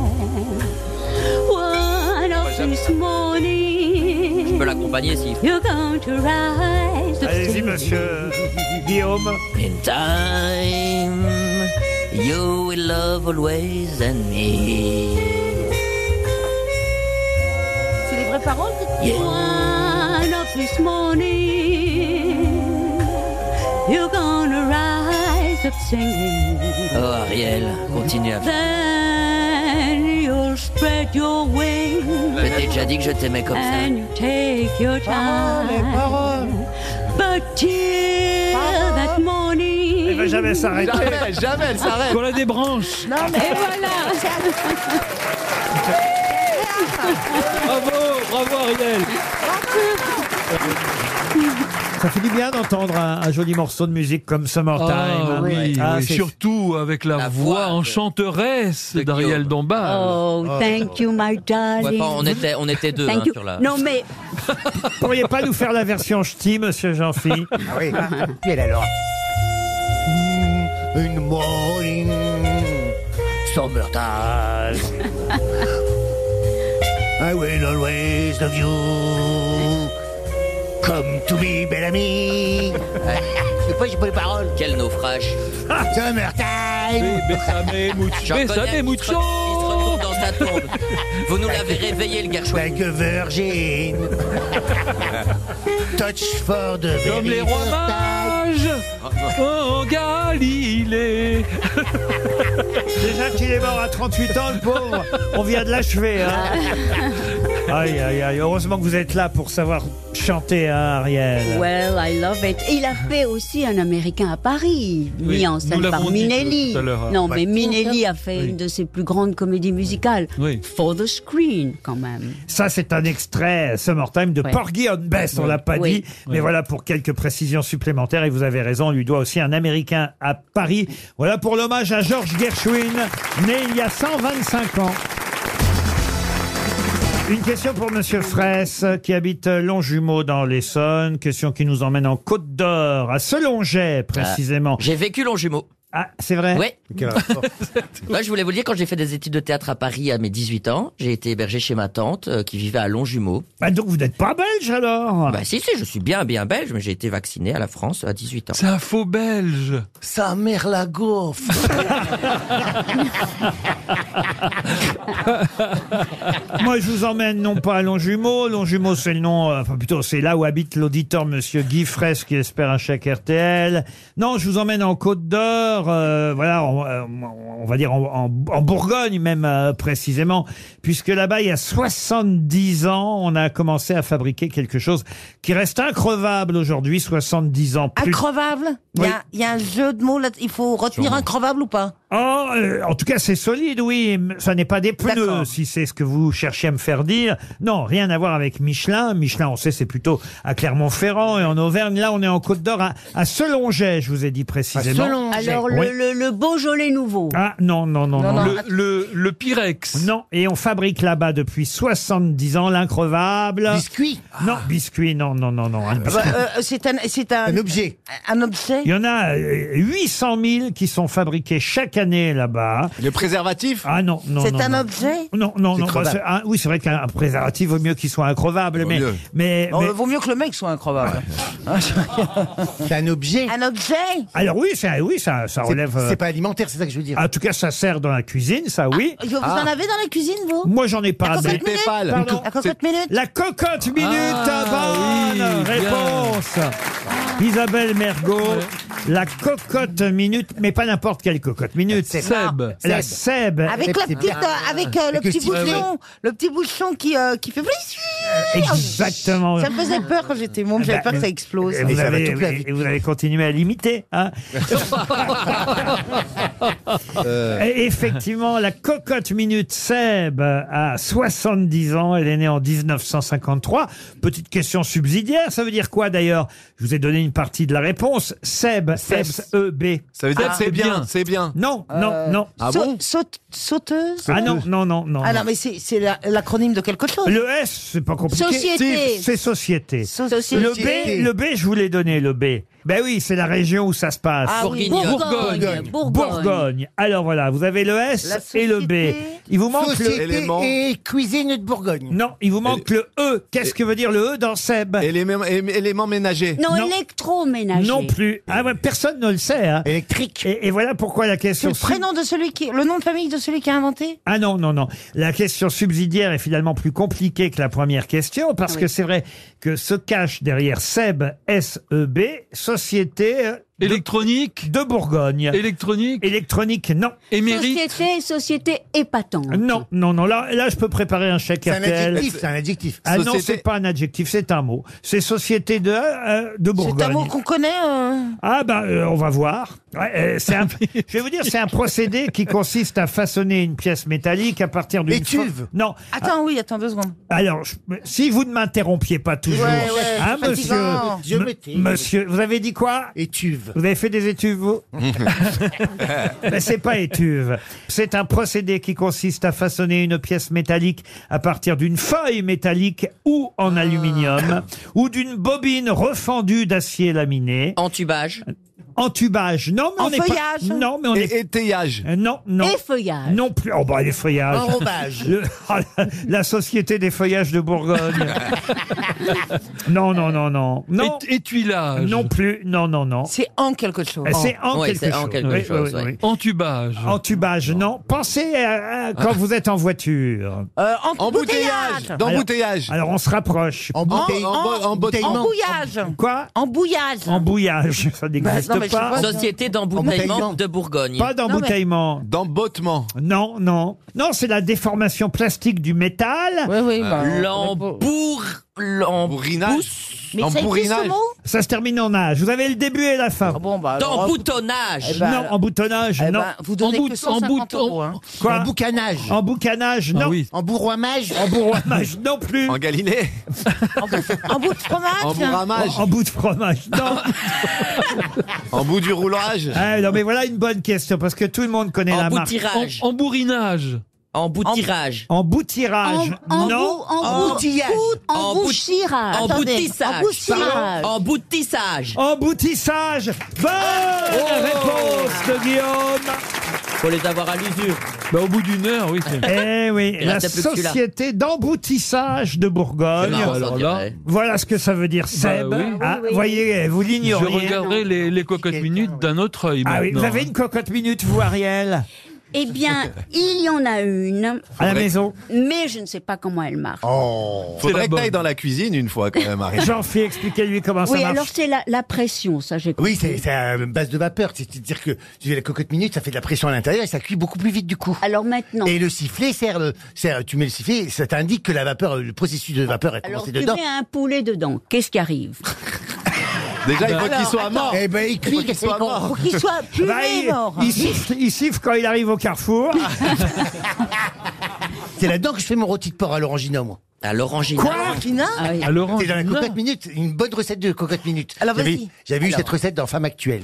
One of these Je mornings peux l'accompagner s'il faut. you're going to rise up Allez-y, singing. monsieur Guillaume. In time, you will love always and me. parole? One of this morning, you're gonna rise up singing. Oh Ariel, continue à faire. Then you'll spread your wings. Je t'ai déjà dit que je t'aimais comme ça. And you take your time. But till that morning. Elle va jamais s'arrêter. Jamais, jamais elle s'arrête. Qu'on a des branches. Non, mais Et voilà. Bravo, bravo Ariel. Ça fait du bien d'entendre un, un joli morceau de musique comme Summertime. Ah, oui, Ah, oui. c'est- Surtout avec la, La voix voix de- enchanteresse de d'Ariel Guillaume. Dombal. Oh, thank you, my Ouais, darling. pas- on était, on était deux hein, Thank you. sur la. Non, mais Vous pourriez pas nous faire la version ch'ti, monsieur Jean-Phi? Ah oui. Puis elle alors. Mm, in the morning, summertime. I will always love you. Come to me, belle amie. Je sais pas, j'ai pas les paroles. Quel naufrage. Summertime. Bésame mucho. J'en connais Bésame un qui se mucho. re- qui se retourne dans sa tombe. Vous nous l'avez réveillé, le Gershwin. Like a virgin. Touch for the Comme very les rois first time. mages en Galilée. Déjà qu'il est mort à trente-huit ans, le pauvre. On vient de l'achever. Hein. Aïe, aïe, aïe. Heureusement que vous êtes là pour savoir chanter, hein, Ariel. well, I love it. Et il a fait aussi un Américain à Paris, Oui, mis en nous scène l'avons par dit Minelli. tout à l'heure, hein. Non, Ouais. mais Minelli a fait Oui. une de ses plus grandes comédies musicales. Oui. For the screen, quand même. Ça, c'est un extrait Summertime de Ouais. Porgy and Bess. On l'a pas Oui. dit, mais voilà pour quelques précisions supplémentaires. Et vous avez raison, on lui doit aussi un Américain à Paris. Voilà pour l'hommage à George Gershwin, né il y a cent vingt-cinq ans. Une question pour Monsieur Fraisse, qui habite Longjumeau dans l'Essonne. Question qui nous emmène en Côte d'Or, à Selonget précisément. J'ai vécu Longjumeau. Ah, c'est vrai? Ouais. Moi, je voulais vous le dire, quand j'ai fait des études de théâtre à Paris à mes dix-huit ans, j'ai été hébergé chez ma tante euh, qui vivait à Longjumeau. Ah, donc vous n'êtes pas belge alors? Bah si, si, je suis bien, bien belge, mais j'ai été vacciné à la France à dix-huit ans. C'est un faux belge. Sa mère la gaufre. Moi, je vous emmène non pas à Longjumeau. Longjumeau, c'est le nom, euh, enfin plutôt, c'est là où habite l'auditeur Monsieur Guy Fraisse qui espère un chèque R T L. Non, je vous emmène en Côte d'Or, euh, voilà, on, euh, on va dire en, en- en Bourgogne même euh, précisément, puisque là-bas, il y a soixante-dix ans, on a commencé à fabriquer quelque chose qui reste increvable aujourd'hui, soixante-dix ans plus. Increvable? Il y, a- il y a un jeu de mots là, il faut retenir increvable ou pas? Oh, euh, en tout cas, c'est solide, oui. M- Ça n'est pas des pneus, D'accord. si c'est ce que vous cherchez à me faire dire. Non, rien à voir avec Michelin. Michelin, on sait, c'est plutôt à Clermont-Ferrand et en Auvergne. Là, on est en Côte d'Or, à, à Selonget, je vous ai dit précisément. Alors, Oui. le, le, le Beaujolais nouveau. Ah, non, non, non, non. Le, le, le Pyrex. Non, et on fabrique là-bas depuis soixante-dix ans l'increvable. Biscuit. Non, biscuit, non, non, non, non. un Bah, biscuit. euh, c'est un, c'est un, Un objet. un objet. Il y en a euh, huit cent mille qui sont fabriqués chaque année là-bas. Le préservatif. Ah non, non, C'est non, un non. objet. Non, non, C'est non. bah, crevable. c'est un- oui, c'est vrai qu'un préservatif vaut mieux qu'il soit increvable, Vaut mais, mieux. mais, Oh, mais- vaut mieux que le mec soit increvable. C'est un objet. Un objet. alors oui, c'est, oui, ça, ça C'est relève. euh, c'est pas alimentaire, c'est ça que je veux dire. En tout cas, ça sert dans la cuisine, ça, oui. Vous en avez dans la cuisine, vous? Moi, j'en ai pas. La mais- cocotte minute. Tefal. Pardon. La cocotte minute. La cocotte minute, Ah, bonne oui, bien. réponse. Isabelle Mergot, la cocotte minute, mais pas n'importe quelle cocotte minute. Seb. La Seb. Avec la c'est petite, bien. euh, avec euh, le Avec le petit sifflet. bouchon, le petit bouchon qui euh, qui fait. Exactement. Ça me faisait peur quand j'étais môme. J'avais Bah, peur que ça explose. Et vous, ça va avez, toute la vie. et vous avez continué à l'imiter, hein. Et effectivement, la cocotte minute Seb a soixante-dix ans. Elle est née en dix-neuf cent cinquante-trois. Petite question subsidiaire. Ça veut dire quoi d'ailleurs? Je vous ai donné une partie de la réponse. Seb, S E B. Ça veut dire Ah, que c'est c'est bien, bien. c'est bien. Non, non, Euh, non. Ah Sau- bon saute- Sauteuse. Ah non, non, non, non. Ah non, mais c'est c'est la- l'acronyme de quelque chose. Le S, c'est pas compliqué. Société. C'est société. Société. Le B, le B, je vous l'ai donné, le B. Ben oui, c'est la région où ça se passe. Ah oui, Bourgogne. Bourgogne. Bourgogne. Alors voilà, vous avez le S et le B. Il vous manque Société le... et cuisine de Bourgogne. Non, il vous manque le E. Qu'est-ce que veut dire le E dans Seb? Éléments, éléments ménagers. Non, Non. électroménager. Non plus. Ah ouais, personne ne le sait. Hein. Électrique. Et, et voilà pourquoi la C'est question... le prénom de celui qui, le nom de famille de celui qui a inventé. Ah non, non, non. La question subsidiaire est finalement plus compliquée que la première question parce que c'est vrai que se cache derrière Seb, S E B, société euh, de- Électronique de Bourgogne. Électronique Électronique, non. Émérite Société, société épatante. Non, non, non. Là, là, je peux préparer un chèque C'est un R T L. adjectif, c'est un adjectif. Ah non, Société- c'est pas un adjectif, c'est un mot. C'est société de euh, de Bourgogne. C'est un mot qu'on connaît. euh. Ah bah euh, on va voir. Ouais, euh, c'est un, je vais vous dire, c'est un procédé qui consiste à façonner une pièce métallique à partir d'une Étuve. fo- Non. Attends, oui, attends deux secondes. Alors, je- si vous ne m'interrompiez pas toujours, Ouais, ouais, hein, c'est monsieur, fatigant. Géométrie. m- monsieur, vous avez dit quoi? Étuve. Vous avez fait des études, vous? Mais c'est pas étuve. C'est un procédé qui consiste à façonner une pièce métallique à partir d'une feuille métallique ou en aluminium, ou d'une bobine refendue d'acier laminé. Entubage. Entubage. Non, mais En on n'est pas... feuillage. Non, mais on est... Et étayage. Euh, Non, non. Effeuillage. Non plus. Oh bah les feuillages. Enrobage. Le- la, la société des feuillages de Bourgogne. non, non, non, non. Non. Ét- Étuilage Non plus. Non, non, non. C'est en quelque chose. Euh, C'est en Ouais, quelque c'est chose. en quelque Oui, chose, oui, ouais. oui. Entubage Entubage, non. Pensez à, à quand vous êtes en voiture. Euh, Embouteillage. D'embouteillage. Alors on se rapproche. Embouteille- En- en- en- embouteillement. Embouillage. Quoi? Embouillage. Embouillage. Ça n'existe Bah, non, mais je sais pas. pas. Société d'embouteillement Embouteillement. de Bourgogne. Pas d'embouteillement. D'embottement. Non, non. Non, c'est la déformation plastique du métal. Oui, oui. bah, L'embourg... Bourrinage. Mais ça existe ce Bourrinage. mot Ça se termine en âge. Vous avez le début et la fin. Ah bon, bah, alors, D'emboutonnage. Eh ben, non, emboutonnage, eh non. ben, vous donnez Embout- que cent cinquante embout- euros. Hein. Quoi? Emboucanage. Emboucanage, Ah non. oui. Embourroimage. Embourroimage, non plus. En Galilée. En bout de fromage. En bourramage. En, en bout de fromage, non. En bout du roulage. Ah, non, mais voilà une bonne question, parce que tout le monde connaît la marque. Emboutirage. Embourinage Emboutirage. Emboutirage, En- non. Emboutillage. Embouchirage. Emboutissage. Embouchirage. Emboutissage. Emboutissage. Bonne réponse de Guillaume. Faut les avoir à l'usure. Bah, au bout d'une heure, oui. c'est- Eh oui, Il la restait plus que celui-là. société d'emboutissage de C'est Bourgogne. marrant, ça, alors on là, dirait. Voilà ce que ça veut dire, Seb. oui. Ah, Oui, oui, voyez, vous Je l'ignoriez. regarderai les, les cocottes minutes d'un autre œil. Ah oui, vous maintenant. avez une cocotte minute, vous, Ariel, Eh bien, il y en a une, à la maison. mais je ne sais pas comment elle marche. Oh. C'est la Faudrait que bonne. t'ailles dans la cuisine une fois quand même, Ariel. Jean-Philippe, expliquez-lui comment ça Oui, marche. alors c'est la, la pression, ça j'ai compris. Oui, c'est c'est à base de vapeur. C'est-à-dire que tu fais la cocotte minute, ça fait de la pression à l'intérieur et ça cuit beaucoup plus vite du coup. Alors maintenant, Et le sifflet sert, le- sert, tu mets le sifflet, ça t'indique que la vapeur, le processus de vapeur est alors commencé tu dedans. mets un poulet dedans. Qu'est-ce qui arrive? Déjà, il faut Alors, qu'il soit attends. mort. Eh ben, il Il faut cuit, qu'il soit mort. Pour qu'il soit plus Bah, il, mort. il siffle, il siffle quand il arrive au carrefour. C'est là-dedans que je fais mon rôti de porc à l'orangina, moi. À l'orangina. Quoi? Orangina. Ah oui. À l'orange. C'est dans la cocotte minute, une bonne recette de cocotte minute. Alors, J'avais- vas-y. J'avais eu Alors. cette recette dans Femme Actuelle.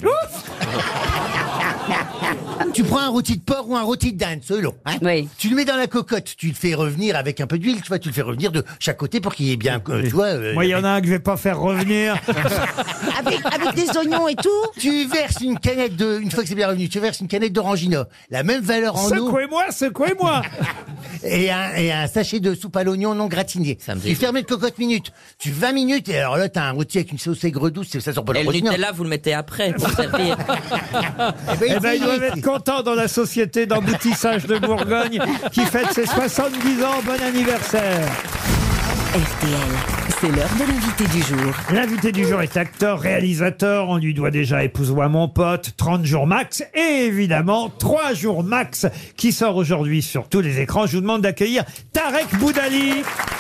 Tu prends un rôti de porc ou un rôti de dinde, selon. Hein. Oui. Tu le mets dans la cocotte, tu le fais revenir avec un peu d'huile, tu vois, tu le fais revenir de chaque côté pour qu'il y ait bien, euh, tu vois. euh, Moi, il y en a un que je vais pas faire revenir. Avec, avec des oignons et tout. Tu verses une canette de, une fois que c'est bien revenu, tu verses une canette d'orangina, la même valeur en eau, Secouez-moi, secouez-moi. et un, et un sachet de soupe à l'oignon non gratiné. Ça me Tu dégoûte. fermes le cocotte minute. Tu vingt minutes, et alors là, t'as un rôti avec une sauce aigre douce, ça sort pas Et le le rôti, non. Nutella, vous le mettez après pour servir. Eh ben, Eh ben, ils doivent il- être contents dans la société d'emboutissage de Bourgogne qui fête ses soixante-dix ans. Bon anniversaire. R T L, c'est l'heure de l'invité du jour. L'invité du jour est acteur, réalisateur. On lui doit déjà Épouse-moi mon pote, trente jours max. Et évidemment, trois jours max qui sort aujourd'hui sur tous les écrans. Je vous demande d'accueillir Tarek Boudali.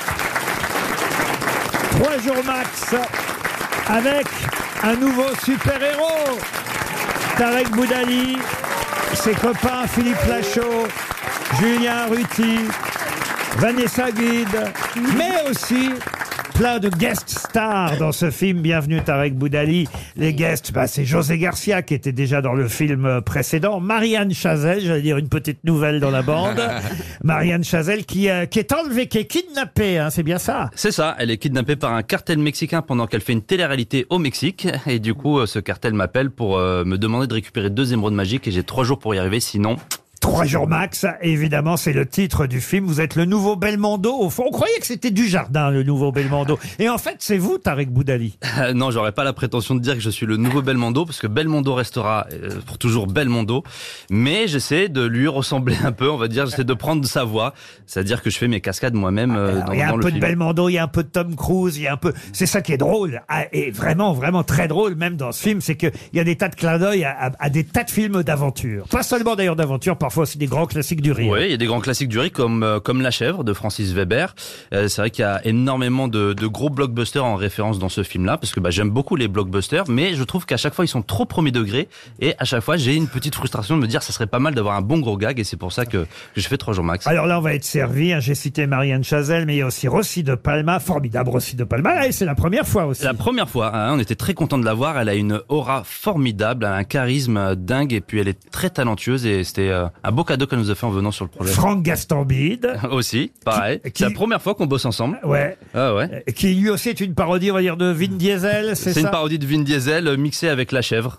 trois jours max avec un nouveau super-héros. Tarek Boudali, ses copains Philippe Lachaud, Julien Ruti, Vanessa Guide, mais aussi plein de guest stars. stars dans ce film. Bienvenue Tarek Boudali. Les guests, bah, c'est José Garcia qui était déjà dans le film précédent. Marianne Chazelle, j'allais dire une petite nouvelle dans la bande. Marianne Chazelle qui, euh, qui est enlevée, qui est kidnappée, hein, c'est bien ça? C'est ça, elle est kidnappée par un cartel mexicain pendant qu'elle fait une télé-réalité au Mexique. Et du coup, euh, ce cartel m'appelle pour euh, me demander de récupérer deux émeraudes magiques et j'ai trois jours pour y arriver, sinon... Trois jours max, évidemment, c'est le titre du film. Vous êtes le nouveau Belmondo. Au fond, on croyait que c'était Dujardin, le nouveau Belmondo. Et en fait, c'est vous, Tarek Boudali. Euh, non, j'aurais pas la prétention de dire que je suis le nouveau Belmondo, parce que Belmondo restera euh, pour toujours Belmondo. Mais j'essaie de lui ressembler un peu, on va dire. J'essaie de prendre sa voix. C'est-à-dire que je fais mes cascades moi-même euh, dans, Il y a dans un le peu film. de Belmondo, il y a un peu de Tom Cruise, il y a un peu... C'est ça qui est drôle. Ah, et vraiment, vraiment très drôle, même dans ce film, c'est qu'il y a des tas de clins d'œil à, à, à des tas de films d'aventure. Pas seulement d'ailleurs d'aventure, parfois aussi des grands classiques du rire. Oui, il y a des grands classiques du rire comme euh, comme La Chèvre de Francis Weber. Euh, c'est vrai qu'il y a énormément de, de gros blockbusters en référence dans ce film-là, parce que bah, j'aime beaucoup les blockbusters, mais je trouve qu'à chaque fois ils sont trop premier degré, et à chaque fois j'ai une petite frustration de me dire ça serait pas mal d'avoir un bon gros gag, et c'est pour ça que, que je fais trois jours max. Alors là, on va être servi. Hein, j'ai cité Marianne Chazelle, mais il y a aussi Rossi de Palma, formidable Rossi de Palma. Et c'est la première fois aussi. La première fois, hein, on était très content de la voir. Elle a une aura formidable, elle a un charisme dingue, et puis elle est très talentueuse, et c'était euh, un beau cadeau qu'elle nous a fait en venant sur le projet. Franck Gastambide. Aussi, pareil. Qui- C'est la première fois qu'on bosse ensemble. Ouais. Ah ouais. Qui lui aussi est une parodie, on va dire, de Vin Diesel, c'est ça? C'est une parodie de Vin Diesel euh, mixée avec La Chèvre.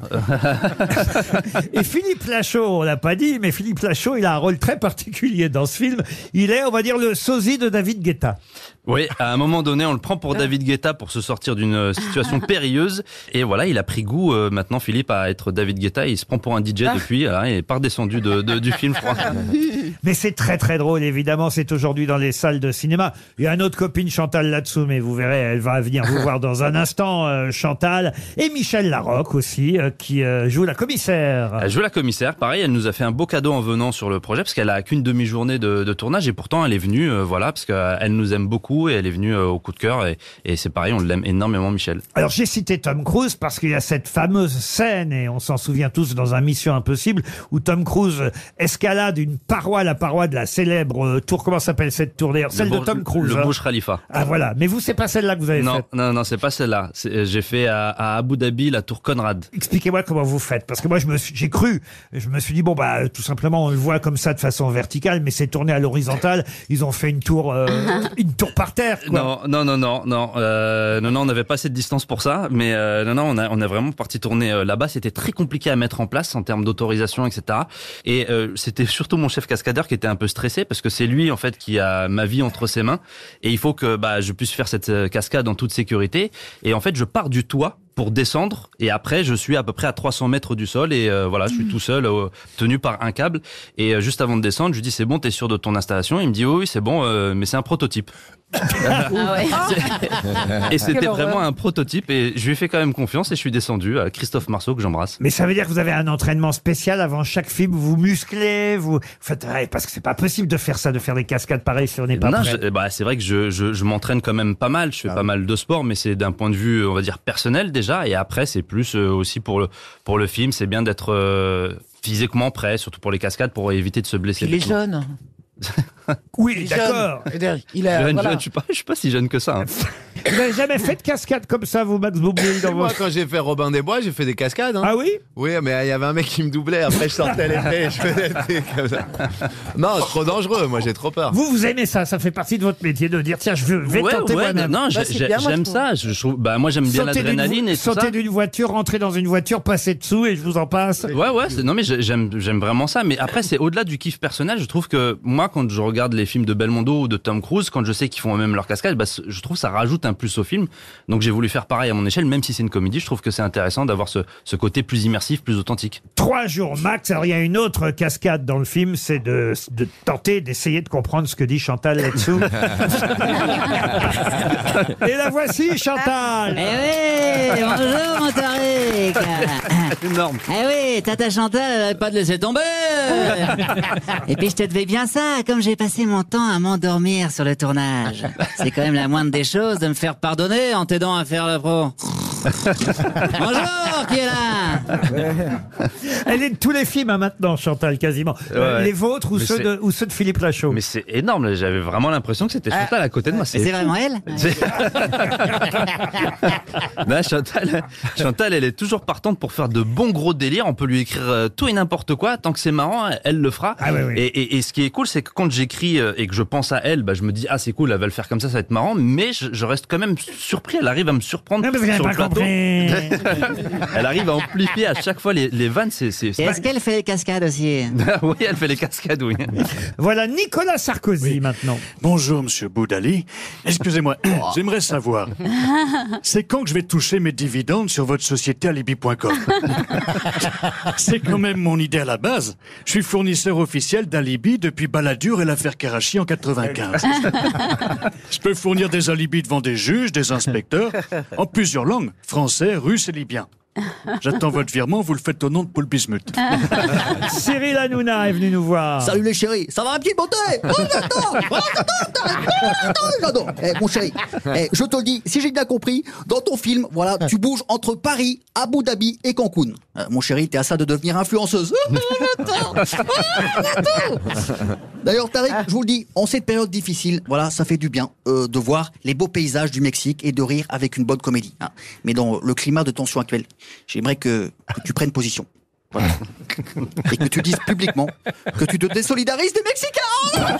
Et Philippe Lachaud, on l'a pas dit, mais Philippe Lachaud, il a un rôle très particulier dans ce film. Il est, on va dire, le sosie de David Guetta. Oui, à un moment donné, on le prend pour David Guetta pour se sortir d'une euh, situation périlleuse. Et voilà, il a pris goût euh, maintenant, Philippe, à être David Guetta. Et il se prend pour un D J depuis. Voilà, il est pas redescendu de, de, du film, je crois. Mais c'est très très drôle, évidemment. C'est aujourd'hui dans les salles de cinéma. Il y a une autre copine, Chantal, là-dessous, mais vous verrez, elle va venir vous voir dans un instant, euh, Chantal. Et Michel Larocque aussi, euh, qui euh, joue la commissaire. Elle joue la commissaire. Pareil, elle nous a fait un beau cadeau en venant sur le projet, parce qu'elle a qu'une demi-journée de, de tournage. Et pourtant, elle est venue, euh, voilà, parce qu'elle nous aime beaucoup et elle est venue euh, au coup de cœur. Et, et c'est pareil, on l'aime énormément, Michel. Alors j'ai cité Tom Cruise parce qu'il y a cette fameuse scène, et on s'en souvient tous dans un Mission Impossible, où Tom Cruise escalade une paroi, la paroi de la célèbre euh, tour, comment s'appelle cette tour d'ailleurs? Celle Le de Burj- Tom Cruise. Le hein. Burj Khalifa. Ah voilà, mais vous, c'est pas celle-là que vous avez Non, faite. non, non, c'est pas celle-là. C'est- J'ai fait à, à Abu Dhabi la tour Conrad. Expliquez-moi comment vous faites, parce que moi je me suis, j'ai cru, je me suis dit bon bah tout simplement on le voit comme ça de façon verticale, mais c'est tourné à l'horizontale. Ils ont fait une tour, euh, une tour par terre. Quoi. Non, non, non, non, non, euh, non, non, on n'avait pas assez de distance pour ça, mais euh, non, non, on a, on a vraiment parti tourner euh, là-bas. C'était très compliqué à mettre en place en termes d'autorisation, et cetera. Et euh, c'était surtout mon chef cascadeur qui était un peu stressé parce que c'est lui en fait qui a ma vie entre ses mains et il faut que bah je puisse faire cette euh, cascade en toute sécurité. Et en fait, je pars du toit pour descendre et après je suis à peu près à trois cents mètres du sol et euh, voilà, je suis tout seul euh, tenu par un câble et euh, juste avant de descendre, je lui dis c'est bon, t'es sûr de ton installation? Il me dit oui, oui c'est bon, euh, mais c'est un prototype. Ah ouais. Et c'était Quelle vraiment horreur. un prototype et je lui ai fait quand même confiance et je suis descendu à Christophe Marceau que j'embrasse. Mais ça veut dire que vous avez un entraînement spécial avant chaque film, vous musclez, vous faites, ouais, parce que c'est pas possible de faire ça, de faire des cascades pareilles si on n'est pas Non, prêt. je- bah, c'est vrai que je, je, je m'entraîne quand même pas mal, je fais pas mal de sport, mais c'est d'un point de vue, on va dire, personnel déjà, et après c'est plus euh, aussi pour le, pour le film, c'est bien d'être euh, physiquement prêt, surtout pour les cascades, pour éviter de se blesser. Il est jeune. Oui, Il est d'accord. jeune. Il a, Jeune, voilà. jeune, je suis pas, je suis pas si jeune que ça. hein. Vous n'avez jamais fait de cascade comme ça, vous, Max Boublil, dans Moi, vos... quand j'ai fait Robin des Bois, j'ai fait des cascades. Hein. Ah oui? Oui, mais il y avait un mec qui me doublait. Après, je sortais l'effet et je faisais des trucs comme ça. Non, trop dangereux. Moi, j'ai trop peur. Vous, vous aimez ça, ça fait partie de votre métier de dire tiens, je veux- vais Ouais, tenter ouais, moi-même. non, j'ai- j'ai- j'aime ça. Je, je trouve, bah, moi, j'aime bien Sauter d'une l'adrénaline vo- et tout sauter ça. d'une voiture, rentrer dans une voiture, passer dessous et je vous en passe. Ouais, ouais, c'est- non, mais j'ai- j'aime, j'aime vraiment ça. Mais après, c'est au-delà du kiff personnel. Je trouve que moi, quand je regarde les films de Belmondo ou de Tom Cruise, quand je sais qu'ils font eux-mêmes leur cascade, bah, c- je trouve que ça rajoute un plus au film. Donc, j'ai voulu faire pareil à mon échelle, même si c'est une comédie. Je trouve que c'est intéressant d'avoir ce, ce côté plus immersif, plus authentique. Trois jours max. Alors, il y a une autre cascade dans le film, c'est de, de tenter d'essayer de comprendre ce que dit Chantal là-dessous. Et la voici, Chantal. Eh oui, bonjour mon Tariq. Énorme. Eh oui, Tata Chantal, elle avait pas de laisser tomber. Et puis je te devais bien ça, comme j'ai passé mon temps à m'endormir sur le tournage. C'est quand même la moindre des choses de me faire pardonner en t'aidant à faire le pro. Bonjour, qui est là? Elle est de tous les films hein, maintenant, Chantal, quasiment. Euh, Ouais. les vôtres ou Mais ceux, c'est- de, ou ceux de Philippe Lachaud. Mais c'est énorme, j'avais vraiment l'impression que c'était Chantal à côté de moi. C'est vraiment elle? C'est- Non, Chantal, Chantal, elle est toujours partante pour faire de bons gros délires. On peut lui écrire euh, tout et n'importe quoi. Tant que c'est marrant, elle le fera. Ah ouais, ouais. Et, et, et ce qui est cool, c'est que quand j'écris euh, et que je pense à elle, bah, je me dis, ah, c'est cool, elle va le faire comme ça, ça va être marrant. Mais je, je reste quand même surpris. Elle arrive à me surprendre Non, mais vous n'avez sur pas le plateau. compris. Elle arrive à amplifier à chaque fois les, les vannes. C'est, c'est, Et c'est- est-ce qu'elle fait les cascades aussi? oui, elle fait les cascades, oui. Voilà Nicolas Sarkozy maintenant. Bonjour, monsieur Boudali. Excusez-moi, j'aimerais savoir, c'est quand que je vais toucher mes dividendes sur votre société alibi point com? C'est quand même mon idée à la base. Je suis fournisseur officiel d'alibi depuis Balladur et l'affaire Karachi en quatre-vingt-quinze. Je peux fournir des alibis devant des juges, des inspecteurs, en plusieurs langues, français, russe et libyen. J'attends votre virement, vous le faites au nom de Paul Bismuth. Cyril Hanouna est venu nous voir. Salut les chéris, ça va ma petite beauté? Oh, j'adore, oh, j'adore, j'adore, j'adore. Eh, mon chéri, eh, je te le dis, si j'ai bien compris, dans ton film, voilà, tu bouges entre Paris, Abu Dhabi et Cancun. Euh, mon chéri, t'es à ça de devenir influenceuse. J'adore, oh, j'adore. D'ailleurs, Tariq, je vous le dis, en cette période difficile, voilà, ça fait du bien euh, de voir les beaux paysages du Mexique et de rire avec une bonne comédie. Hein. Mais dans le climat de tension actuel, j'aimerais que, que tu prennes position. Voilà. Et que tu dises publiquement que tu te désolidarises des Mexicains.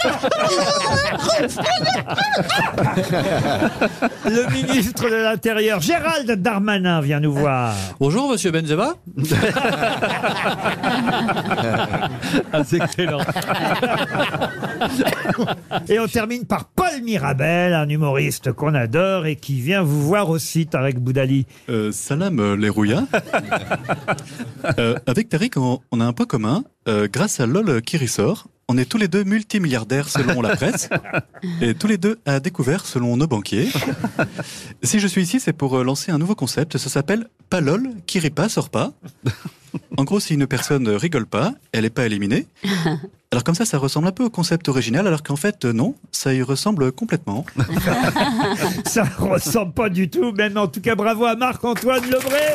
Le ministre de l'Intérieur, Gérald Darmanin, vient nous voir. Bonjour, monsieur Benzema. Ah, c'est excellent. Et on termine par Paul Mirabel, un humoriste qu'on adore et qui vient vous voir aussi, Tarek Boudali. Euh, salam euh, les rouillas. Euh, avec Tariq, on, on a un point commun. Euh, grâce à LOL qui ressort, on est tous les deux multimilliardaires selon la presse et tous les deux à découvert selon nos banquiers. Si je suis ici, c'est pour euh, lancer un nouveau concept. Ça s'appelle pas LOL qui rit pas, sort pas. En gros, si une personne rigole pas, elle est pas éliminée. Alors comme ça, ça ressemble un peu au concept original, alors qu'en fait, euh, non, ça y ressemble complètement. Ça ressemble pas du tout, mais en tout cas, bravo à Marc-Antoine Lebré,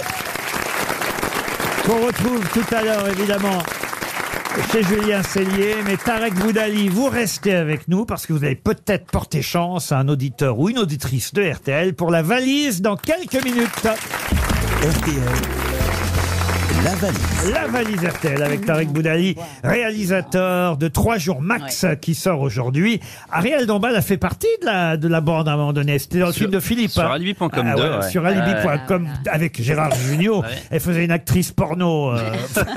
qu'on retrouve tout à l'heure, évidemment, chez Julien Cellier. Mais Tarek Boudali, vous restez avec nous parce que vous allez peut-être porter chance à un auditeur ou une auditrice de R T L pour la valise dans quelques minutes. R T L. La valise. La valise R T L avec Tarek Boudali, réalisateur de Trois jours max qui sort aujourd'hui. Ariel Dombal a fait partie de la, de la bande à un moment donné. C'était dans le Sur- film de Philippe. sur hein. alibi point com Ah, deux, ouais, ouais. Sur alibi point com avec Gérard Jugnot. Elle faisait une actrice porno. euh.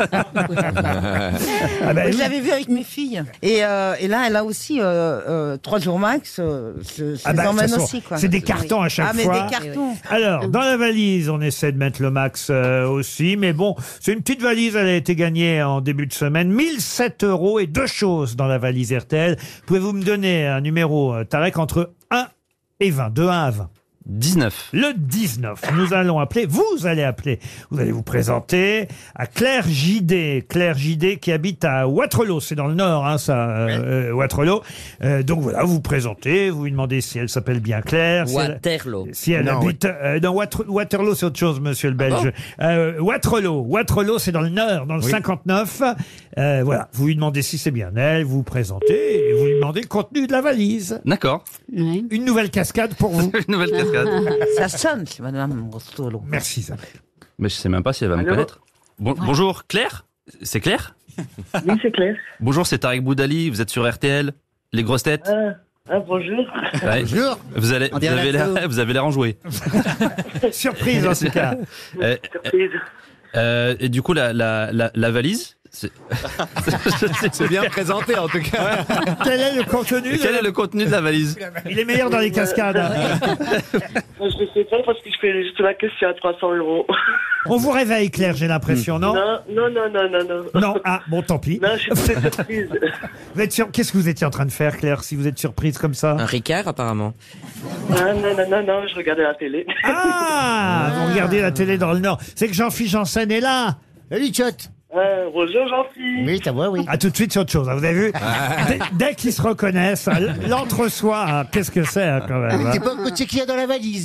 Ah ben je oui. l'avais vu avec mes filles. Et, euh, et là, elle a aussi euh, euh, trois jours max. Euh, je je Ah les bah, de emmène toute façon, aussi. Quoi. c'est des cartons à chaque ah, mais fois. des cartons. Alors, dans la valise, on essaie de mettre le max euh, aussi, mais bon, c'est une petite valise, elle a été gagnée en début de semaine. mille sept euros et deux choses dans la valise R T L. Pouvez-vous me donner un numéro, euh, Tarek, entre un et vingt, de un à vingt? dix-neuf. Le dix-neuf. Nous allons appeler, vous allez appeler, vous allez vous présenter à Claire Gidé. Claire Gidé qui habite à Waterloo, c'est dans le nord, hein, ça, euh, Waterloo. Euh, donc voilà, vous vous présentez, vous lui demandez si elle s'appelle bien Claire. Si elle- Waterloo. Si elle Non, habite, euh, non, Water- Waterloo, c'est autre chose, monsieur le Belge. euh, Waterloo, Waterloo, c'est dans le nord, dans le Oui. cinquante-neuf. Euh, voilà, vous lui demandez si c'est bien elle, vous vous présentez et vous lui demandez le contenu de la valise. D'accord. Une nouvelle cascade pour vous. Une nouvelle cascade. Ça sonne chez Madame Rostolo. Merci Isabelle. Mais je sais même pas si elle va me Allô connaître. Bon- Bonjour, Claire? C'est Claire? Oui, c'est Claire. Bonjour, c'est Tarek Boudali, vous êtes sur R T L, les grosses têtes. Ah, ah, bonjour. Ouais. Bonjour. Vous, allez, On vous, dirait avez la l'air, vous avez l'air enjoué. Surprise en tout cas. Euh, Surprise. euh, et du coup, la, la, la, la valise, c'est C'est bien présenté en tout cas. Quel est le contenu de Quel la- est le contenu de la valise? Il est meilleur dans les cascades. Moi, je ne sais pas parce que je fais juste la question à trois cents euros. On vous réveille, Claire, j'ai l'impression, non? Non, non, non, non, non, non. Non, ah, bon, tant pis. Non, je suis très surprise. Vous êtes sur... Qu'est-ce que vous étiez en train de faire, Claire, si vous êtes surprise comme ça? Un Ricard, apparemment. Ah, non, non, non, non, je regardais la télé. Ah, vous regardez la télé dans le Nord. C'est que Jean-Philippe Janssen est là. Salut, Tchot. Ah, bonjour, Jean-Philippe. Oui, ta voix, oui. Ah, tout de suite, c'est autre chose. hein, Vous avez vu? Dès, dès qu'ils se reconnaissent, hein, l'entre-soi, hein, qu'est-ce que c'est, hein, quand même? T'es hein. pas au côté qu'il y a dans la valise.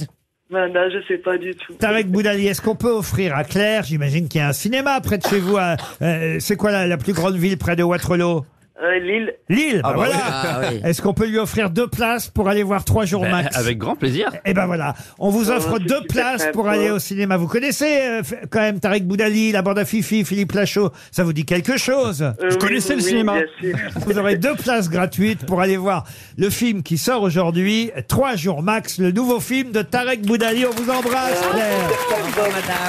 Ben là, je sais pas du tout. Tarek Boudali, est-ce qu'on peut offrir à Claire, j'imagine qu'il y a un cinéma près de chez vous, à- euh, c'est quoi la, la plus grande ville près de Waterloo? Euh, Lille. Lille, bah Ah bah voilà. oui. Ah oui. Est-ce qu'on peut lui offrir deux places pour aller voir Trois jours Ben, max? avec grand plaisir. Eh ben voilà, on vous Oh, offre c'est deux super places pour sympa. aller au cinéma. Vous connaissez euh, f- quand même Tarek Boudali, la bande à Fifi, Philippe Lachaud, ça vous dit quelque chose? Euh, Vous oui, connaissez oui, le oui, cinéma? bien sûr. Vous aurez deux places gratuites pour aller voir le film qui sort aujourd'hui, Trois jours max, le nouveau film de Tarek Boudali. On vous embrasse, Claire.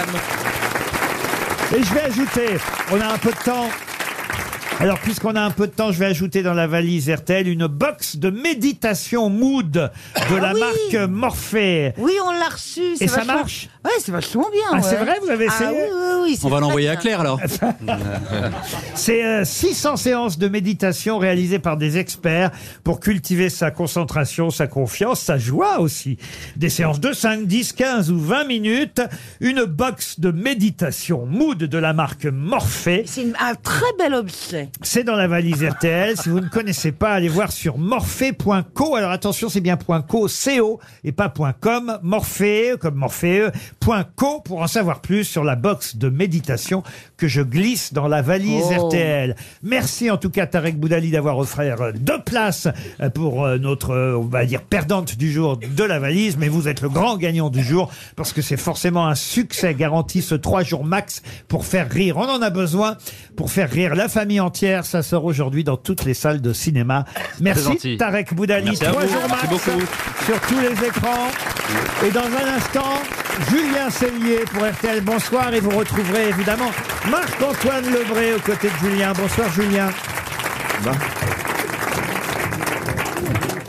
Et je vais ajouter, on a un peu de temps. Alors, puisqu'on a un peu de temps, je vais ajouter dans la valise R T L une box de méditation mood de la Ah oui. marque Morphée. Oui, on l'a reçu. c'est Et ça vachement- marche? Ouais, c'est vachement bien. Ah, ouais. c'est vrai, vous avez Ah essayé? oui, oui, oui, c'est On va très l'envoyer à bien. Claire alors. C'est euh, six cents séances de méditation réalisées par des experts pour cultiver sa concentration, sa confiance, sa joie aussi. Des séances de cinq, dix, quinze ou vingt minutes. Une box de méditation mood de la marque Morphée. C'est une- un très bel objet. C'est dans la valise R T L. Si vous ne connaissez pas, allez voir sur morphée point co. Alors attention, c'est bien .co, C-O, et pas .com. Morphée, comme Morphée, point co pour en savoir plus sur la box de méditation que je glisse dans la valise Oh. R T L. Merci en tout cas Tarek Boudali d'avoir offert euh, deux places euh, pour euh, notre, euh, on va dire, perdante du jour de la valise. Mais vous êtes le grand gagnant du jour parce que c'est forcément un succès garanti ce trois jours max pour faire rire. On en a besoin pour faire rire la famille entière. Ça sort aujourd'hui dans toutes les salles de cinéma. Merci gentil. Tarek Boudali. Merci à Trois vous. jours Merci max beaucoup. sur tous les écrans. Et dans un instant, Julien Cellier pour R T L. Bonsoir et vous retrouverez évidemment Marc-Antoine Lebré aux côtés de Julien. Bonsoir Julien.